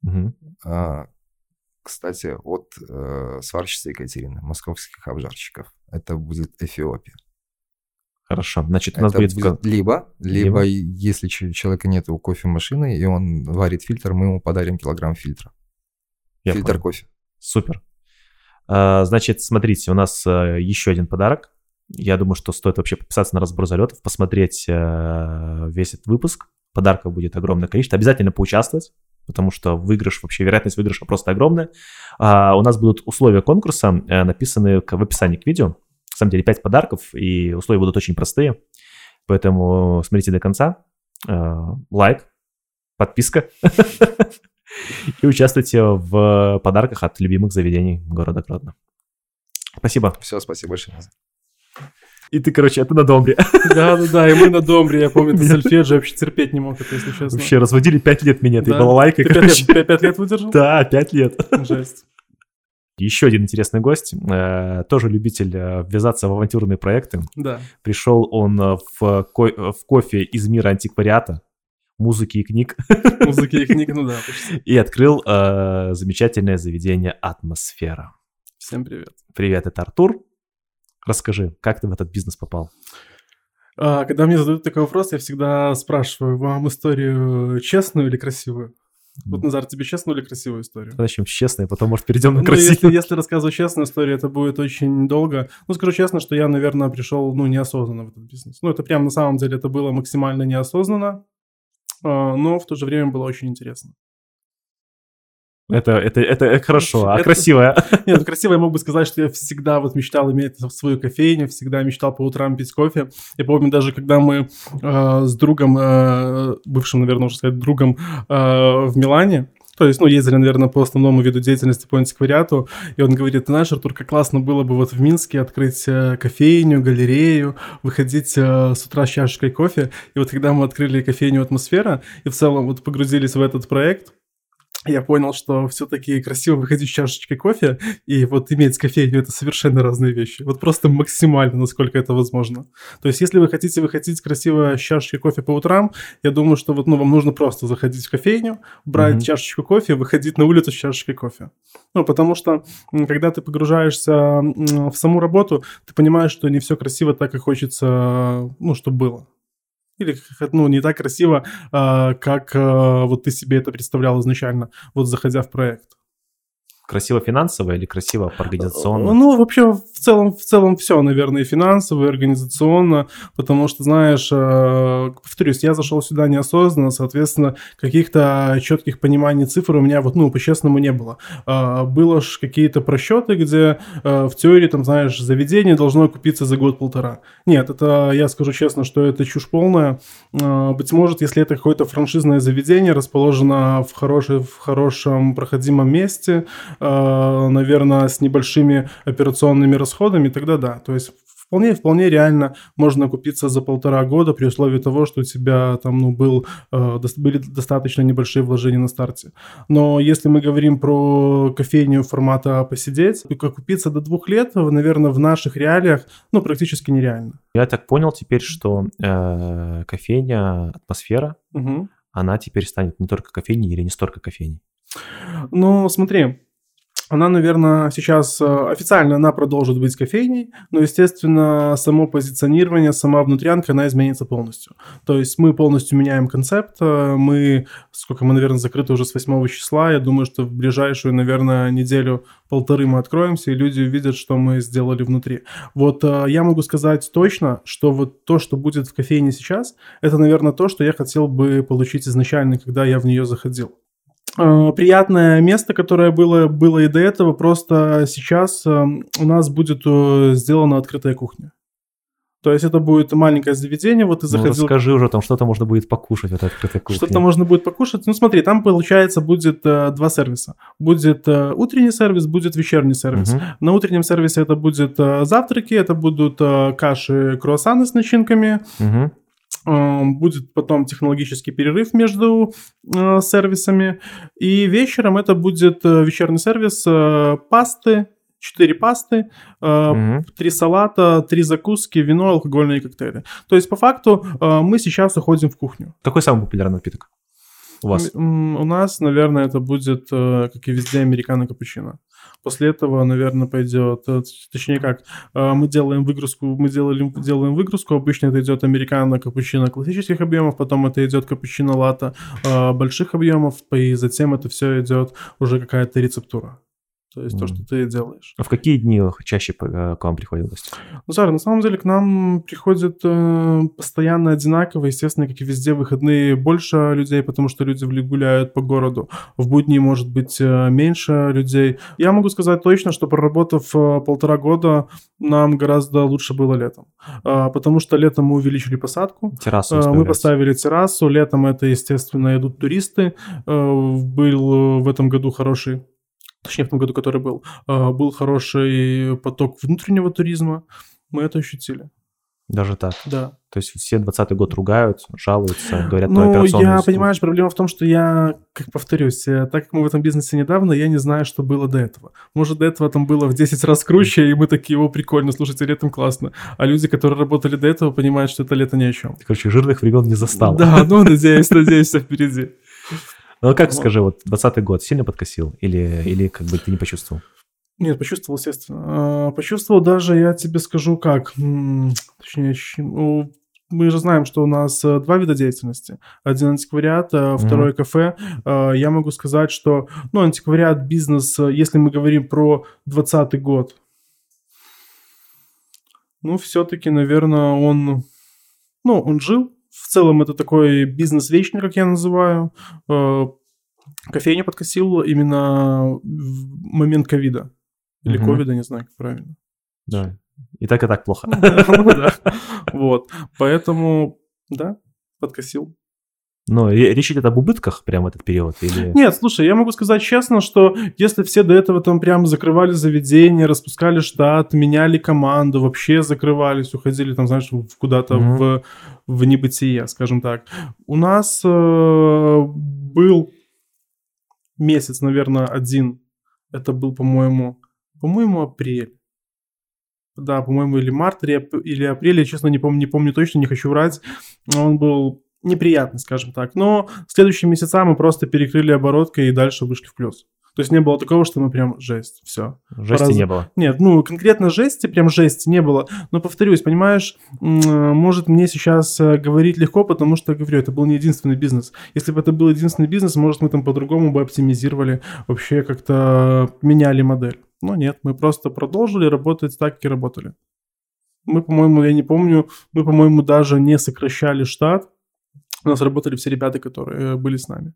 Speaker 4: Кстати, от сварщицы Екатерины, московских обжарщиков. Это будет Эфиопия.
Speaker 1: Хорошо. Значит, у нас
Speaker 4: это
Speaker 1: будет...
Speaker 4: Либо, если у человека нет кофемашины, и он варит фильтр, мы ему подарим килограмм фильтра. Фильтр кофе.
Speaker 1: Супер. Значит, смотрите, у нас еще один подарок. Я думаю, что стоит вообще подписаться на разбор залетов, посмотреть весь этот выпуск. Подарков будет огромное количество. Обязательно поучаствовать, потому что выигрыш, вообще вероятность выигрыша просто огромная. У нас будут условия конкурса, написаны в описании к видео. На самом деле 5 подарков, и условия будут очень простые. Поэтому смотрите до конца. Лайк, подписка. И участвуйте в подарках от любимых заведений города Гродно. Спасибо.
Speaker 4: Все, спасибо большое.
Speaker 1: И ты, короче, это на Домбре.
Speaker 3: Да, и мы на Домбре. Я помню, ты сольфеджио вообще терпеть не мог, это, если честно.
Speaker 1: Вообще разводили 5 лет меня этой балалайкой.
Speaker 3: Ты 5 лет выдержал?
Speaker 1: Да, 5 лет.
Speaker 3: Жесть.
Speaker 1: Еще один интересный гость, тоже любитель ввязаться в авантюрные проекты.
Speaker 3: Да.
Speaker 1: Пришел он в кофе из мира антиквариата, музыки и книг.
Speaker 3: Музыки и книг, ну да, почти.
Speaker 1: И открыл замечательное заведение «Атмосфера».
Speaker 3: Всем привет.
Speaker 1: Привет, это Артур. Расскажи, как ты в этот бизнес попал?
Speaker 3: Когда мне задают такой вопрос, я всегда спрашиваю, вам историю честную или красивую? Вот, Назар, тебе честную или красивую историю?
Speaker 1: Начнем с честной, потом, может, перейдем на красивую.
Speaker 3: Ну, если рассказывать честную историю, это будет очень долго. Ну, скажу честно, что я, наверное, пришел, неосознанно в этот бизнес. Это прям на самом деле, это было максимально неосознанно, но в то же время было очень интересно.
Speaker 1: Это хорошо, а красивая?
Speaker 3: Нет, красиво я мог бы сказать, что я всегда мечтал иметь свою кофейню, всегда мечтал по утрам пить кофе. Я помню даже, когда мы с другом, бывшим, наверное, можно сказать, другом в Милане, то есть, ездили, наверное, по основному виду деятельности по антиквариату, и он говорит, ты знаешь, Артур, как классно было бы вот в Минске открыть кофейню, галерею, выходить с утра с чашечкой кофе. И вот когда мы открыли кофейню «Атмосфера» и в целом вот погрузились в этот проект, я понял, что все-таки красиво выходить с чашечкой кофе и вот иметь кофейню – это совершенно разные вещи. Вот просто максимально, насколько это возможно. То есть, если вы хотите выходить красиво с чашечкой кофе по утрам, я думаю, что вам нужно просто заходить в кофейню, брать чашечку кофе, выходить на улицу с чашечкой кофе. Потому что, когда ты погружаешься в саму работу, ты понимаешь, что не все красиво так, как хочется, чтобы было. Или не так красиво, как вот ты себе это представлял изначально, вот заходя в проект.
Speaker 1: Красиво финансово или красиво организационно?
Speaker 3: Вообще, в целом все, наверное, и финансово, и организационно, потому что, знаешь, повторюсь, я зашел сюда неосознанно, соответственно, каких-то четких пониманий цифр у меня по-честному не было. Было ж какие-то просчеты, где в теории, там, знаешь, заведение должно окупиться за год-полтора. Нет, это, я скажу честно, что это чушь полная. Быть может, если это какое-то франшизное заведение, расположено в хорошем проходимом месте, наверное, с небольшими операционными расходами, тогда да. То есть вполне реально можно окупиться за 1,5 года при условии того, что у тебя там, были достаточно небольшие вложения на старте. Но если мы говорим про кофейню формата посидеть, окупиться до 2 лет, наверное, в наших реалиях, практически нереально.
Speaker 1: Я так понял теперь, что кофейня «Атмосфера», она теперь станет не только кофейней или не столько кофейней?
Speaker 3: Смотри. Она, наверное, сейчас официально она продолжит быть кофейней, но, естественно, само позиционирование, сама внутрянка, она изменится полностью. То есть мы полностью меняем концепт, мы, наверное, закрыты уже с 8 числа, я думаю, что в ближайшую, наверное, неделю-полторы мы откроемся, и люди увидят, что мы сделали внутри. Вот я могу сказать точно, что вот то, что будет в кофейне сейчас, это, наверное, то, что я хотел бы получить изначально, когда я в нее заходил. Приятное место, которое было и до этого, просто сейчас у нас будет сделана открытая кухня. То есть это будет маленькое заведение, вот ты заходил...
Speaker 1: Расскажи уже, там что-то можно будет покушать в этой открытой кухне.
Speaker 3: Что-то можно будет покушать. Ну смотри, там, получается, будет два сервиса. Будет утренний сервис, будет вечерний сервис. На утреннем сервисе это будут завтраки, это будут каши, круассаны с начинками. Будет потом технологический перерыв между сервисами. И вечером это будет вечерний сервис пасты, 4 пасты, 3 салата, 3 закуски, вино, алкогольные коктейли. То есть, по факту, мы сейчас уходим в кухню.
Speaker 1: Какой самый популярный напиток у вас?
Speaker 3: У нас, наверное, это будет, как и везде, американо-капучино. После этого, наверное, пойдет, точнее как, мы делаем выгрузку, делаем выгрузку, обычно это идет американо-капучино классических объемов, потом это идет капучино-латте больших объемов, и затем это все идет уже какая-то рецептура. То есть то, что ты делаешь.
Speaker 1: А в какие дни чаще к вам приходят гости?
Speaker 3: Ну, Сара, на самом деле к нам приходят постоянно одинаково. Естественно, как и везде, выходные больше людей, потому что люди гуляют по городу. В будни может быть меньше людей. Я могу сказать точно, что проработав 1,5 года, нам гораздо лучше было летом. Потому что летом мы увеличили посадку.
Speaker 1: Террасу
Speaker 3: мы поставили террасу. Летом это, естественно, идут туристы. Был в этом году хороший... Точнее, в том году, который был хороший поток внутреннего туризма, мы это ощутили.
Speaker 1: Даже так?
Speaker 3: Да.
Speaker 1: То есть все 20-й год ругают, жалуются, говорят,
Speaker 3: понимаешь, проблема в том, что я, как повторюсь, так как мы в этом бизнесе недавно, я не знаю, что было до этого. Может, до этого там было в 10 раз круче, и мы такие, прикольно, слушайте, летом классно. А люди, которые работали до этого, понимают, что это лето ни о чем.
Speaker 1: Короче, жирных времен не застало.
Speaker 3: Да, надеюсь, все впереди.
Speaker 1: Ну, как скажи, 20-й год сильно подкосил? Или как бы ты не почувствовал?
Speaker 3: Нет, почувствовал, естественно. Почувствовал даже, я тебе скажу как. Точнее, мы же знаем, что у нас 2 вида деятельности. Один антиквариат, второй кафе. Я могу сказать, что антиквариат, бизнес, если мы говорим про 20-й год, все-таки, наверное, он жил. В целом это такой бизнес вечный, как я называю. Кофейня подкосил именно в момент ковида. Или ковида, не знаю, как правильно.
Speaker 1: Да, и так плохо.
Speaker 3: Вот, поэтому, да, подкосил.
Speaker 1: Но речь идет об убытках прямо в этот период? Или...
Speaker 3: Нет, слушай, я могу сказать честно, что если все до этого там прям закрывали заведения, распускали штат, меняли команду, вообще закрывались, уходили там, знаешь, куда-то в небытие, скажем так. У нас был месяц, наверное, один, это был, по-моему, апрель. Да, по-моему, или март, или апрель, я, честно, не помню точно, не хочу врать. Он был... неприятный, скажем так. Но следующие месяца мы просто перекрыли обороткой и дальше вышли в плюс. То есть не было такого, что мы прям жесть, все.
Speaker 1: Жести не было?
Speaker 3: Нет, конкретно прям жести не было. Но повторюсь, понимаешь, может мне сейчас говорить легко, потому что, говорю, это был не единственный бизнес. Если бы это был единственный бизнес, может мы там по-другому бы оптимизировали, вообще как-то меняли модель. Но нет, мы просто продолжили работать так, как и работали. Мы, по-моему, я не помню, мы, по-моему, даже не сокращали штат. У нас работали все ребята, которые были с нами.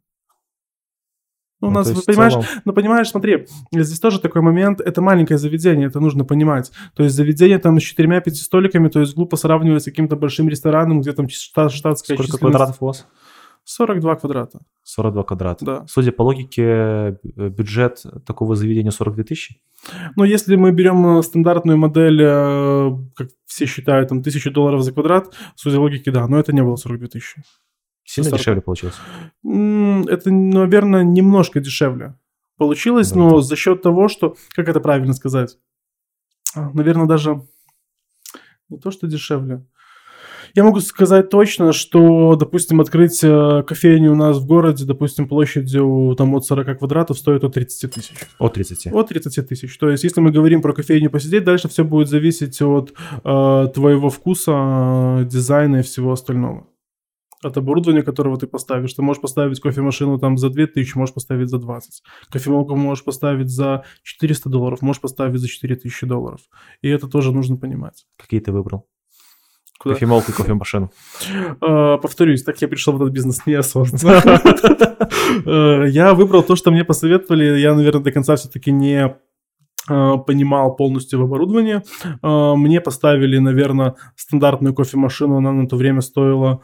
Speaker 3: У нас, понимаешь, смотри, здесь тоже такой момент, это маленькое заведение, это нужно понимать. То есть заведение там с 4-5 столиками, то есть глупо сравнивать с каким-то большим рестораном, где там штатская численность.
Speaker 1: Сколько квадратов у вас?
Speaker 3: 42 квадрата.
Speaker 1: 42 квадрата.
Speaker 3: Да.
Speaker 1: Судя по логике, бюджет такого заведения 42 тысячи?
Speaker 3: Если мы берем стандартную модель, как все считают, там $1000 за квадрат, судя по логике, да, но это не было 42 тысячи.
Speaker 1: Сильно дешевле получилось?
Speaker 3: Это, наверное, немножко дешевле получилось, да, но за счет того, что... Как это правильно сказать? Наверное, даже не то, что дешевле. Я могу сказать точно, что, допустим, открыть кофейню у нас в городе, допустим, площадью там, от 40 квадратов стоит от 30 тысяч.
Speaker 1: От 30?
Speaker 3: От 30 тысяч. То есть, если мы говорим про кофейню посидеть, дальше все будет зависеть от твоего вкуса, дизайна и всего остального. От оборудования, которого ты поставишь. Ты можешь поставить кофемашину там за 2000, можешь поставить за 20. Кофемолку можешь поставить за $400, можешь поставить за $4000. И это тоже нужно понимать.
Speaker 1: Какие ты выбрал?
Speaker 3: Куда?
Speaker 1: Кофемолку и кофемашину.
Speaker 3: Повторюсь, так я пришел в этот бизнес неосознанно. Я выбрал то, что мне посоветовали. Я, наверное, до конца все-таки не понимал полностью в оборудовании. Мне поставили, наверное, стандартную кофемашину, она на то время стоила...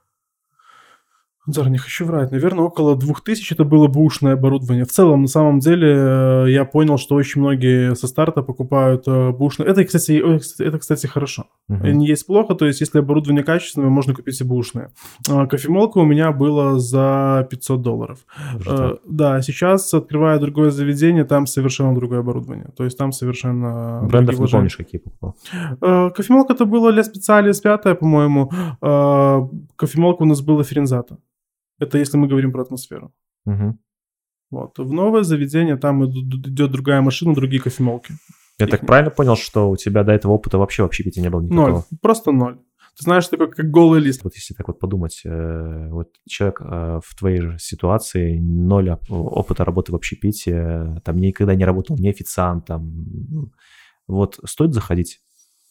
Speaker 3: Даже не хочу врать, наверное, около 2000 это было бэушное оборудование. В целом, на самом деле, я понял, что очень многие со старта покупают бэушное. Это, кстати, хорошо. Не есть плохо, то есть, если оборудование качественное, можно купить и бэушное. Кофемолка у меня была за $500. Да, сейчас, открывая другое заведение, там совершенно другое оборудование. То есть, там совершенно...
Speaker 1: Брендов не помнишь, какие покупал?
Speaker 3: Кофемолка это было для Специалис 5, по-моему. Кофемолка у нас была Ферензата. Это если мы говорим про атмосферу. Вот. В новое заведение там идет другая машина, другие кофемолки.
Speaker 1: Я так правильно понял, что у тебя до этого опыта вообще в общепите не было никакого?
Speaker 3: 0, просто 0. Ты знаешь, такой как голый лист.
Speaker 1: Вот если так вот подумать, вот человек в твоей же ситуации, 0 опыта работы в общепите, там никогда не работал ни официантом. Вот стоит заходить?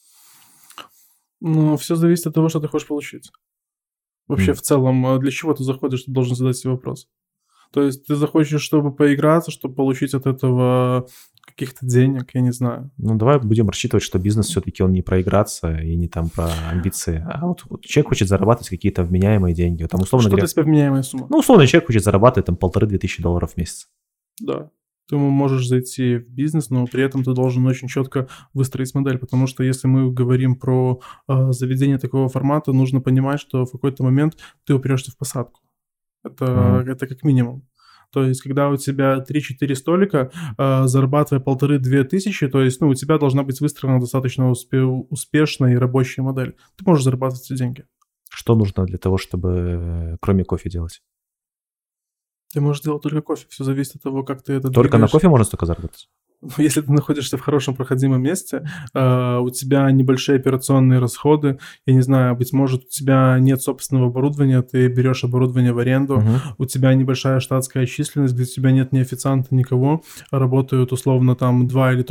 Speaker 3: Ну, все зависит от того, что ты хочешь получить. Вообще, в целом, для чего ты заходишь, ты должен задать себе вопрос. То есть ты захочешь, чтобы поиграться, чтобы получить от этого каких-то денег, я не знаю.
Speaker 1: Ну, давай будем рассчитывать, что бизнес все-таки он не про играться и не там про амбиции, а вот человек хочет зарабатывать какие-то вменяемые деньги. Там, условно
Speaker 3: что
Speaker 1: говоря,
Speaker 3: для себя вменяемая сумма?
Speaker 1: Ну, условно, человек хочет зарабатывать там $1500-2000 в месяц.
Speaker 3: Да. Ты можешь зайти в бизнес, но при этом ты должен очень четко выстроить модель, потому что если мы говорим про заведение такого формата, нужно понимать, что в какой-то момент ты упрешься в посадку. Это как минимум. То есть, когда у тебя 3-4 столика, зарабатывая 1500-2000, то есть, у тебя должна быть выстроена достаточно успешная и рабочая модель. Ты можешь зарабатывать эти деньги.
Speaker 1: Что нужно для того, чтобы кроме кофе делать?
Speaker 3: Ты можешь делать только кофе. Все зависит от того, как ты это
Speaker 1: Только
Speaker 3: двигаешь.
Speaker 1: на кофе можно столько заработать?
Speaker 3: Если ты находишься в хорошем проходимом месте, у тебя небольшие операционные расходы, я не знаю, быть может, у тебя нет собственного оборудования, ты берешь оборудование в аренду, у тебя небольшая штатская численность, где у тебя нет ни официанта, никого, работают условно там 2 или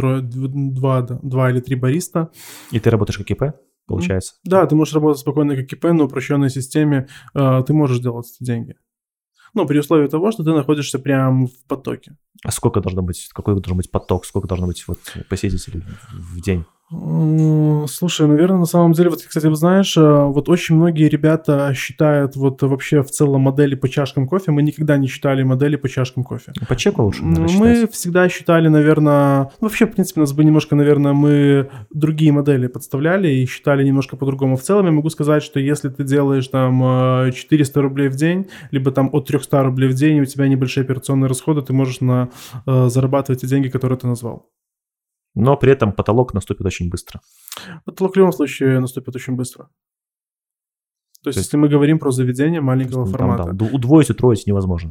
Speaker 3: 3 бариста.
Speaker 1: И ты работаешь как ИП, получается?
Speaker 3: Да, ты можешь работать спокойно как ИП, но в упрощенной системе ты можешь делать эти деньги. При условии того, что ты находишься прямо в потоке.
Speaker 1: А сколько должно быть, какой должен быть поток, сколько должно быть посетителей в день?
Speaker 3: Слушай, наверное, на самом деле, кстати, вы знаешь, очень многие ребята считают вообще в целом модели по чашкам кофе. Мы никогда не считали модели по чашкам кофе.
Speaker 1: По чеку лучше, наверное,
Speaker 3: Мы
Speaker 1: считать.
Speaker 3: всегда считали, наверное... вообще, в принципе, нас бы немножко, наверное, мы другие модели подставляли и считали немножко по-другому. В целом, я могу сказать, что если ты делаешь там 400 рублей в день, либо там от 300 рублей в день, и у тебя небольшие операционные расходы, ты можешь зарабатывать те деньги, которые ты назвал.
Speaker 1: Но при этом потолок наступит очень быстро.
Speaker 3: Потолок в любом случае наступит очень быстро. То есть, если мы говорим про заведение маленького формата.
Speaker 1: Да, удвоить, утроить невозможно.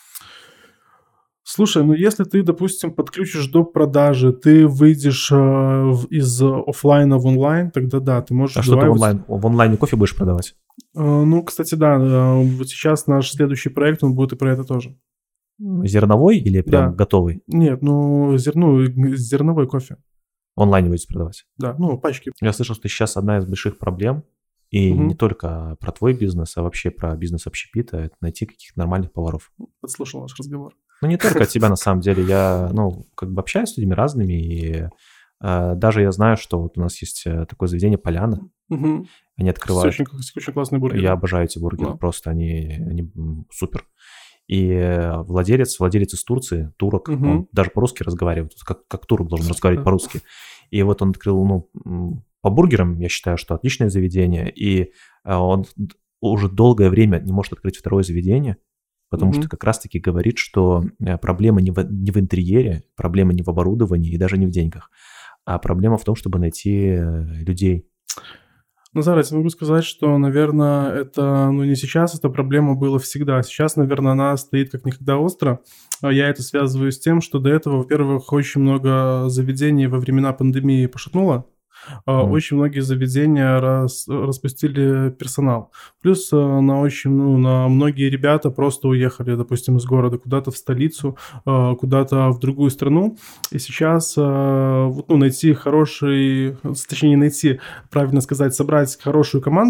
Speaker 3: Слушай, если ты, допустим, подключишь доп. Продажи, ты выйдешь из офлайна в онлайн, тогда да, ты можешь...
Speaker 1: А что ты в онлайне кофе будешь продавать?
Speaker 3: Кстати, да, вот сейчас наш следующий проект, он будет и про это тоже.
Speaker 1: Зерновой или прям готовый?
Speaker 3: Нет, зерновой кофе.
Speaker 1: Онлайн будете продавать?
Speaker 3: Да, пачки.
Speaker 1: Я слышал, что сейчас одна из больших проблем, и не только про твой бизнес, а вообще про бизнес общепита, это найти каких-то нормальных поваров.
Speaker 3: Подслушал наш разговор.
Speaker 1: Не только от тебя, на самом деле. Я, общаюсь с людьми разными, и даже я знаю, что вот у нас есть такое заведение «Поляна». Они открывают...
Speaker 3: Очень классный бургер.
Speaker 1: Я обожаю эти бургеры, просто они супер. И владелец из Турции, турок, он даже по-русски разговаривает, как турок должен разговаривать по-русски. И вот он открыл, по бургерам, я считаю, что отличное заведение, и он уже долгое время не может открыть второе заведение, потому что как раз-таки говорит, что проблема не в интерьере, проблема не в оборудовании и даже не в деньгах, а проблема в том, чтобы найти людей.
Speaker 3: Зараз я могу сказать, что, наверное, это, не сейчас, эта проблема была всегда. Сейчас, наверное, она стоит как никогда остро. Я это связываю с тем, что до этого, во-первых, очень много заведений во времена пандемии пошатнуло. Очень многие заведения распустили персонал. Плюс на многие ребята просто уехали, допустим, из города куда-то в столицу, куда-то в другую страну. И сейчас найти правильно сказать, собрать хорошую команду,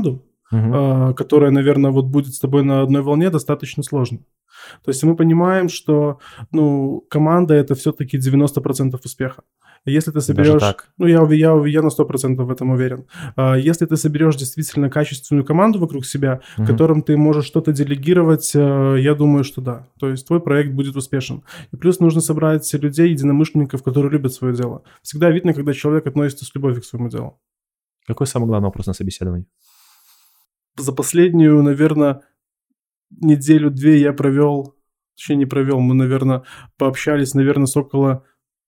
Speaker 3: которая, наверное, вот будет с тобой на одной волне, достаточно сложно. То есть мы понимаем, что, команда – это все-таки 90% успеха. Если ты соберешь...
Speaker 1: Даже так?
Speaker 3: Я на 100% в этом уверен. Если ты соберешь действительно качественную команду вокруг себя, которым ты можешь что-то делегировать, я думаю, что да. То есть твой проект будет успешен. И плюс нужно собрать людей, единомышленников, которые любят свое дело. Всегда видно, когда человек относится с любовью к своему делу.
Speaker 1: Какой самый главный вопрос на собеседовании?
Speaker 3: За последнюю, наверное, неделю-две я провел, точнее не провел, мы, наверное, пообщались, наверное, с около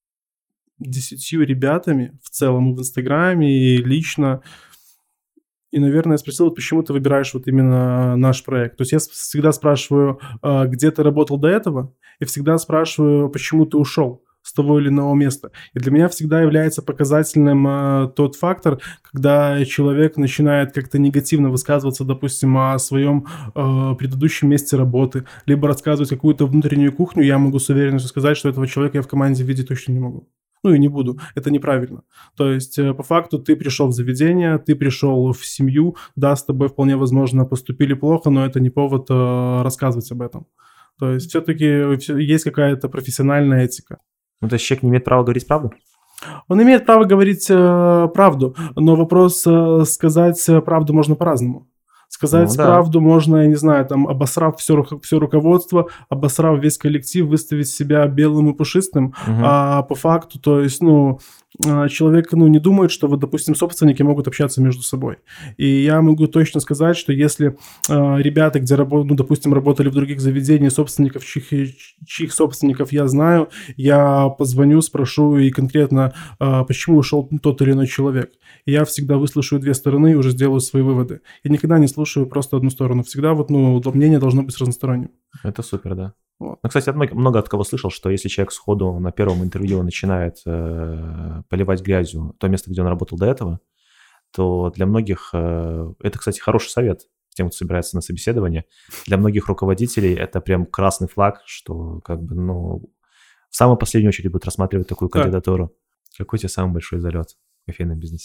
Speaker 3: 10 ребятами в целом и в Инстаграме, и лично. И, наверное, я спросил, почему ты выбираешь вот именно наш проект. То есть я всегда спрашиваю, где ты работал до этого, и всегда спрашиваю, почему ты ушел с того или иного места. И для меня всегда является показательным тот фактор, когда человек начинает как-то негативно высказываться, допустим, о своем предыдущем месте работы, либо рассказывать какую-то внутреннюю кухню, я могу с уверенностью сказать, что этого человека я в команде видеть точно не могу. И не буду. Это неправильно. То есть, по факту, ты пришел в заведение, ты пришел в семью, да, с тобой вполне возможно поступили плохо, но это не повод рассказывать об этом. То есть, все-таки есть какая-то профессиональная этика.
Speaker 1: То есть человек не имеет права говорить правду?
Speaker 3: Он имеет право говорить правду, но вопрос сказать правду можно по-разному. Сказать правду можно, я не знаю, там, обосрав все руководство, обосрав весь коллектив, выставить себя белым и пушистым, а по факту, то есть, человек, не думает, что, вот, допустим, собственники могут общаться между собой. И я могу точно сказать, что если ребята, где, допустим, работали в других заведениях, собственников, чьих собственников я знаю, я позвоню, спрошу и конкретно, почему ушел тот или иной человек. И я всегда выслушаю две стороны и уже сделаю свои выводы. Я никогда не слушаю просто одну сторону. Всегда мнение должно быть разносторонним.
Speaker 1: Это супер, да.
Speaker 3: Вот.
Speaker 1: Кстати, много от кого слышал, что если человек сходу на первом интервью начинает поливать грязью то место, где он работал до этого, то для многих, это, кстати, хороший совет тем, кто собирается на собеседование, для многих руководителей это прям красный флаг, что в самую последнюю очередь будут рассматривать такую кандидатуру. Какой у тебя самый большой залет в кофейном бизнесе?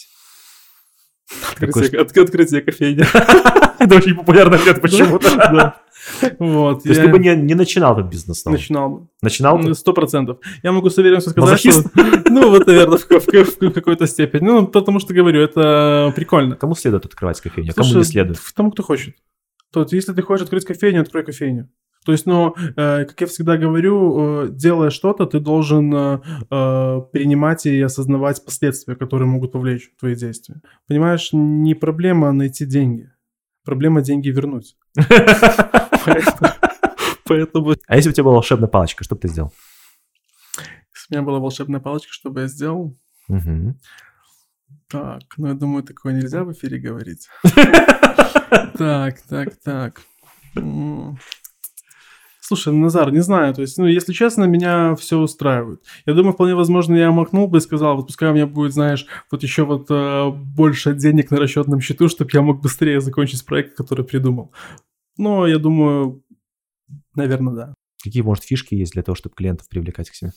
Speaker 3: Открытие кофейни.
Speaker 1: Это очень популярный ответ почему-то.
Speaker 3: Вот.
Speaker 1: То есть ты бы не начинал этот бизнес снова?
Speaker 3: Начинал бы.
Speaker 1: Начинал бы?
Speaker 3: 100%. Я могу с уверенностью сказать, что... наверное, в какой-то степени. Потому что, говорю, это прикольно.
Speaker 1: Кому следует открывать кофейню, кому не следует?
Speaker 3: Тому, кто хочет. То есть, если ты хочешь открыть кофейню, открой кофейню. То есть, как я всегда говорю, делая что-то, ты должен принимать и осознавать последствия, которые могут повлечь твои действия. Понимаешь, не проблема найти деньги. Проблема деньги вернуть. Поэтому...
Speaker 1: А если бы у тебя была волшебная палочка, что бы ты сделал?
Speaker 3: Если у меня была волшебная палочка, что бы я сделал? Так, я думаю, такое нельзя в эфире говорить. Так. Слушай, Назар, не знаю, то есть, если честно, меня все устраивает. Я думаю, вполне возможно, я махнул бы и сказал, вот пускай у меня будет, знаешь, вот еще больше денег на расчетном счету, чтобы я мог быстрее закончить проект, который придумал. Но я думаю, наверное, да.
Speaker 1: Какие, может, фишки есть для того, чтобы клиентов привлекать к себе?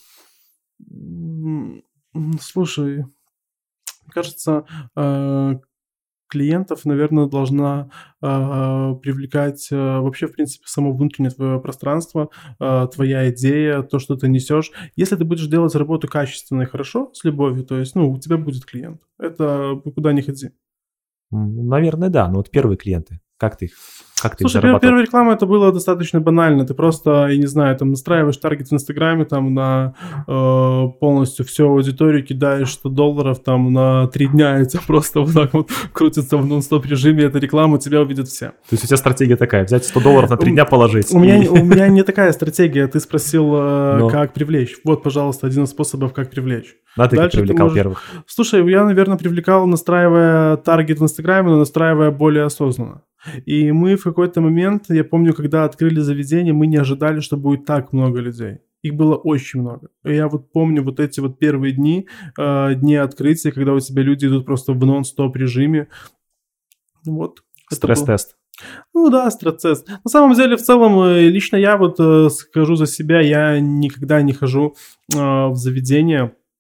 Speaker 3: Слушай, кажется, клиентов, наверное, должна привлекать вообще, в принципе, само внутреннее твое пространство, твоя идея, то, что ты несешь. Если ты будешь делать работу качественно и хорошо, с любовью, то есть, у тебя будет клиент. Это куда ни ходи.
Speaker 1: Наверное, да. Но вот первые клиенты, как ты их
Speaker 3: Слушай, первая реклама, это было достаточно банально. Ты просто, я не знаю, там настраиваешь таргет в Инстаграме, там на полностью всю аудиторию кидаешь $100, там на 3 дня это просто вот так вот крутится в нон-стоп режиме, эта реклама, тебя увидят все.
Speaker 1: То есть у тебя стратегия такая, взять $100 на 3 дня положить?
Speaker 3: У меня не такая стратегия. Ты спросил, как привлечь. Вот, пожалуйста, один из способов, как привлечь.
Speaker 1: А ты как привлекал первых?
Speaker 3: Слушай, я, наверное, привлекал, настраивая таргет в Инстаграме, но настраивая более осознанно. И мы в какой-то момент, я помню, когда открыли заведение, мы не ожидали, что будет так много людей. Их было очень много. И я помню эти первые дни открытия, когда у тебя люди идут просто в нон-стоп режиме.
Speaker 1: Стресс-тест.
Speaker 3: Да, стресс-тест. На самом деле, в целом, лично я скажу за себя, я никогда не хожу в заведение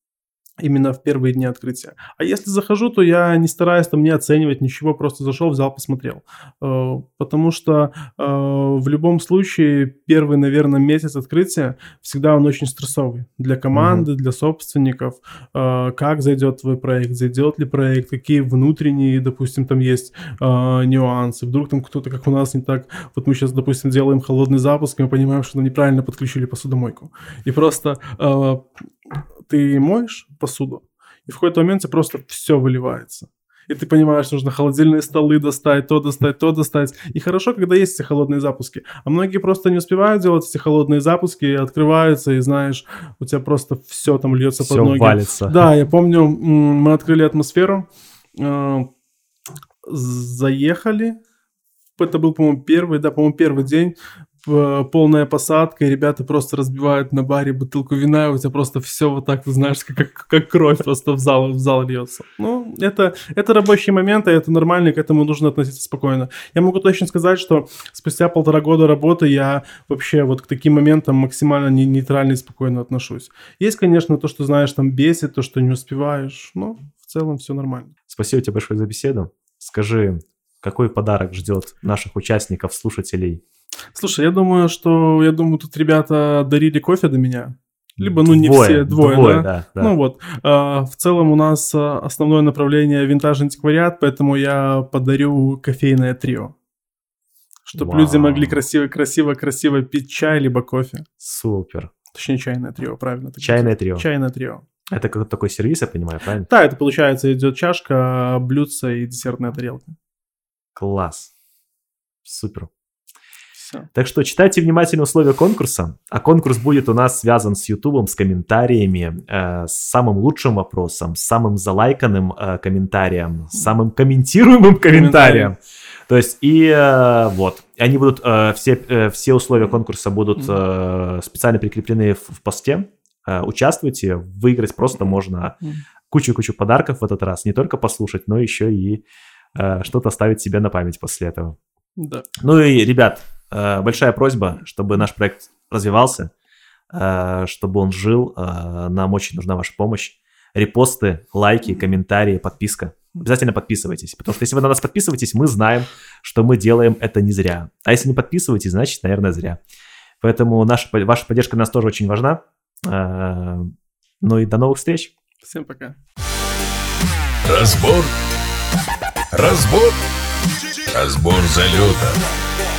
Speaker 3: именно в первые дни открытия. А если захожу, то я не стараюсь там не оценивать ничего, просто зашел, взял, посмотрел. Потому что в любом случае первый, наверное, месяц открытия всегда он очень стрессовый для команды, для собственников. Как зайдет твой проект, зайдет ли проект, какие внутренние, допустим, там есть нюансы. Вдруг там кто-то, как у нас, не так. Вот мы сейчас, допустим, делаем холодный запуск, и мы понимаем, что неправильно подключили посудомойку. И просто... ты моешь посуду, и в какой-то момент тебе просто все выливается. И ты понимаешь, нужно холодильные столы достать, то достать. И хорошо, когда есть эти холодные запуски. А многие просто не успевают делать эти холодные запуски, открываются, и знаешь, у тебя просто все там льется под ноги.
Speaker 1: Все валится.
Speaker 3: Да, я помню, мы открыли атмосферу, заехали, это был, по-моему, первый день, полная посадка, и ребята просто разбивают на баре бутылку вина, и у тебя просто все вот так, ты знаешь, как кровь просто в зал льется. Ну, это рабочие моменты, это нормально, к этому нужно относиться спокойно. Я могу точно сказать, что спустя 1,5 года работы я вообще вот к таким моментам максимально нейтрально и спокойно отношусь. Есть, конечно, то, что, знаешь, там бесит, то, что не успеваешь, но в целом все нормально.
Speaker 1: Спасибо тебе большое за беседу. Скажи, какой подарок ждет наших участников, слушателей?
Speaker 3: Слушай, я думаю, тут ребята дарили кофе до меня. Либо, не все, двое, да. Ну вот, в целом у нас основное направление винтаж-антиквариат, поэтому я подарю кофейное трио. Чтобы люди могли красиво пить чай, либо кофе.
Speaker 1: Супер.
Speaker 3: Точнее, чайное трио, правильно.
Speaker 1: Чайное трио.
Speaker 3: Чайное трио.
Speaker 1: Это какой-то такой сервис, я понимаю, правильно?
Speaker 3: Да, это получается идет чашка, блюдце и десертная тарелка.
Speaker 1: Класс. Супер.
Speaker 3: Все.
Speaker 1: Так что читайте внимательно условия конкурса. А конкурс будет у нас связан с Ютубом, с комментариями, с самым лучшим вопросом, с самым залайканным комментарием, с самым комментируемым комментарием. То есть вот. Они будут, все условия конкурса будут специально прикреплены в посте. Участвуйте, выиграть просто можно кучу-кучу подарков в этот раз. Не только послушать, но еще и что-то оставить себе на память после этого.
Speaker 3: Да.
Speaker 1: Ну и, ребят, большая просьба, чтобы наш проект развивался, чтобы он жил. Нам очень нужна ваша помощь. Репосты, лайки, комментарии, подписка. Обязательно подписывайтесь, потому что если вы на нас подписываетесь, мы знаем, что мы делаем это не зря. А если не подписываетесь, значит, наверное, зря. Поэтому ваша поддержка для нас тоже очень важна. Ну и до новых встреч.
Speaker 3: Всем пока.
Speaker 7: Разбор залета.